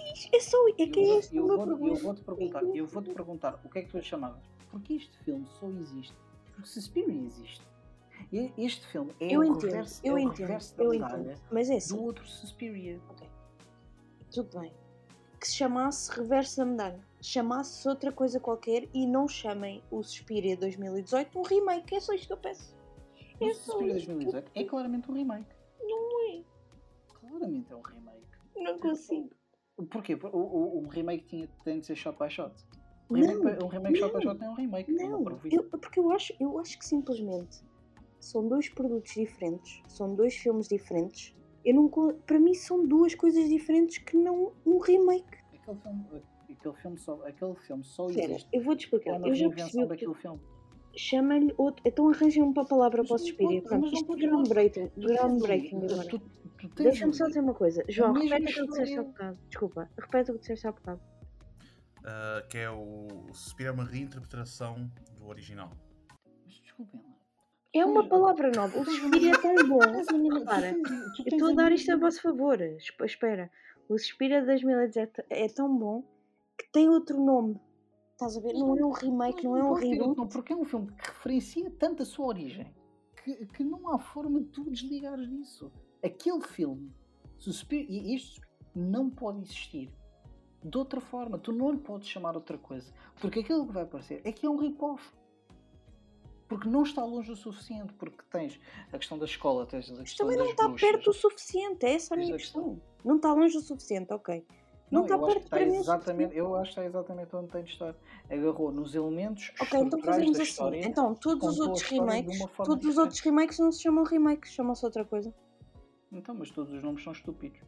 Eu vou-te perguntar o que é que tu chamavas. Porque este filme só existe porque Suspiria existe. E este filme é o reverso da medalha mas é assim. do outro Suspiria. Ok. Tudo bem. Que se chamasse reverso da medalha. Chamasse outra coisa qualquer e não chamem o Suspiria 2018 um remake. É só isto que eu peço. O Suspiria 2018 é claramente um remake. Não é. Claramente é um remake. Não consigo. Porquê? O remake tem de ser shot by shot. Um remake shot by shot não é um remake. Não, porque eu acho que simplesmente são dois produtos diferentes, são dois filmes diferentes. Para mim são duas coisas diferentes que não um remake. Aquele filme só Sério, existe. eu vou-te explicar. É uma Eu já reinvenção percebi daquele filme. Chama-lhe outro. Então arranjem uma palavra para o Suspiria. Pronto, isto é groundbreaking agora. Deixa-me só dizer uma coisa. João, repete o que disseste há bocado. Desculpa, repete o que disseste há bocado. Que é o Suspiria é uma reinterpretação do original. Mas desculpem lá. É uma palavra nova. O Suspiria é tão bom. Repara, eu estou a dar isto a vosso favor. Espera. O Suspiria de 2017 é tão bom que tem outro nome. Estás a ver? Não é um remake, não é um reboot. Não, porque é um filme que referencia tanto a sua origem que não há forma de tu desligares disso. Aquele filme, e isto não pode existir de outra forma. Tu não lhe podes chamar outra coisa. Porque aquilo que vai aparecer é que é um rip-off. Porque não está longe o suficiente. Porque tens a questão da escola, tens a questão também não está perto o suficiente. É essa a minha questão. Não está longe o suficiente, ok. Não está eu acho que perto está para mim o exatamente, suficiente. eu acho que está exatamente onde tem de estar. Agarrou nos elementos Ok, então estruturais fazemos da assim. história Então, e todos os contou a outros história de remakes, uma forma todos os diferente. outros remakes não se chamam remakes, chamam-se outra coisa. Então, mas todos os nomes são estúpidos.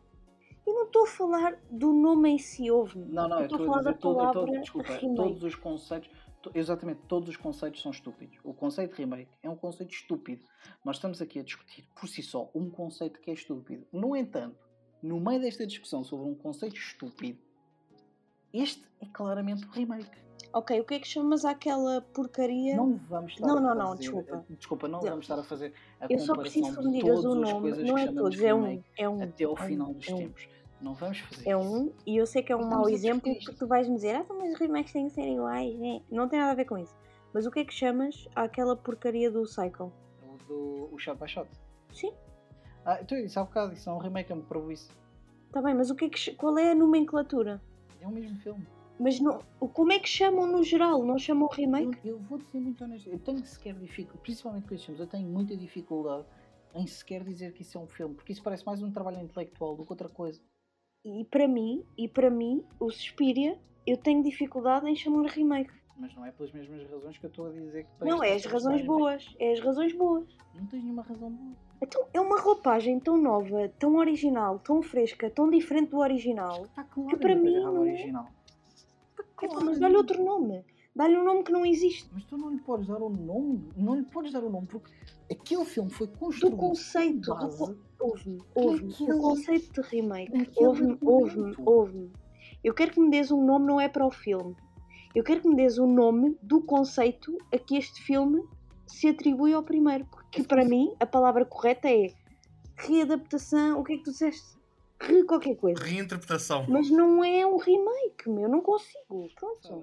Eu não estou a falar do nome em si, ouve-me. Não, Eu eu estou a estou a falar da dizer palavra desculpa, remake. todos os conceitos, exatamente, todos os conceitos são estúpidos. O conceito de remake é um conceito estúpido. Nós estamos aqui a discutir por si só um conceito que é estúpido. No entanto, no meio desta discussão sobre um conceito estúpido, este é claramente um remake. Ok, o que é que chamas àquela porcaria? Não vamos estar Não, a fazer. desculpa. Não vamos estar a fazer a Eu só preciso comparação que me de digas o todas as nome, coisas não que é chamamos todos, é um, remake até ao final dos tempos. Não vamos fazer é isso. um, e eu sei que é um Estamos mau a exemplo discutir porque isto. tu vais-me dizer, mas os remakes têm que ser iguais, né? Não tem nada a ver com isso. Mas o que é que chamas àquela porcaria do Cycle? O Shot by Shot. Sim, Então isso há bocado, isso é um remake, eu me provo isso. está bem, mas o que é que, qual é a nomenclatura? É o mesmo filme. Mas não, como é que chamam no geral? Não chamam remake? Eu vou ser muito honesto, eu tenho sequer dificuldade, principalmente com estes filmes, eu tenho muita dificuldade em sequer dizer que isso é um filme, porque isso parece mais um trabalho intelectual do que outra coisa. E para mim, o Suspiria, eu tenho dificuldade em chamar remake. Mas não é pelas mesmas razões que eu estou a dizer que Não, é as razões boas. É as razões boas. Não tens nenhuma razão boa. Então, é uma roupagem tão nova, tão original, tão fresca, tão diferente do original. Está claro Que para mim agarrado ao não- original. Epá, mas dá-lhe outro nome. Dá-lhe um nome que não existe. Mas tu não lhe podes dar o nome, porque aquele filme foi Do construído conceito. com base Ouve-me. naquele- O conceito de remake. naquele Ouve-me. argumento. Eu quero que me des um nome, não é para o filme. Eu quero que me des o nome do conceito a que este filme se atribui ao primeiro. Porque para mim a palavra correta é readaptação. O que é que tu disseste? Qualquer coisa. Reinterpretação. Mas não é um remake, meu. Não consigo. Pronto.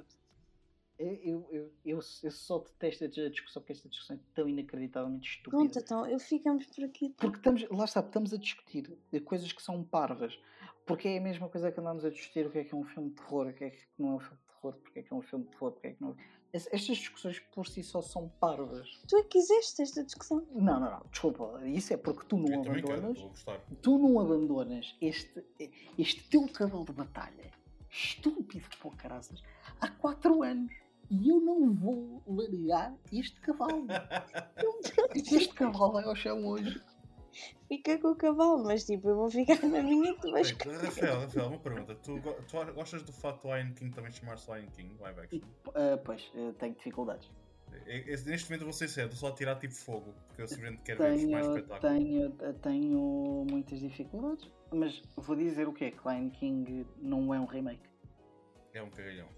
Eu só detesto a discussão, porque esta discussão é tão inacreditavelmente estúpida. Pronto, então ficamos por aqui. Porque estamos a discutir coisas que são parvas. Porque é a mesma coisa que andamos a discutir o que é um filme de terror, o que é que não é um filme de terror, porque é que é um filme de terror, porque é que não é. Estas discussões por si só são parvas. Tu é que quiseste esta discussão. Não, desculpa. Isso é porque tu não Eu também quero, abandonas. vou gostar. Tu não abandonas este teu cavalo de batalha estúpido para o caraças há 4 anos. E eu não vou largar este cavalo. Este cavalo vai ao chão hoje. Fica com o cavalo, mas tipo, eu vou ficar na minha e tu vais Bem, Rafael, uma pergunta. Tu gostas do fato Lion King também chamar-se Lion King, live action? Pois, tenho dificuldades. Neste momento eu vou ser sério, estou só a tirar tipo fogo, porque eu simplesmente quero ver mais espetáculo. Tenho muitas dificuldades, mas vou dizer o que é que Lion King não é um remake. É um cagalhão.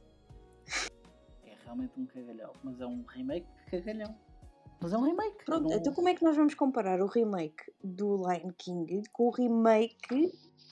É realmente um cagalhão, mas é um remake cagalhão. Mas é um remake. Pronto, não... então como é que nós vamos comparar o remake do Lion King com o remake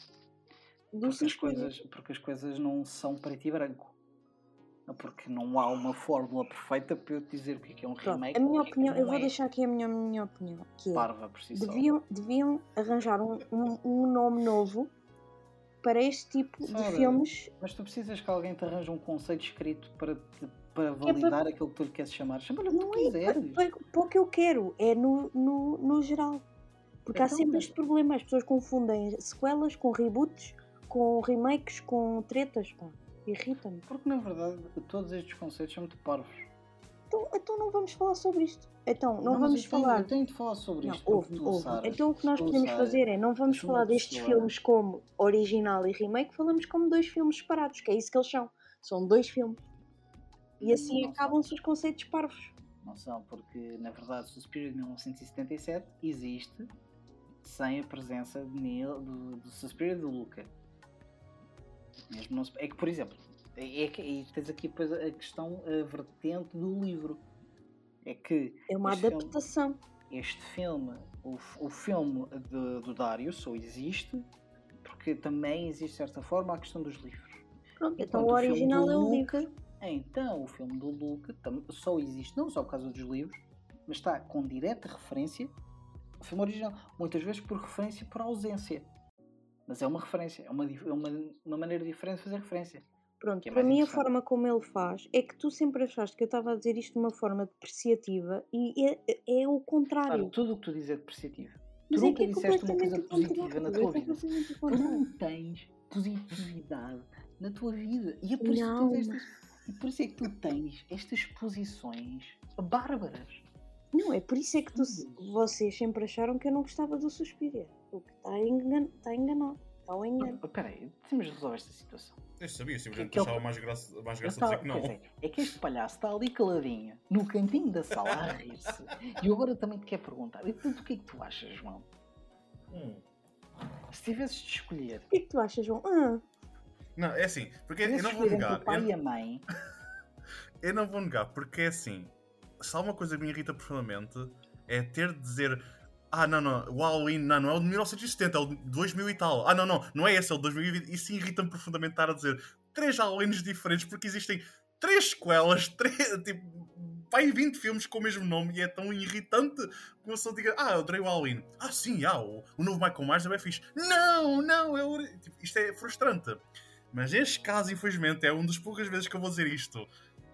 do Suspiria? Porque as coisas não são preto e branco. Porque não há uma fórmula perfeita para eu te dizer o que é um Pronto, remake. a minha ou o que opinião, é que eu não vou é. deixar aqui a minha opinião, que é, Parva por si só. deviam arranjar um nome novo para este tipo de Sabe, filmes. Mas tu precisas que alguém te arranje um conceito escrito para validar aquilo que tu lhe queres chamar. Chama-lhe o que tu quiseres. Para o que eu quero, é no geral. Porque há Então, sempre mas- este problema, as pessoas confundem sequelas com reboots, com remakes, com tretas, pá. Irrita-me. Porque na verdade todos estes conceitos são muito parvos. Então não vamos falar sobre isto. Então, não mas vamos falar. Eu tenho de falar sobre Não, isto. ouve. Então o que nós podemos fazer é, não vamos Deixa-me falar destes falar. filmes como original e remake, falamos como 2 filmes separados, que é isso que eles são. São 2 filmes. E assim Não acabam-se os conceitos parvos. Não são, porque na verdade o Suspiria de 1977 existe sem a presença do Suspiria do Luca. Mesmo não se... É que, por exemplo, e tens aqui depois a questão, a vertente do livro. É que É uma adaptação. Este filme, o filme do Dario só existe porque também existe de certa forma a questão dos livros. Pronto, Enquanto então o original é o livro. Então o filme do Luca só existe não só por causa dos livros, mas está com direta referência ao filme original. Muitas vezes por referência por ausência. Mas é uma referência, é uma maneira diferente de fazer referência. Pronto, para mim a forma como ele faz é que tu sempre achaste que eu estava a dizer isto de uma forma depreciativa e é o contrário. Claro, tudo o que tu dizes é depreciativo. Mas Tu nunca é disseste uma coisa completamente positiva na tua vida. completamente Tu não tens positividade na tua vida. E é por isso que tu tens estas posições bárbaras. Não, é por isso é que vocês sempre acharam que eu não gostava do Suspiria. O que está enganado. Está ao engano. Espera aí, temos de resolver esta situação. Eu sabia, simplesmente achava mais graça dizer que não. É que este palhaço está ali caladinho, no cantinho da sala a rir-se. E eu agora também te quero perguntar, e portanto, o que é que tu achas, João? Se tivesses de escolher... O que é que tu achas, João? Não, é assim, porque eu não vou negar. O pai e a mãe... Eu não vou negar, porque é assim, se há uma coisa que me irrita profundamente é ter de dizer não, o Halloween não é o de 1970, é o de 2000 e tal. Não é esse, é o de 2020. Isso irrita-me profundamente estar a dizer 3 Halloweens diferentes, porque existem 3 sequelas, tipo, vai 20 filmes com o mesmo nome e é tão irritante que uma pessoa diga, eu adorei o Halloween. Sim, o novo Michael Myers é bem fixe. Não, tipo, isto é frustrante. Mas este caso, infelizmente, é uma das poucas vezes que eu vou dizer isto.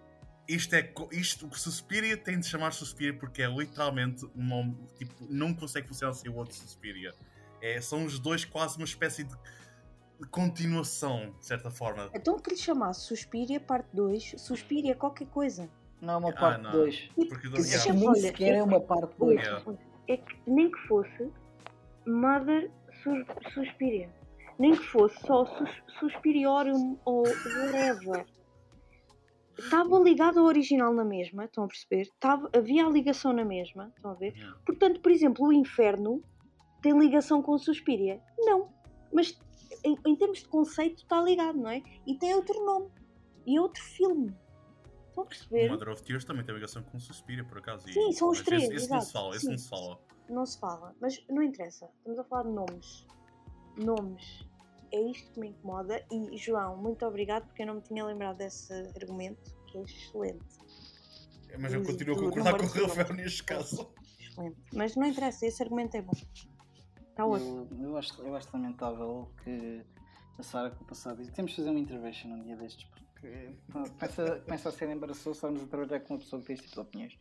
Isto, o Suspiria tem de chamar Suspiria porque é literalmente tipo, não consegue funcionar sem o outro Suspiria. São os dois quase uma espécie de continuação, de certa forma. Então que lhe chamasse Suspiria parte 2, Suspiria qualquer coisa. Não é uma parte 2. Porque nem sequer é uma parte 2. É que nem que fosse Mother Suspiria. Nem que fosse só Suspiriorium ou whatever. Estava ligado ao original na mesma, estão a perceber? Havia a ligação na mesma, estão a ver? Portanto, por exemplo, o Inferno tem ligação com o Suspiria? Não. Mas em termos de conceito está ligado, não é? E tem outro nome. E outro filme. Estão a perceber? O Mother of Tears também tem ligação com o Suspiria, por acaso. Sim, são os três. Esse não se fala, esse não se fala. Não se fala, mas não interessa. Estamos a falar de nomes. Nomes. É isto que me incomoda. E, João, muito obrigado, porque eu não me tinha lembrado desse argumento, que é excelente. Mas eu continuo a concordar com o Rafael neste caso. Excelente. Mas não interessa, esse argumento é bom. Está ótimo. Eu acho lamentável que a Sara, com o passado, temos de fazer uma intervention um dia destes, porque começa a ser embaraçoso estarmos a trabalhar com uma pessoa que tem este tipo de opiniões.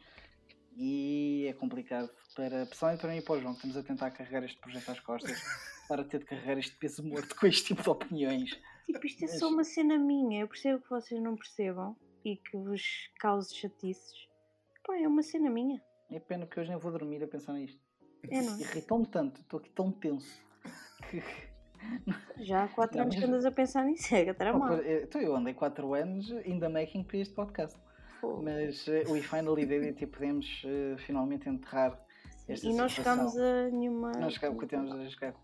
E é complicado, principalmente para mim e para o João, que estamos a tentar carregar este projeto às costas, para ter de carregar este peso morto com este tipo de opiniões. Tipo, isto é só uma cena minha, eu percebo que vocês não percebam e que vos cause chatices. Pá, é uma cena minha. É pena que hoje nem vou dormir a pensar nisto. Não. Irritou-me tanto, estou aqui tão tenso. Já há 4 anos que andas a pensar nisso, é tramado. Então eu andei 4 anos in the making para este podcast. Mas we finally did it e podemos finalmente enterrar esta e não chegámos a nenhuma... Não continuamos a chegar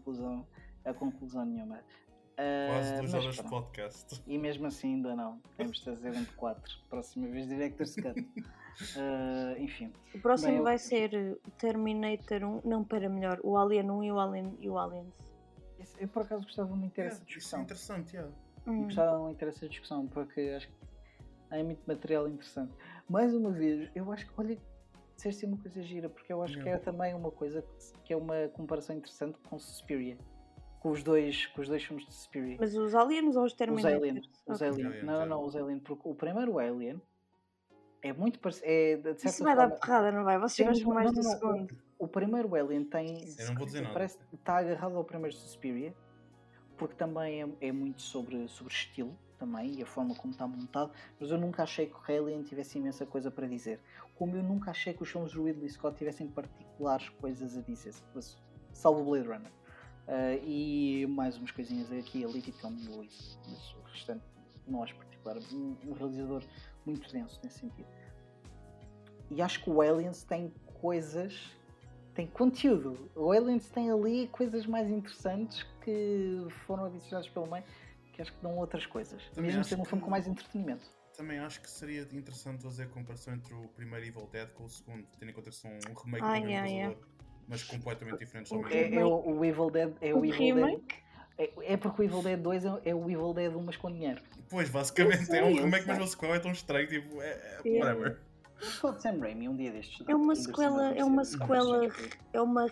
a conclusão nenhuma. Quase 2 horas de podcast. E mesmo assim ainda não. Temos de trazer entre 4. Próxima vez Director's Cut. Enfim. O próximo vai ser o Terminator 1. Não, para melhor. O Alien 1 e o Aliens. Eu por acaso gostava muito dessa discussão. Isso é interessante, Gostava muito dessa discussão porque acho que há muito material interessante. Mais uma vez, eu acho que, olha, disseste uma coisa gira, porque eu acho que é também uma coisa que é uma comparação interessante com Suspiria. Com os dois filmes de Suspiria. Mas os Aliens ou os Terminators? Os Alien. Não, os Alien. Porque o primeiro Alien é muito parecido. Isso vai dar porrada, não vai? Vocês gostam mais do segundo. O primeiro Alien tem... Eu não vou dizer nada. Parece que está agarrado ao primeiro Suspiria, porque também é muito sobre estilo. Também, e a forma como está montado, mas eu nunca achei que o Alien tivesse imensa coisa para dizer, como eu nunca achei que os filmes do Ridley Scott tivessem particulares coisas a dizer, salvo o Blade Runner e mais umas coisinhas aqui e ali, tipo Tom Lewis, mas o restante não acho particular. Um realizador muito denso nesse sentido, e acho que o Aliens tem coisas, tem conteúdo. O Aliens tem ali coisas mais interessantes que foram adicionadas pelo meio, que acho que dão outras coisas, também mesmo sendo um filme com mais entretenimento. Também acho que seria interessante fazer a comparação entre o primeiro Evil Dead com o segundo, tendo em conta que são um remake do mesmo realizador, mas completamente diferentes ao mesmo. O Evil Dead é o Evil Dead. É porque o Evil Dead 2 é o Evil Dead 1 mas com dinheiro. Pois, basicamente é um remake, mas uma sequela é tão estranho, tipo, whatever. Vamos falar de Sam Raimi um dia destes. É uma sequela, é uma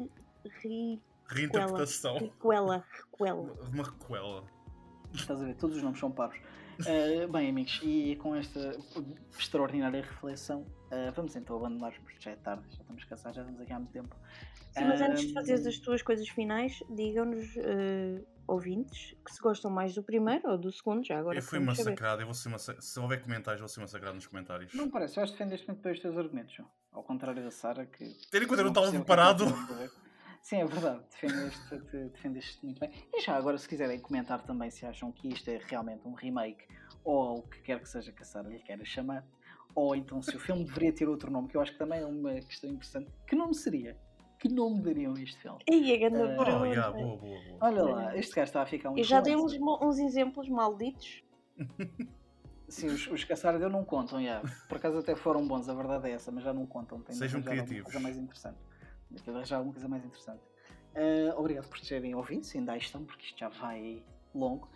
reinterpretação. Requela. Uma requela. Estás a ver, todos os nomes são paros. Bem, amigos, e com esta extraordinária reflexão, vamos então abandonar-nos, porque já é tarde, já estamos cansados, já estamos aqui há muito tempo. Sim, mas antes de fazeres as tuas coisas finais, digam-nos ouvintes que se gostam mais do primeiro ou do segundo, já agora Eu fui queremos saber. massacrado, se houver comentários, vou ser massacrado nos comentários. Não parece, eu acho que defendeste muito bem os teus argumentos, João. Ao contrário da Sara, que. Tendo em conta que eu não estava percebo preparado. o que é que eu tenho a ver. Sim, é verdade, defendeste muito bem. E já agora, se quiserem comentar também se acham que isto é realmente um remake ou o que quer que seja que a Sara lhe queira chamar, ou então se o filme deveria ter outro nome, que eu acho que também é uma questão interessante. Que nome seria? Que nome dariam a este filme? E a grande Oh, pergunta. yeah, boa. Olha lá, este gajo está a ficar um Eu já dei influencer. uns exemplos malditos. Sim, os que a Sara deu não contam, já. Por acaso até foram bons, a verdade é essa, mas já não contam. Tem de Sejam arranjar alguma criativos. coisa mais interessante. Tem de arranjar alguma coisa mais interessante. Obrigado por terem ouvido, se ainda aí estão, porque isto já vai longo.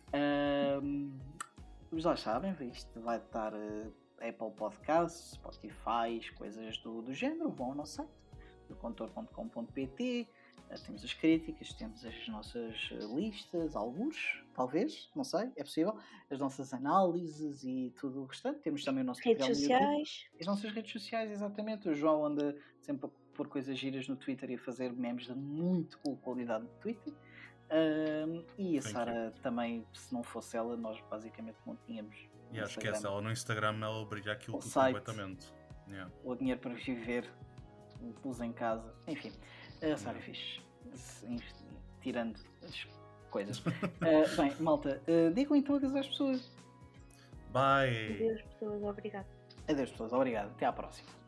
Mas já sabem, isto vai estar Apple Podcasts, Spotify, coisas do género, vão ao nosso site, docontor.com.pt. Temos as críticas, temos as nossas listas, alguns, talvez, não sei, é possível, as nossas análises e tudo o restante. Temos também o nosso Redes material no YouTube. sociais. As nossas redes sociais, exatamente. O João anda sempre a pôr coisas giras no Twitter e a fazer memes de muito boa qualidade no Twitter. E a Thank Sara também, se não fosse ela, nós basicamente não tínhamos Yeah, esquece, ela no Instagram ela brilha aquilo O tudo site. completamente. Yeah. o dinheiro para viver, luz em casa, enfim. A Sara fez, tirando as coisas. Bem, malta, digam então adeus às pessoas. Bye! Adeus, pessoas. Obrigada. Adeus, pessoas. Obrigado. Até à próxima.